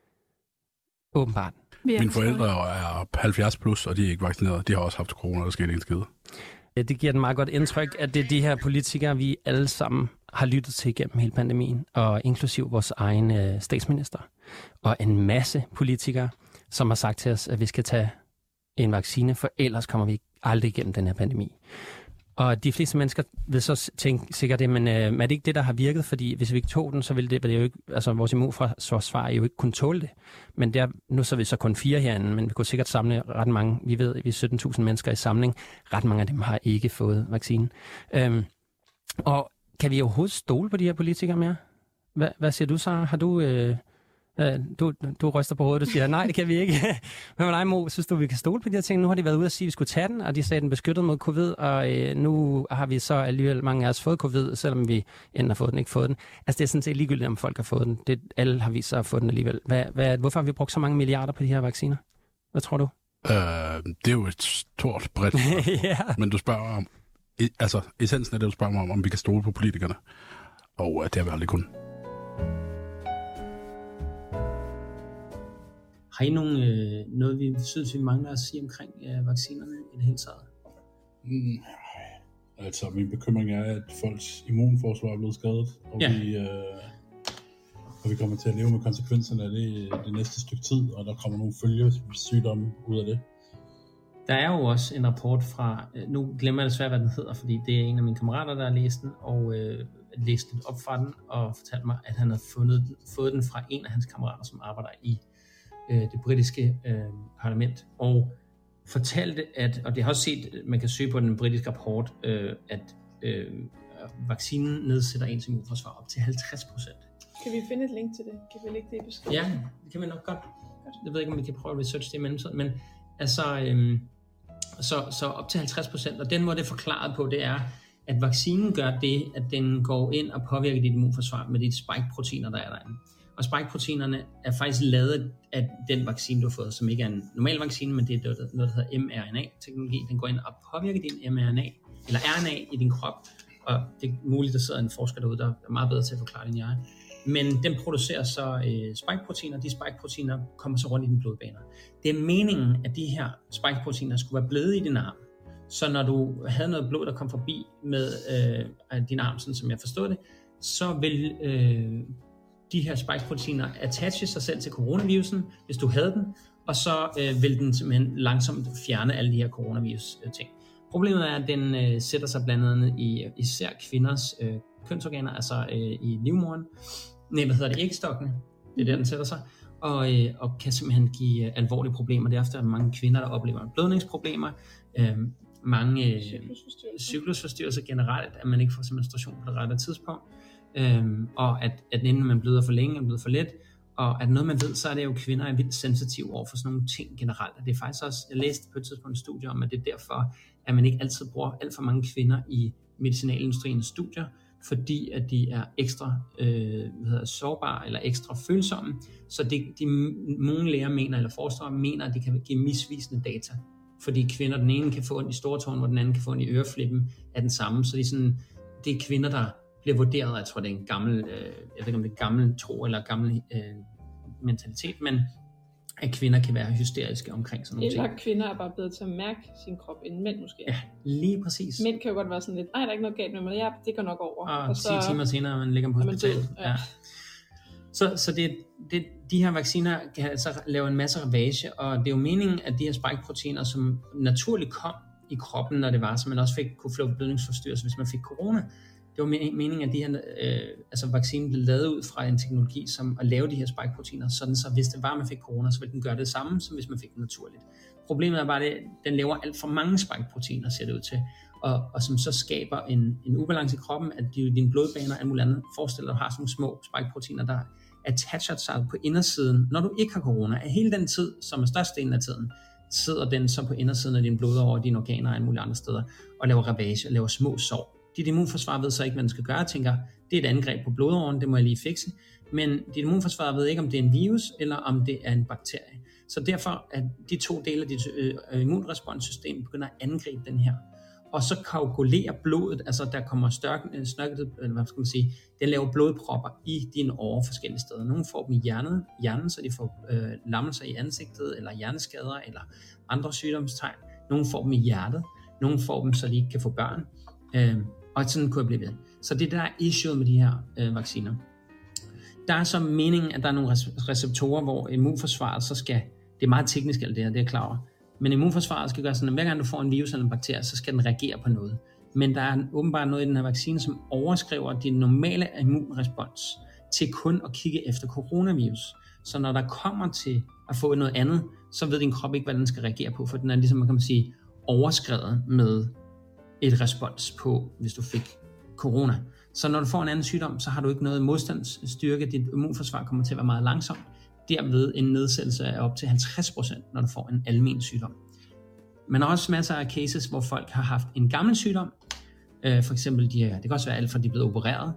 Åbenbart. Mine forældre er halvfjerds plus, og de er ikke vaccineret. De har også haft corona, der skete en skide. Det giver et meget godt indtryk, at det er de her politikere, vi alle sammen har lyttet til gennem hele pandemien, og inklusiv vores egen øh, statsminister. Og en masse politikere, som har sagt til os, at vi skal tage en vaccine, for ellers kommer vi aldrig igennem den her pandemi. Og de fleste mennesker vil så tænke sikkert det, men øh, er det ikke det, der har virket? Fordi hvis vi ikke tog den, så ville det, det jo ikke, altså vores immunforsvar er jo ikke kunne tåle det. Men der, nu så er vi så kun fire herinde, men vi kunne sikkert samle ret mange. Vi ved, vi er sytten tusind mennesker i samling. Ret mange af dem har ikke fået vaccinen. Øhm, og kan vi overhovedet stole på de her politikere mere? Hvad, hvad siger du, Sara? Har du... Øh, Du, du ryster på hovedet og siger, nej, det kan vi ikke. Men med dig, Mo, synes du, vi kan stole på de her ting? Nu har de været ude og sige, at vi skulle tage den, og de sagde, at den beskyttede mod covid, og øh, nu har vi så alligevel mange af os fået covid, selvom vi enten har fået den, ikke fået den. Altså, det er sådan set ligegyldigt, om folk har fået den. Det, alle har vist sig at få den alligevel. Hvad, hvad, hvorfor har vi brugt så mange milliarder på de her vacciner? Hvad tror du? Øh, det er jo et stort bredt. Ja. Men du spørger om, altså, essensen af det, du spørger mig om, om vi kan stole på politikerne. Og det har vi aldrig kun. Har I nogen, øh, noget, vi synes, vi mangler at sige omkring øh, vaccinerne i det hele taget? Mm, altså, min bekymring er, at folks immunforsvar er blevet skadet, og, ja. vi, øh, og vi kommer til at leve med konsekvenserne af det det næste stykke tid, og der kommer nogle følgesygdomme ud af det. Der er jo også en rapport fra, nu glemmer jeg desværre, hvad den hedder, fordi det er en af mine kammerater, der har læst den, og øh, læst lidt op fra den, og fortalte mig, at han havde fundet, fået den fra en af hans kammerater, som arbejder i det britiske øh, parlament, og fortalte, at, og det har også set, man kan søge på den britiske rapport, øh, at øh, vaccinen nedsætter ens immunforsvar op til halvtreds procent. Kan vi finde et link til det? Kan vi lægge det i beskrivelsen? Ja, det kan vi nok godt. Jeg ved ikke, om vi kan prøve at researche det i mellemtiden, men altså, øh, så, så op til halvtreds procent, og den måde det er forklaret på, det er, at vaccinen gør det, at den går ind og påvirker dit immunforsvar med de spike-proteiner, der er derinde. Og spike-proteinerne er faktisk lavet af den vaccine, du har fået, som ikke er en normal vaccine, men det er noget, der hedder mRNA-teknologi. Den går ind og påvirker din mRNA, eller R N A i din krop, og det er muligt, der sidder en forsker derude, der er meget bedre til at forklare det, end jeg. Men den producerer så øh, spike-proteiner, de spike-proteiner kommer så rundt i dine blodbaner. Det er meningen, at de her spike-proteiner skulle være blevet i din arm, så når du havde noget blod, der kom forbi med øh, din arm, sådan som jeg forstod det, så vil... Øh, de her spike-proteiner attache sig selv til coronavirusen, hvis du havde den, og så øh, vil den simpelthen langsomt fjerne alle de her coronavirus-ting. Problemet er, at den øh, sætter sig blandt andet i især kvinders øh, kønsorganer, altså øh, i livmoderen. Nej, hvad hedder det? Ægstokkene. Det er der, den sætter sig. Og, øh, og kan simpelthen give øh, alvorlige problemer. Derfor er der mange kvinder, der oplever blødningsproblemer. Øh, mange øh, cyklusforstyrrelser. cyklusforstyrrelser generelt, at man ikke får menstruation på det rette tidspunkt. Øh, og at, at inden man bløder for længe, man bløder for let. Og at noget man ved, så er det jo, at kvinder er vildt sensitive over for sådan nogle ting generelt. Og det er faktisk også, jeg læste på et tidspunkt et studie om, at det er derfor, at man ikke altid bruger alt for mange kvinder i medicinalindustriens studier, fordi at de er ekstra øh, hvad hedder, sårbare eller ekstra følsomme. Så det, de, nogle læger mener, eller forskere mener, at det kan give misvisende data. Fordi kvinder, den ene kan få ondt i stortåen, hvor den anden kan få ondt i øreflippen af den samme. Så det er, sådan, det er kvinder, der bliver vurderet, jeg tror det er en gammel, øh, jeg ved ikke om det er gammel tro eller gammel øh, mentalitet, men at kvinder kan være hysteriske omkring sådan nogle eller ting. Kvinder er bare bedre til at mærke sin krop end mænd måske. Ja, lige præcis. Mænd kan jo godt være sådan lidt, nej, der er ikke noget galt med mig, ja, det går nok over. Og, og så ti timer senere, man ligger på hospitalet. Ja. Ja. Så, så det, det, de her vacciner kan altså lave en masse ravage, og det er jo meningen, at de her spike-proteiner, som naturligt kom i kroppen, når det var, så man også fik, kunne få blødningsforstyrrelse, hvis man fik corona. Det var meningen, at de her, øh, altså vaccinen blev lavet ud fra en teknologi, som at lave de her spike-proteiner, sådan så hvis det var, man fik corona, så ville den gøre det samme, som hvis man fik det naturligt. Problemet er bare, at den laver alt for mange spike-proteiner, ser det ud til, og, og som så skaber en, en ubalance i kroppen, at de, dine blodbaner og alt muligt andet forestiller, at du har sådan nogle små spike-proteiner, der attacher sig på indersiden, når du ikke har corona. Af hele den tid, som er størstedelen af tiden, sidder den så på indersiden af dine blodårer, dine organer og alle mulige andre steder, og laver ravage og laver små sår. Dit immunforsvar ved så ikke, hvad den skal gøre, og tænker, det er et angreb på blodåren, det må jeg lige fikse. Men dit immunforsvar ved ikke, om det er en virus, eller om det er en bakterie. Så derfor at de to dele af dit øh, immunresponssystem begynder at angribe den her. Og så koagulerer blodet, altså der kommer størknet, snørket, eller hvad skal man sige, den laver blodpropper i dine årer forskellige steder. Nogle får dem i hjernen, hjernen så de får øh, lammelser i ansigtet, eller hjerneskader, eller andre sygdomstegn. Nogle får dem i hjertet, nogle får dem, så de ikke kan få børn. Øh, og sådan kunne jeg blive ved. Så det der er issue med de her øh, vacciner. Der er så meningen, at der er nogle receptorer, hvor immunforsvaret så skal, det er meget teknisk alt det her, det er jeg klar over, men immunforsvaret skal gøre sådan, at hver gang du får en virus eller en bakterie, så skal den reagere på noget. Men der er åbenbart noget i den her vaccine, som overskriver din normale immunrespons til kun at kigge efter coronavirus. Så når der kommer til at få noget andet, så ved din krop ikke, hvad den skal reagere på, for den er ligesom, man kan man sige, overskrevet med et respons på, hvis du fik corona. Så når du får en anden sygdom, så har du ikke noget modstandsstyrke, dit immunforsvar kommer til at være meget langsomt, derved en nedsættelse af op til halvtreds procent, når du får en almen sygdom. Men også masser af cases, hvor folk har haft en gammel sygdom, øh, for eksempel, de er, det kan også være alt fra de er blevet opereret,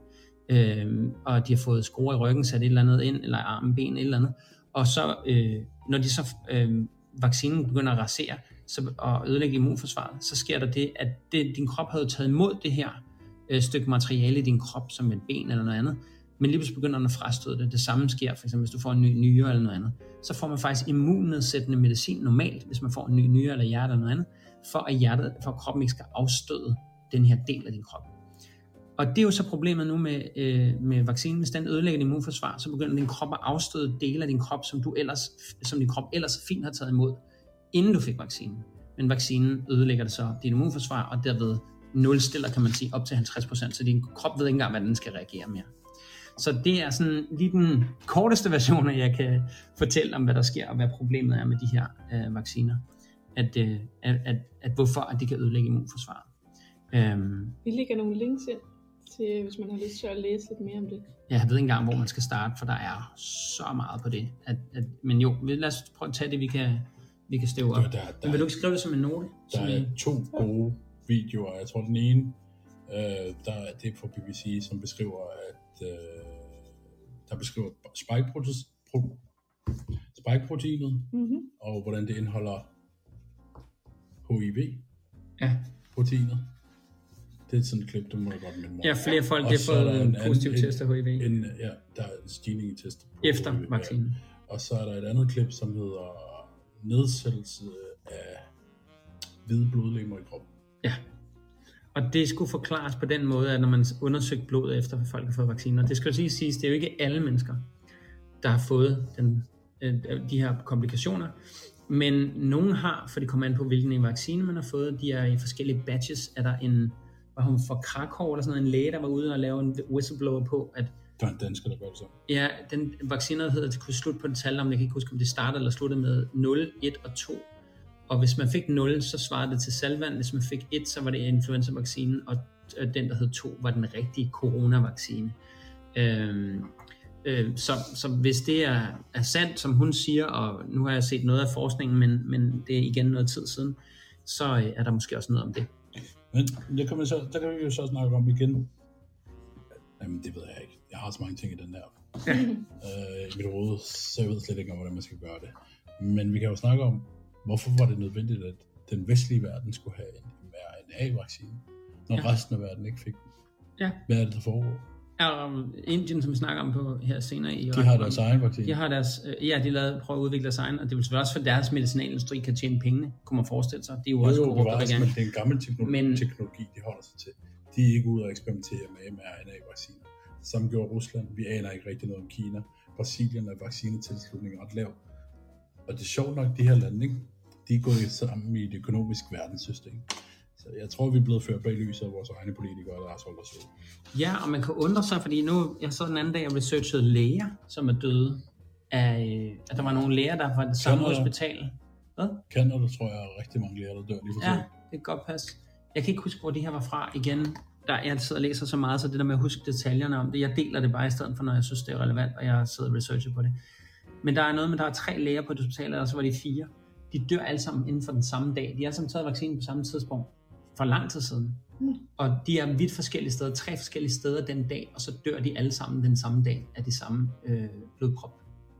øh, og de har fået skruer i ryggen, sat et eller andet ind, eller armen, ben, et eller andet, og så, øh, når de så, øh, vaccinen begynder at rasere, så, og ødelægge immunforsvaret, så sker der det, at det, din krop havde taget imod det her øh, stykke materiale i din krop, som et ben eller noget andet, men lige pludselig begynder den at frastøde det. Det samme sker, for eksempel hvis du får en ny nyre eller noget andet, så får man faktisk immunnedsættende medicin normalt, hvis man får en ny nyre eller hjerte eller noget andet, for at, hjertet, for at kroppen ikke skal afstøde den her del af din krop. Og det er jo så problemet nu med, øh, med vaccinen. Hvis den ødelægger din immunforsvar, så begynder din krop at afstøde dele af din krop, som, du ellers, som din krop ellers fint har taget imod, inden du fik vaccinen. Men vaccinen ødelægger det så dit immunforsvar, og derved nulstiller, kan man sige, op til halvtreds procent, så din krop ved ikke engang, hvordan den skal reagere mere. Så det er sådan lige den korteste version, at jeg kan fortælle om, hvad der sker, og hvad problemet er med de her øh, vacciner. At, øh, at, at, at hvorfor at de kan ødelægge immunforsvaret. Øhm, Vi lægger nogle links ind, til, hvis man har lyst til at læse lidt mere om det. Jeg ved ikke engang, hvor man skal starte, for der er så meget på det. At, at, men jo, lad os prøve at tage det, vi kan, vi kan støve op. Der, der, der, men vil du ikke skrive det som en note? Der er I... to gode videoer. Jeg tror, den ene, øh, der, det er fra B B C, som beskriver, at øh, der beskriver spike-proteinet, mm-hmm. og hvordan det indeholder H I V-proteinet. Ja. Det er sådan et klip, det må jeg godt minde mig. Ja, flere folk har fået en positiv test af H I V. En, ja, der er en stigning i test. Efter vaccinen. Ja. Og så er der et andet klip, som hedder nedsættelse af hvide blodlegemer i kroppen. Ja, Og det skulle forklares på den måde, at når man undersøgte blodet efter, at folk har fået vacciner, det skal jo sige, siges, det er jo ikke alle mennesker, der har fået den, de her komplikationer, men nogen har, for det kommer an på, hvilken vaccine man har fået. De er i forskellige batches. Er der en, var hun fra Krakow eller sådan noget, en læge, der var ude og lave en whistleblower på, at der er en dansker, der gør det så. Ja, den vacciner hedder, det kunne slutte på et tal, om jeg kan ikke huske, om det startede eller sluttede med nul, et og to. Og hvis man fik nul, så svarede det til salvand. Hvis man fik et, så var det influenza-vaccinen, og den, der hed to, var den rigtige coronavaccine. Øhm, øh, så, så hvis det er, er sandt, som hun siger, og nu har jeg set noget af forskningen, men, men det er igen noget tid siden, så øh, er der måske også noget om det. Men det kan man så, der kan vi jo så snakke om igen. Jamen, det ved jeg ikke. Jeg har så mange ting i den der. Ja. øh, I mit hoved, så jeg ved slet ikke om, hvordan man skal gøre det. Men vi kan jo snakke om, hvorfor var det nødvendigt, at den vestlige verden skulle have en M R N A-vaccine, når ja. resten af verden ikke fik den? Ja. Hvad er det, der foregår? Er Indien, som vi snakker om på her senere i... De har deres egen vaccine? De har deres... Ja, de lavede prøve at udvikle deres egen, og det vil selvfølgelig også for deres medicinalindustri kan tjene pengene, kunne man forestille sig. Det er jo, jo også jo, bevares, men det er en gammel teknologi, men... teknologi, de holder sig til. De er ikke ude og eksperimentere med M R N A-vacciner. Det samme gjorde Rusland. Vi aner ikke rigtig noget om Kina. Brasilien er vaccinetilslutning ret lav. Og det er sjovt nok, de her lande, ikke? De er gået sammen i et økonomisk verdenssystem. Så jeg tror, vi er blevet ført bag lyset af vores egne politikere, der har holdt os ud. Ja, og man kan undre sig, fordi nu, jeg så den anden dag, jeg researchede læger, som er døde, af, at der var nogle læger, der var det samme hospital. Hvad? Canada, tror jeg, er rigtig mange læger, der dør lige for tiden. Ja, det kan godt passe. Jeg kan ikke huske, hvor de her var fra igen. Der jeg sidder og læser så meget, så det der med at huske detaljerne om det, jeg deler det bare i stedet for, når jeg synes, det er relevant, og jeg sidder og researcher på det. Men der er noget med, der er tre læger på et hospital, og så var de fire. De dør alle sammen inden for den samme dag. De har sammen taget vaccinen på samme tidspunkt for lang tid siden. Mm. Og de er vidt forskellige steder, tre forskellige steder den dag, og så dør de alle sammen den samme dag af de samme øh, blodprop.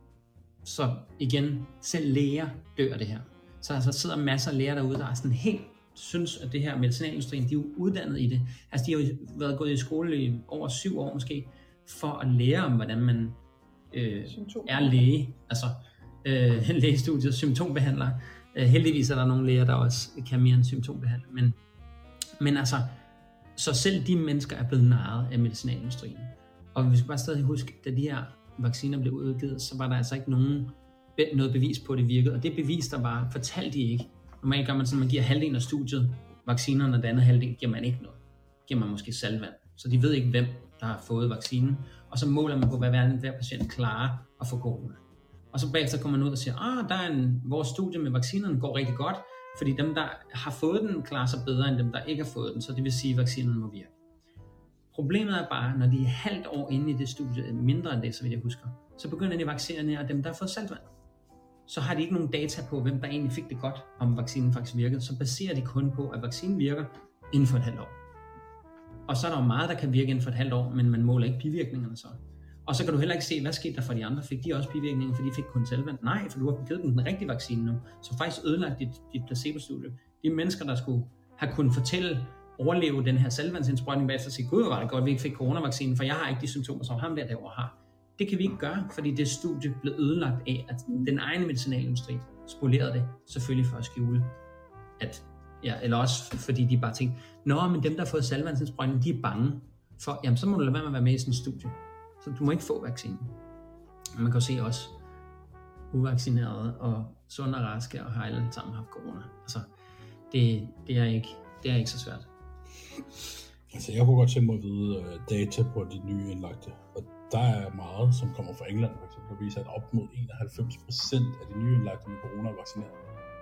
Så igen, selv læger dør det her. Så altså, der sidder masser af læger derude, der er sådan helt synes, at det her medicinalindustrien, de er jo uddannet i det. Altså, de har jo været gået i skole i over syv år måske, for at lære om, hvordan man øh, er læge. Altså, øh, lægestudiet, symptombehandler. Øh, heldigvis er der nogle læger, der også kan mere end symptombehandle. Men, men altså, så selv de mennesker er blevet narret af medicinalindustrien. Og vi skal bare stadig huske, da de her vacciner blev udgivet, så var der altså ikke nogen, noget bevis på, at det virkede. Og det bevis, der var, fortalte de ikke. Normalt gør man sådan, at man giver halvdelen af studiet vaccinerne, og den anden halvdel giver man ikke noget. Giver man måske salvand. Så de ved ikke, hvem der har fået vaccinen. Og så måler man på, hvad hver patient klarer at få corona. Og så bagefter kommer man ud og siger, ah, der er en, vores studie med vaccinerne går rigtig godt, fordi dem, der har fået den, klarer sig bedre end dem, der ikke har fået den. Så det vil sige, at vaccinerne må virke. Problemet er bare, når de er halvt år inde i det studie, mindre end det, så vidt jeg husker, så begynder de at vaccinere dem, der har fået salvand. Så har de ikke nogen data på, hvem der egentlig fik det godt, om vaccinen faktisk virkede. Så baserer de kun på, at vaccinen virker inden for et halvt år. Og så er der jo meget, der kan virke inden for et halvt år, men man måler ikke bivirkningerne så. Og så kan du heller ikke se, hvad skete der for de andre. Fik de også bivirkninger, fordi de fik kun salvand? Nej, for du har givet dem den rigtige vaccine nu. Så faktisk ødelagt dit, dit placebo-studie. De mennesker, der skulle have kunnet fortælle, overleve den her salvandsindsprøjtning, bagefter og sige, gud, var det godt, vi ikke fik coronavaccinen, for jeg har ikke de symptomer, som ham der derovre har. Det kan vi ikke gøre, fordi det studie blev ødelagt af, at den egen medicinalindustri spolerede det, selvfølgelig for at skjule, at, ja, eller også fordi de bare tænkte, nå, men dem, der har fået salvandsindsprøjtning, de er bange for, jamen så må du lade være med at være med i sådan et studie. Så du må ikke få vaccinen. Man kan jo se også, uvaccinerede og sunde og raske og har alle sammen haft corona. Altså, det, det, er ikke, det er ikke så svært. Altså, jeg kunne godt tænke mig at vide uh, data på de nye indlagte, og der er meget, som kommer fra England, for eksempel, der viser, at op mod enoghalvfems procent af de nye indlagte med corona er vaccineret.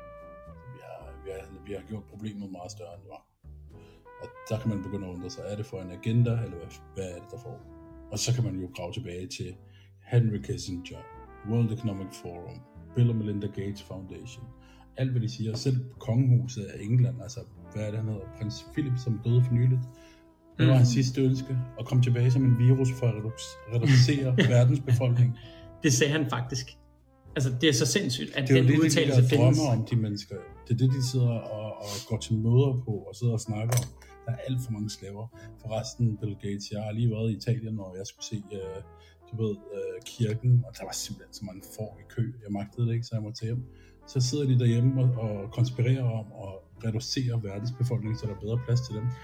Vi har, vi, har, vi har gjort problemet meget større, end det var. Og der kan man begynde at undre sig, er det for en agenda, eller hvad, hvad er det, der får? Og så kan man jo grave tilbage til Henry Kissinger, World Economic Forum, Bill og Melinda Gates Foundation. Alt, hvad de siger. Selv kongehuset af England, altså, hvad er det, han hedder? Prins Philip, som døde for nyligt. Det var hans sidste ønske, at komme tilbage som en virus for at reducere verdens befolkning. Det sagde han faktisk. Altså, det er så sindssygt, at det er den jo udtalelse findes. Det er findes. drømmer om de mennesker. Det er det, de sidder og, og går til møder på, og sidder og snakker om. Der er alt for mange slaver. Forresten, Bill Gates, jeg har lige været i Italien, når jeg skulle se, uh, du ved, uh, kirken, og der var simpelthen så mange får i kø. Jeg magtede det ikke, så jeg måtte hjem. Så sidder de derhjemme og, og konspirerer om at reducere verdens befolkning, så der er bedre plads til dem.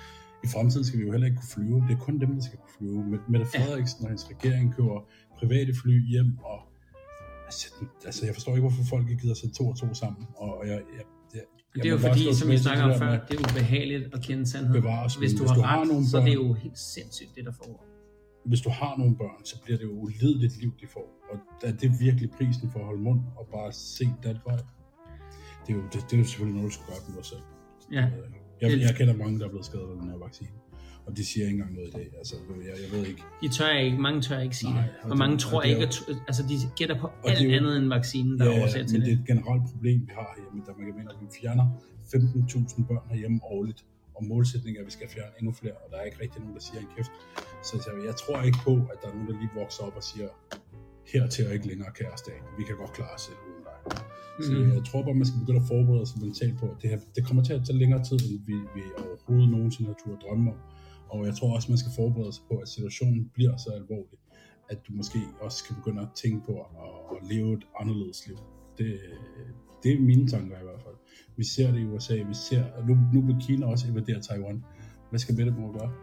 i fremtiden skal vi jo heller ikke kunne flyve. Det er kun dem, der skal kunne flyve. Mette Frederiksen og hendes regering køber private fly hjem, og altså, altså jeg forstår ikke, hvorfor folk ikke gider sætte to og to sammen. Og jeg, jeg, jeg, det er jo fordi, som vi snakker om før, det er ubehageligt at kende sandheden. Bevares, hvis du, hvis har du ret, har nogle så børn, er det jo helt sindssygt, det der foregår. Hvis du har nogle børn, så bliver det jo ulideligt liv, de får. Og er det virkelig prisen for at holde mund og bare se den vej? Det er jo, det, det er jo selvfølgelig noget, du skal gøre på dig selv. Ja. Jeg, jeg kender mange, der er blevet skadet af den her vaccine. Og de siger ikke engang noget i dag. Altså, jeg, jeg ved ikke. De tør ikke, mange tør ikke sige Nej, det. Og, og mange det, tror og ikke, at, altså de gætter på alt jo, andet end vaccinen, der ja, oversætter til det. det. Det er et generelt problem, vi har herhjemme, der man kan mene, at vi fjerner femten tusind børn herhjemme årligt. Og målsætningen er, at vi skal fjerne endnu flere, og der er ikke rigtig nogen, der siger en kæft. Så jeg, jeg tror ikke på, at der er nogen, der lige vokser op og siger, hertil og ikke længere kæreste af. Vi kan godt klare os selv uden dig. Så mm. jeg tror bare, man skal begynde at forberede sig mentalt på, at det, her, det kommer til at tage længere tid, end vi, vi overhovedet nogensinde har turde drømme om. Og jeg tror også, man skal forberede sig på, at situationen bliver så alvorlig, at du måske også skal begynde at tænke på at, at leve et anderledes liv. Det, det er mine tanker i hvert fald. Vi ser det i U S A, vi ser, nu, nu vil Kina også invadere Taiwan. Hvad skal Mette Moore gøre?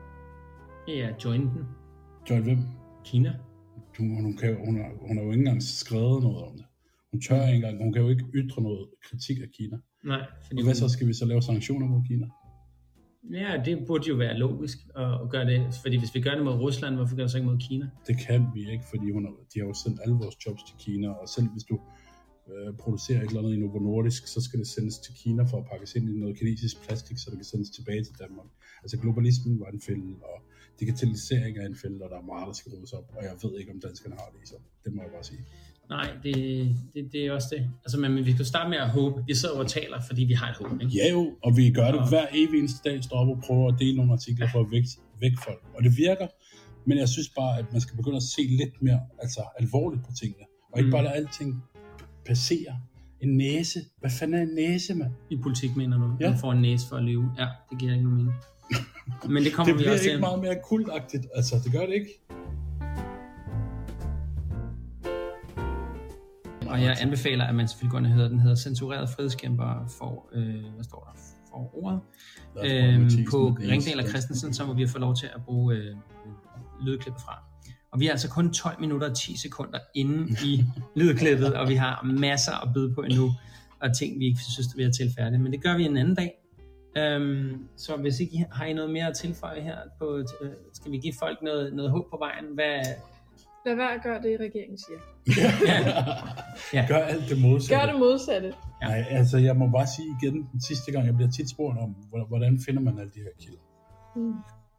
Ja, join den. Join hvem? Kina. Hun, hun, kan, hun, har, hun har jo ikke engang skrevet noget om det. Hun tør ikke engang, hun kan jo ikke ytre noget kritik af Kina. Nej. Fordi og hvad hun... så, skal vi så lave sanktioner mod Kina? Ja, det burde jo være logisk at gøre det, fordi hvis vi gør det mod Rusland, hvorfor gør det så ikke mod Kina? Det kan vi ikke, fordi hun har, de har jo sendt alle vores jobs til Kina, og selv hvis du øh, producerer et eller andet i Novo Nordisk, så skal det sendes til Kina for at pakkes ind i noget kinesisk plastik, så det kan sendes tilbage til Danmark. Altså globalismen var en fælde, og digitalisering er en fælde, og der er meget, der skal ryddes op, og jeg ved ikke, om danskerne har det i sig. Det må jeg bare sige. Nej, det, det, det er også det. Altså, men vi kan starte med at håbe. Vi sidder og taler, fordi vi har et håb, ikke? Ja jo, og vi gør det og... hver evig eneste dag, står op og prøver at dele nogle artikler for at vække, vække folk. Og det virker, men jeg synes bare, at man skal begynde at se lidt mere altså, alvorligt på tingene. Og ikke mm. bare lade alting passere. En næse. Hvad fanden er en næse, mand? I politik mener du? Ja. Man får en næse for at lyve. Ja, det giver ikke nogen mening. Men det kommer det vi også til. Det bliver ikke meget mere kultagtigt. Altså, det gør det ikke. Og jeg anbefaler, at man selvfølgelig går ind og hedder, den hedder Censureret Frihedskæmper for, øh, hvad står der, for ordet, øhm, på Ringdal og Christensen, så må vi få lov til at bruge øh, lydklippet fra. Og vi er altså kun tolv minutter og ti sekunder inde i lydklippet, og vi har masser at byde på endnu, og ting, vi ikke synes, vi er tilfærdige. Men det gør vi en anden dag. Øhm, så hvis ikke har I noget mere at tilføje her, på, øh, skal vi give folk noget, noget håb på vejen? Hvad... Lad være at gøre det, regeringen siger. ja. ja. Gør alt det modsatte. Gør det modsatte. Ja. Nej, altså jeg må bare sige igen, den sidste gang, jeg bliver tit spurgt om, hvordan finder man alle de her kilder. Mm.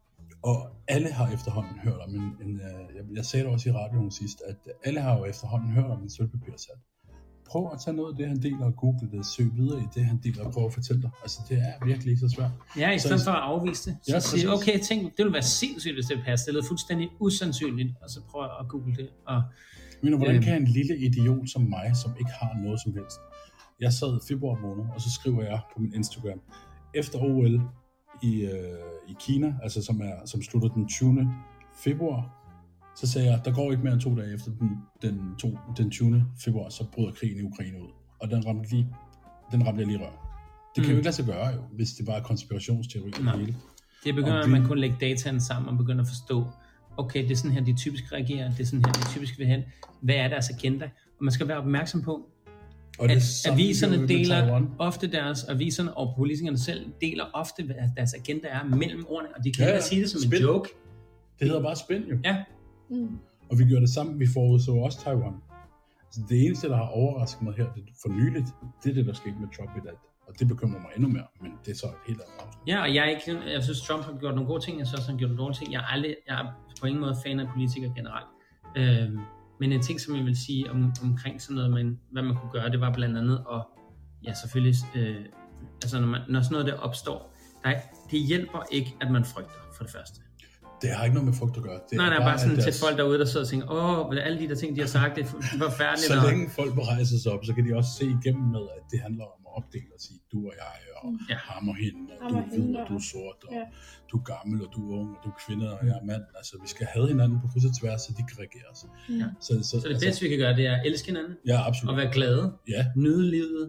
Og alle har efterhånden hørt om en, en jeg, jeg sagde det også i radioen sidst, at alle har jo efterhånden hørt om en sølvpapirsat. Prøv at tage noget af det, han deler, og google det, søg videre i det, han deler, og prøv at fortælle dig. Altså, det er virkelig ikke så svært. Ja, i stedet så, for at afvise det. Så ja, sige, okay, tænk, det ville være sindssygt, hvis det passer. Det lyder fuldstændig usandsynligt, og så prøv at google det. Og, Men hvordan øh, kan en lille idiot som mig, som ikke har noget som helst? Jeg sad i februar måned, og så skriver jeg på min Instagram, efter O L i, øh, i Kina, altså som, er, som slutter den tyvende februar, så sagde jeg, der går ikke mere end to dage efter den, den, to, den tyvende februar, så bryder krigen i Ukraine ud. Og den ramte, lige, den ramte jeg lige rør. Det kan mm. jo ikke lade sig gøre, jo, hvis det bare er konspirationsteori. Nej. Det begynder, at vi... man kunne lægge dataen sammen og begynde at forstå, okay, det er sådan her, de typisk reagerer, det er sådan her, de typisk vil hen. Hvad er deres agenda? Og man skal være opmærksom på, og at aviserne deler ofte deres, aviserne og politikerne selv deler ofte, hvad deres agenda er mellem ordene, og de kan ja, ikke sige det som spin. En joke. Det hedder bare spin, jo. Ja. Mm. Og vi gjorde det samme, vi forudså også Taiwan. Altså det eneste, der har overrasket mig her, det for nyligt, det er det, der skete med Trump i dag. Og det bekymrer mig endnu mere, men det er så et helt andet afsnit. Ja, og jeg, er ikke, jeg synes, Trump har gjort nogle gode ting, jeg synes også, han har gjort nogle dårlige ting. Jeg er, aldrig, jeg er på ingen måde fan af politikere generelt. Øhm, men en ting, som jeg vil sige om, omkring sådan noget, men, hvad man kunne gøre, det var blandt andet, og ja, selvfølgelig, øh, altså når, man, når sådan noget der opstår, der, det hjælper ikke, at man frygter, for det første. Det har ikke noget med frugt at gøre. Det nej, nej, bare, bare sådan deres... til folk derude, der sidder og tænker, åh, alle de der ting, de har sagt, det er forfærdeligt. Så længe folk rejser sig op, så kan de også se igennem med, at det handler om at opdele og sige, du og jeg, og ja. ham og hende, og du er hvid, og du er sort, og ja. du er gammel, og du er ung, og du er kvinde, og jeg er mand. Altså, vi skal have hinanden på kryds og tværs, så de kan regere os. Ja. Så, så, så det bedste, altså... vi kan gøre, det er at elske hinanden. Ja, absolut. Og være glade. Ja. Nyde livet.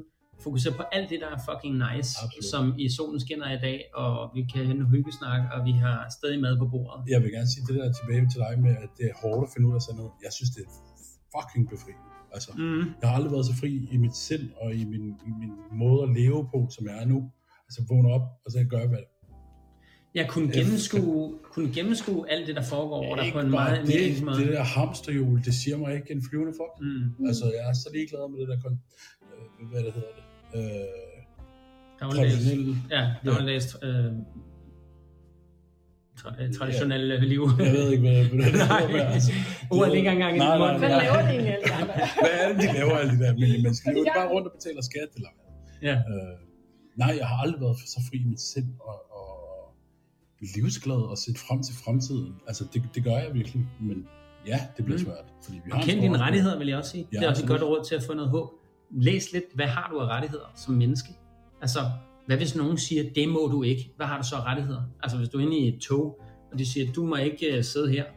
fokusere på alt det, der er fucking nice, Absolut. som i solen skinner i dag, og vi kan have en hyggesnak, og vi har stadig mad på bordet. Jeg vil gerne sige det der tilbage til dig med, at det er hårdt at finde ud af sådan noget. Jeg synes, det er fucking befriende. Altså, Mm. jeg har aldrig været så fri i mit sind og i min, i min måde at leve på, som jeg er nu. Altså vågne op, og så gøre, hvad Jeg kunne gennemskue, kunne gennemskue alt det, der foregår over der på en meget det, almindelig måde. det der hamsterhjul, det siger mig ikke en flyvende fuck. Mm. Altså, jeg er så ligeglad med det der, kon- øh, hvad det hedder det, øh, Gammeldags, traditionelle. ja, gammeldags øh, tra- traditionelle ja. liv. Jeg ved ikke, hvad det er. Nej, altså, ordet er ikke engang i nej, den nej, mund. Hvad nej. laver de egentlig alle de andre? Hvad er det, de laver, alle de der almindelige mennesker? De er jo bare rundt og betaler skat, eller hvad? Ja. Øh, nej, jeg har aldrig været så fri i mit sind, og, og livsglad og set frem til fremtiden. Altså, det, det gør jeg virkelig, men ja, det bliver Mm. svært. Fordi vi Og har en kend stor dine opgave. rettigheder, vil jeg også sige. Ja, Det er også et absolut. godt råd til at få noget håb. Læs lidt, hvad har du af rettigheder som menneske? Altså, hvad hvis nogen siger, det må du ikke? Hvad har du så af rettigheder? Altså, hvis du er inde i et tog, og de siger, du må ikke uh, sidde her,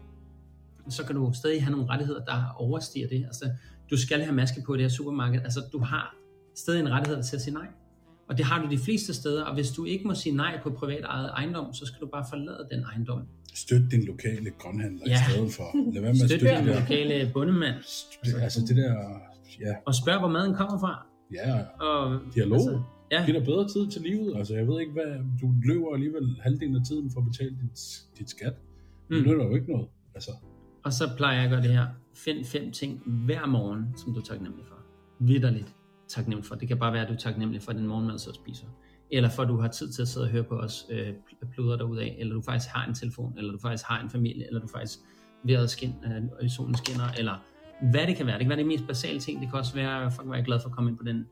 så kan du stadig have nogle rettigheder, der overstiger det. Altså, du skal have maske på i det her supermarked. Altså, du har stadig en rettighed til at sige nej. Og det har du de fleste steder, og hvis du ikke må sige nej på privat ejet ejendom, så skal du bare forlade den ejendom. Støt din lokale grønhandler Ja. i stedet for. Lad være med at Støt støtte din det der. lokale bondemand. Det, altså det der, ja, Og spørg, hvor maden kommer fra. ja, Og, dialog. altså, ja. Giv dig bedre tid til livet. Altså jeg ved ikke, hvad, du løber alligevel halvdelen af tiden for at betale dit, dit skat. Det Mm. nytter jo ikke noget. Altså, Og så plejer jeg at gøre det her. Find fem ting hver morgen, som du er taknemmelig for. Vitterligt taknemmelig for. Det kan bare være, at du er taknemmelig for den morgenmad, så spiser. Eller for, at du har tid til at sidde og høre på os øh, pludre derudad. Eller du faktisk har en telefon. Eller du faktisk har en familie. Eller du faktisk vejret skin, øh, solen skinner. Eller hvad det kan være. Det kan være de mest basale ting. Det kan også være, at folk er glad for at komme ind på den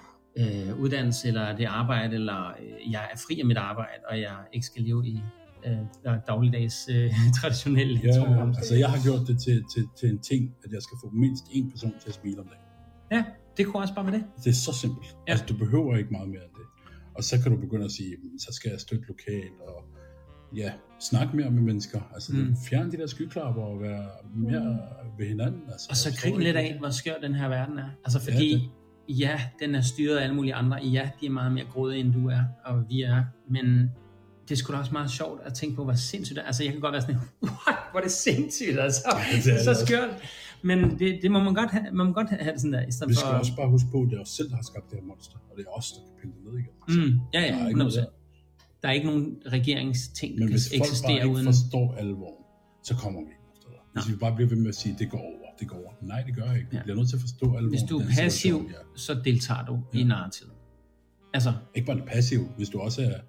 øh, uddannelse, eller det arbejde, eller øh, jeg er fri af mit arbejde, og jeg ikke skal leve i øh, dagligdags øh, traditionelle ja, tror. altså jeg har gjort det til, til, til en ting, at jeg skal få mindst en person til at smile om dagen. Ja, det kunne også bare være det. Det er så simpelt. Ja. Ja. Altså du behøver ikke meget mere end det. Og så kan du begynde at sige, så skal jeg støtte lokalt, og ja, snakke mere med mennesker. Altså Mm. mm. fjerne de der skyklapper og være mere ved hinanden. Altså, Og så jeg forstår grine lidt ikke- af, hvor skør den her verden er. Altså fordi, ja, ja, den er styret af alle mulige andre. Ja, de er meget mere grådige, end du er, og vi er. Men det er sgu da også meget sjovt at tænke på, hvor sindssygt det er. Altså jeg kan godt være sådan, what, hvor er det sindssygt, altså. Ja, det er så det også. skørt. Men det, det må man godt have, man må godt have det sådan der, i stedet Vi skal for... også bare huske på, at det er os selv, der har skabt det her monster, og det er os, der kan pille det ned igen. Altså, Mm, ja, ja, der er ikke hundrede noget procent. Der er ikke nogen regeringsting, der Men kan hvis folk bare eksistere ikke uden... forstår alvoren, så kommer vi ikke nogen steder. Hvis Nej. vi bare bliver ved med at sige, det går over, det går over. Nej, det gør jeg ikke. Vi Ja. bliver nødt til at forstå alvoren. Hvis du i er den passiv, situation, ja. så deltager du i Ja. narrativet. Altså, Ikke bare passiv, hvis du også er...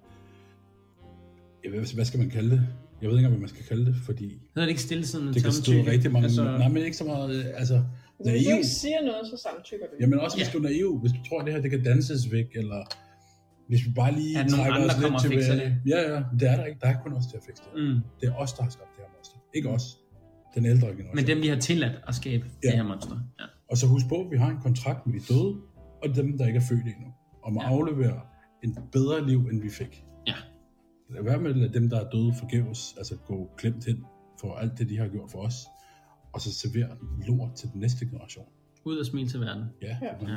Jeg ved, hvad skal man kalde det? Jeg ved ikke, hvad man skal kalde det, fordi hedder det ikke stillesiddende det kan samtykke? stå rigtig mange... Altså, Altså, nej, men ikke så meget... øh, Altså, Hvis du naiv. ikke siger noget, så samtykker du. Jamen også, hvis Ja. du er naiv. Hvis du tror, at det her det kan danses væk, eller... Hvis vi bare lige At nogle trækker andre os lidt kommer og fikser tilbage. Ja, ja. Det er der ikke. Der er kun os til at fikse det. mm. Det er os, der har skabt det her monster. Ikke os. Den ældre generation. Men dem, vi har tilladt at skabe ja. Ja. det her monster. Ja. Og så husk på, at vi har en kontrakt med de døde, og dem, der ikke er født endnu. Om at Ja. aflevere en bedre liv, end vi fik. Ja. Lad være med at lade dem, der er døde forgæves, altså gå klemt hen for alt det, de har gjort for os, og så servere lort til den næste generation. Ud og smil til verden. Ja. Ja. Ja.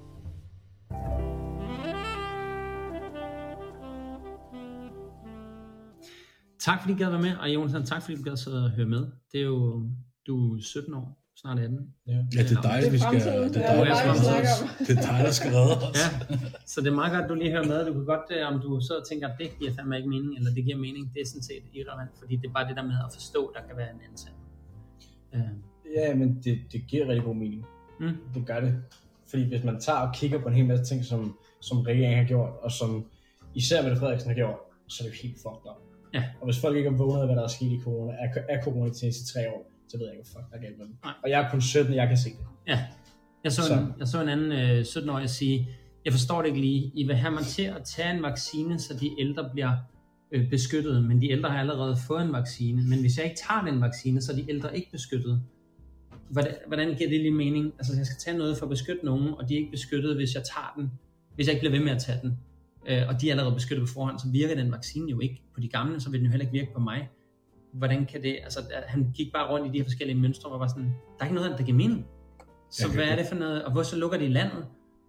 Tak fordi I gad være med, og Jonathan, tak fordi du gad sidde og høre med. Det er jo, du er sytten år, snart atten. Ja, det er dig, Det er vi skal... fremtiden. Det Ja, er dig, det er der skal fremtiden. redde os. Det er dig, der skal redde os. Ja, så det er meget godt, at du lige hører med. Du kan godt, øh, om du så tænker, at det giver fandme ikke mening, eller det giver mening, det er sådan set irrelevant, fordi det er bare det der med at forstå, der kan være en anden sand. Øh, Ja, men det, det giver rigtig god mening. mm. Det gør det. Fordi hvis man tager og kigger på en hel masse ting, som, som regeringen har gjort, og som især Mette Frederiksen har gjort, så er det jo helt fucked up. Ja. Og hvis folk ikke har vågnet af, hvad der er sket i corona, er, er corona til næste tre år, så ved jeg ikke, hvad fuck der er galt med dem. Nej. Og jeg er kun sytten, jeg kan se det. Ja, jeg så, Så. en, jeg så en anden øh, sytten-årig sige, jeg forstår det ikke lige, I vil have mig til at tage en vaccine, så de ældre bliver øh, beskyttet, men de ældre har allerede fået en vaccine, men hvis jeg ikke tager den vaccine, så er de ældre ikke beskyttet. Hvordan, hvordan giver det lige mening? Altså jeg skal tage noget for at beskytte nogen, og de er ikke beskyttet, hvis jeg tager den, hvis jeg ikke bliver ved med at tage den, øh, og de er allerede beskyttet på forhånd, så virker den vaccine jo ikke på de gamle, så vil den jo heller ikke virke på mig. Hvordan kan det, altså han gik bare rundt i de her forskellige mønstre, og var bare sådan, der er ikke noget, der giver mening. Så Jeg kan hvad er godt- det for noget, og hvor så lukker de landet?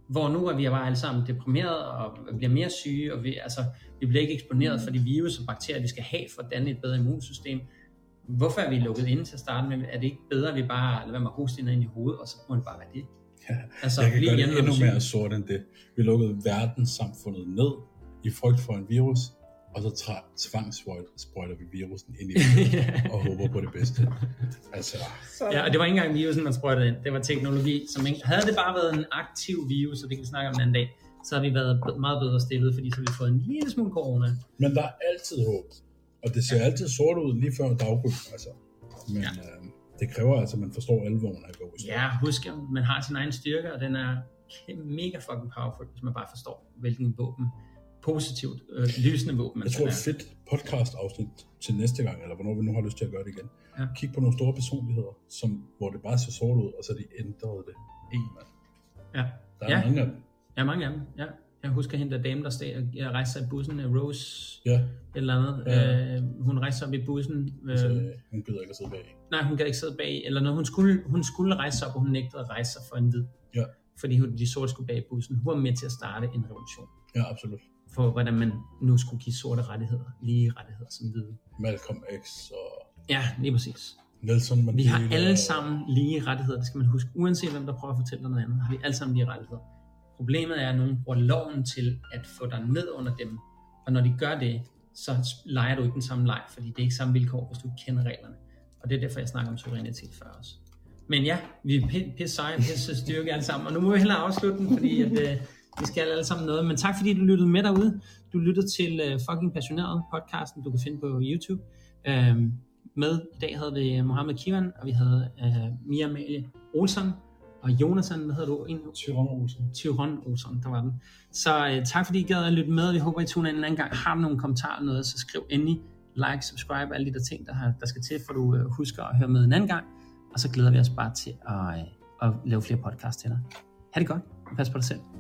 hvor nu er vi bare alle sammen deprimeret og bliver mere syge, og vi, altså, vi bliver ikke eksponeret for de virus og bakterier, vi skal have for at danne et bedre immunsystem. Hvorfor er vi lukket inde til at starte med? Er det ikke bedre, at vi bare lader være med at hoste ind i hovedet, og så må det bare være det? Ja, altså, jeg kan gøre det endnu mere sort end det. Vi lukkede verdenssamfundet ned i frygt for en virus, og så tra- tvangssprøjter vi virusen ind i det og håber på det bedste. Altså. Ja, og det var ikke engang virusen, man sprøjtede ind. Det var teknologi, som ikke... Havde det bare været en aktiv virus, og det kan vi snakke om en anden dag, så har vi været meget bedre stillet, fordi så har vi fået en lille smule corona. Men der er altid håb. Og det ser ja. altid sort ud lige før daggry, altså. Men ja. øh, det kræver altså, at man forstår alvoren af virus. Ja, husk, at man har sin egen styrke, og den er mega fucking powerful, hvis man bare forstår, hvilken våben, positivt, øh, lysende våben man Jeg tror, et fedt podcast-afsnit til næste gang, eller hvornår vi nu har lyst til at gøre det igen. Ja. Kig på nogle store personligheder, som, hvor det bare så sort ud, og så de ændrede det en mand. Ja. Der er ja. mange af dem. Ja, mange af dem, ja. Jeg husker hende der dame, der steg, jeg rejste sig i bussen, Rose, ja. eller andet. Ja. Øh, hun rejste sig op i bussen. Øh, så, hun gider ikke at sidde bag. Nej, hun gad ikke sidde bag. Eller når hun skulle, hun skulle rejse sig op, og hun nægtede at rejse sig for en hvid. Ja. Fordi hun, de sorte skulle bag i bussen. Hun var med til at starte en revolution. Ja, absolut. For hvordan man nu skulle give sorte rettigheder, lige rettigheder som hvide. Malcolm X og... Ja, lige præcis. Nelson Mandela. Vi har alle sammen lige rettigheder, det skal man huske. Uanset hvem der prøver at fortælle dig noget andet, har vi alle sammen lige rettigheder. Problemet er, at nogen bruger loven til at få dig ned under dem. Og når de gør det, så leger du ikke den samme leg, fordi det er ikke samme vilkår, hvis du kender reglerne. Og det er derfor, jeg snakker om suverænitet før også. Men ja, vi er pisse seje, pisse styrke alle sammen. Og nu må vi hellere afslutte den, fordi at, øh, vi skal alle sammen noget. Men tak fordi du lyttede med derude. Du lyttede til øh, Fucking Passioneret podcasten, du kan finde på YouTube. Øhm, med i dag havde vi Mohammed Kivan, og vi havde øh, Mia Amalie Olsen. Og Jonathan, hvad hedder du? Tyron Olsen. Tyron Olsen, der var den. Så øh, tak fordi I gad at lytte med. Vi håber, I tuner ind en anden gang. Har du nogle kommentarer eller noget, så skriv endelig like, subscribe, alle de der ting, der, har, der skal til, for du øh, husker at høre med en anden gang. Og så glæder vi os bare til at, øh, at lave flere podcasts til dig. Ha' det godt, og pas på dig selv.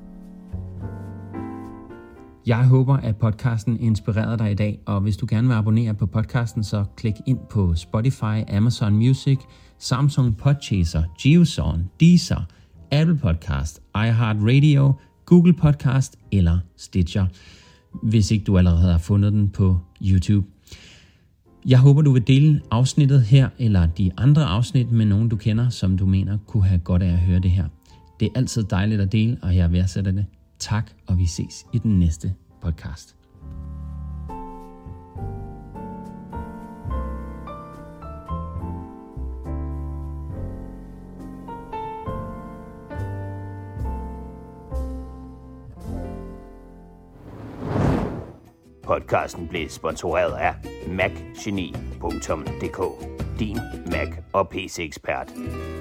Jeg håber, at podcasten inspirerede dig i dag, og hvis du gerne vil abonnere på podcasten, så klik ind på Spotify, Amazon Music, Samsung Podchaser, GeoZone, Deezer, Apple Podcast, iHeartRadio, Google Podcast eller Stitcher, hvis ikke du allerede har fundet den på YouTube. Jeg håber, du vil dele afsnittet her eller de andre afsnit med nogen, du kender, som du mener kunne have godt af at høre det her. Det er altid dejligt at dele, og jeg værdsætter det. Tak, og vi ses i den næste podcast. Podcasten blev sponsoreret af mac geni punktum d k, din Mac og P C ekspert.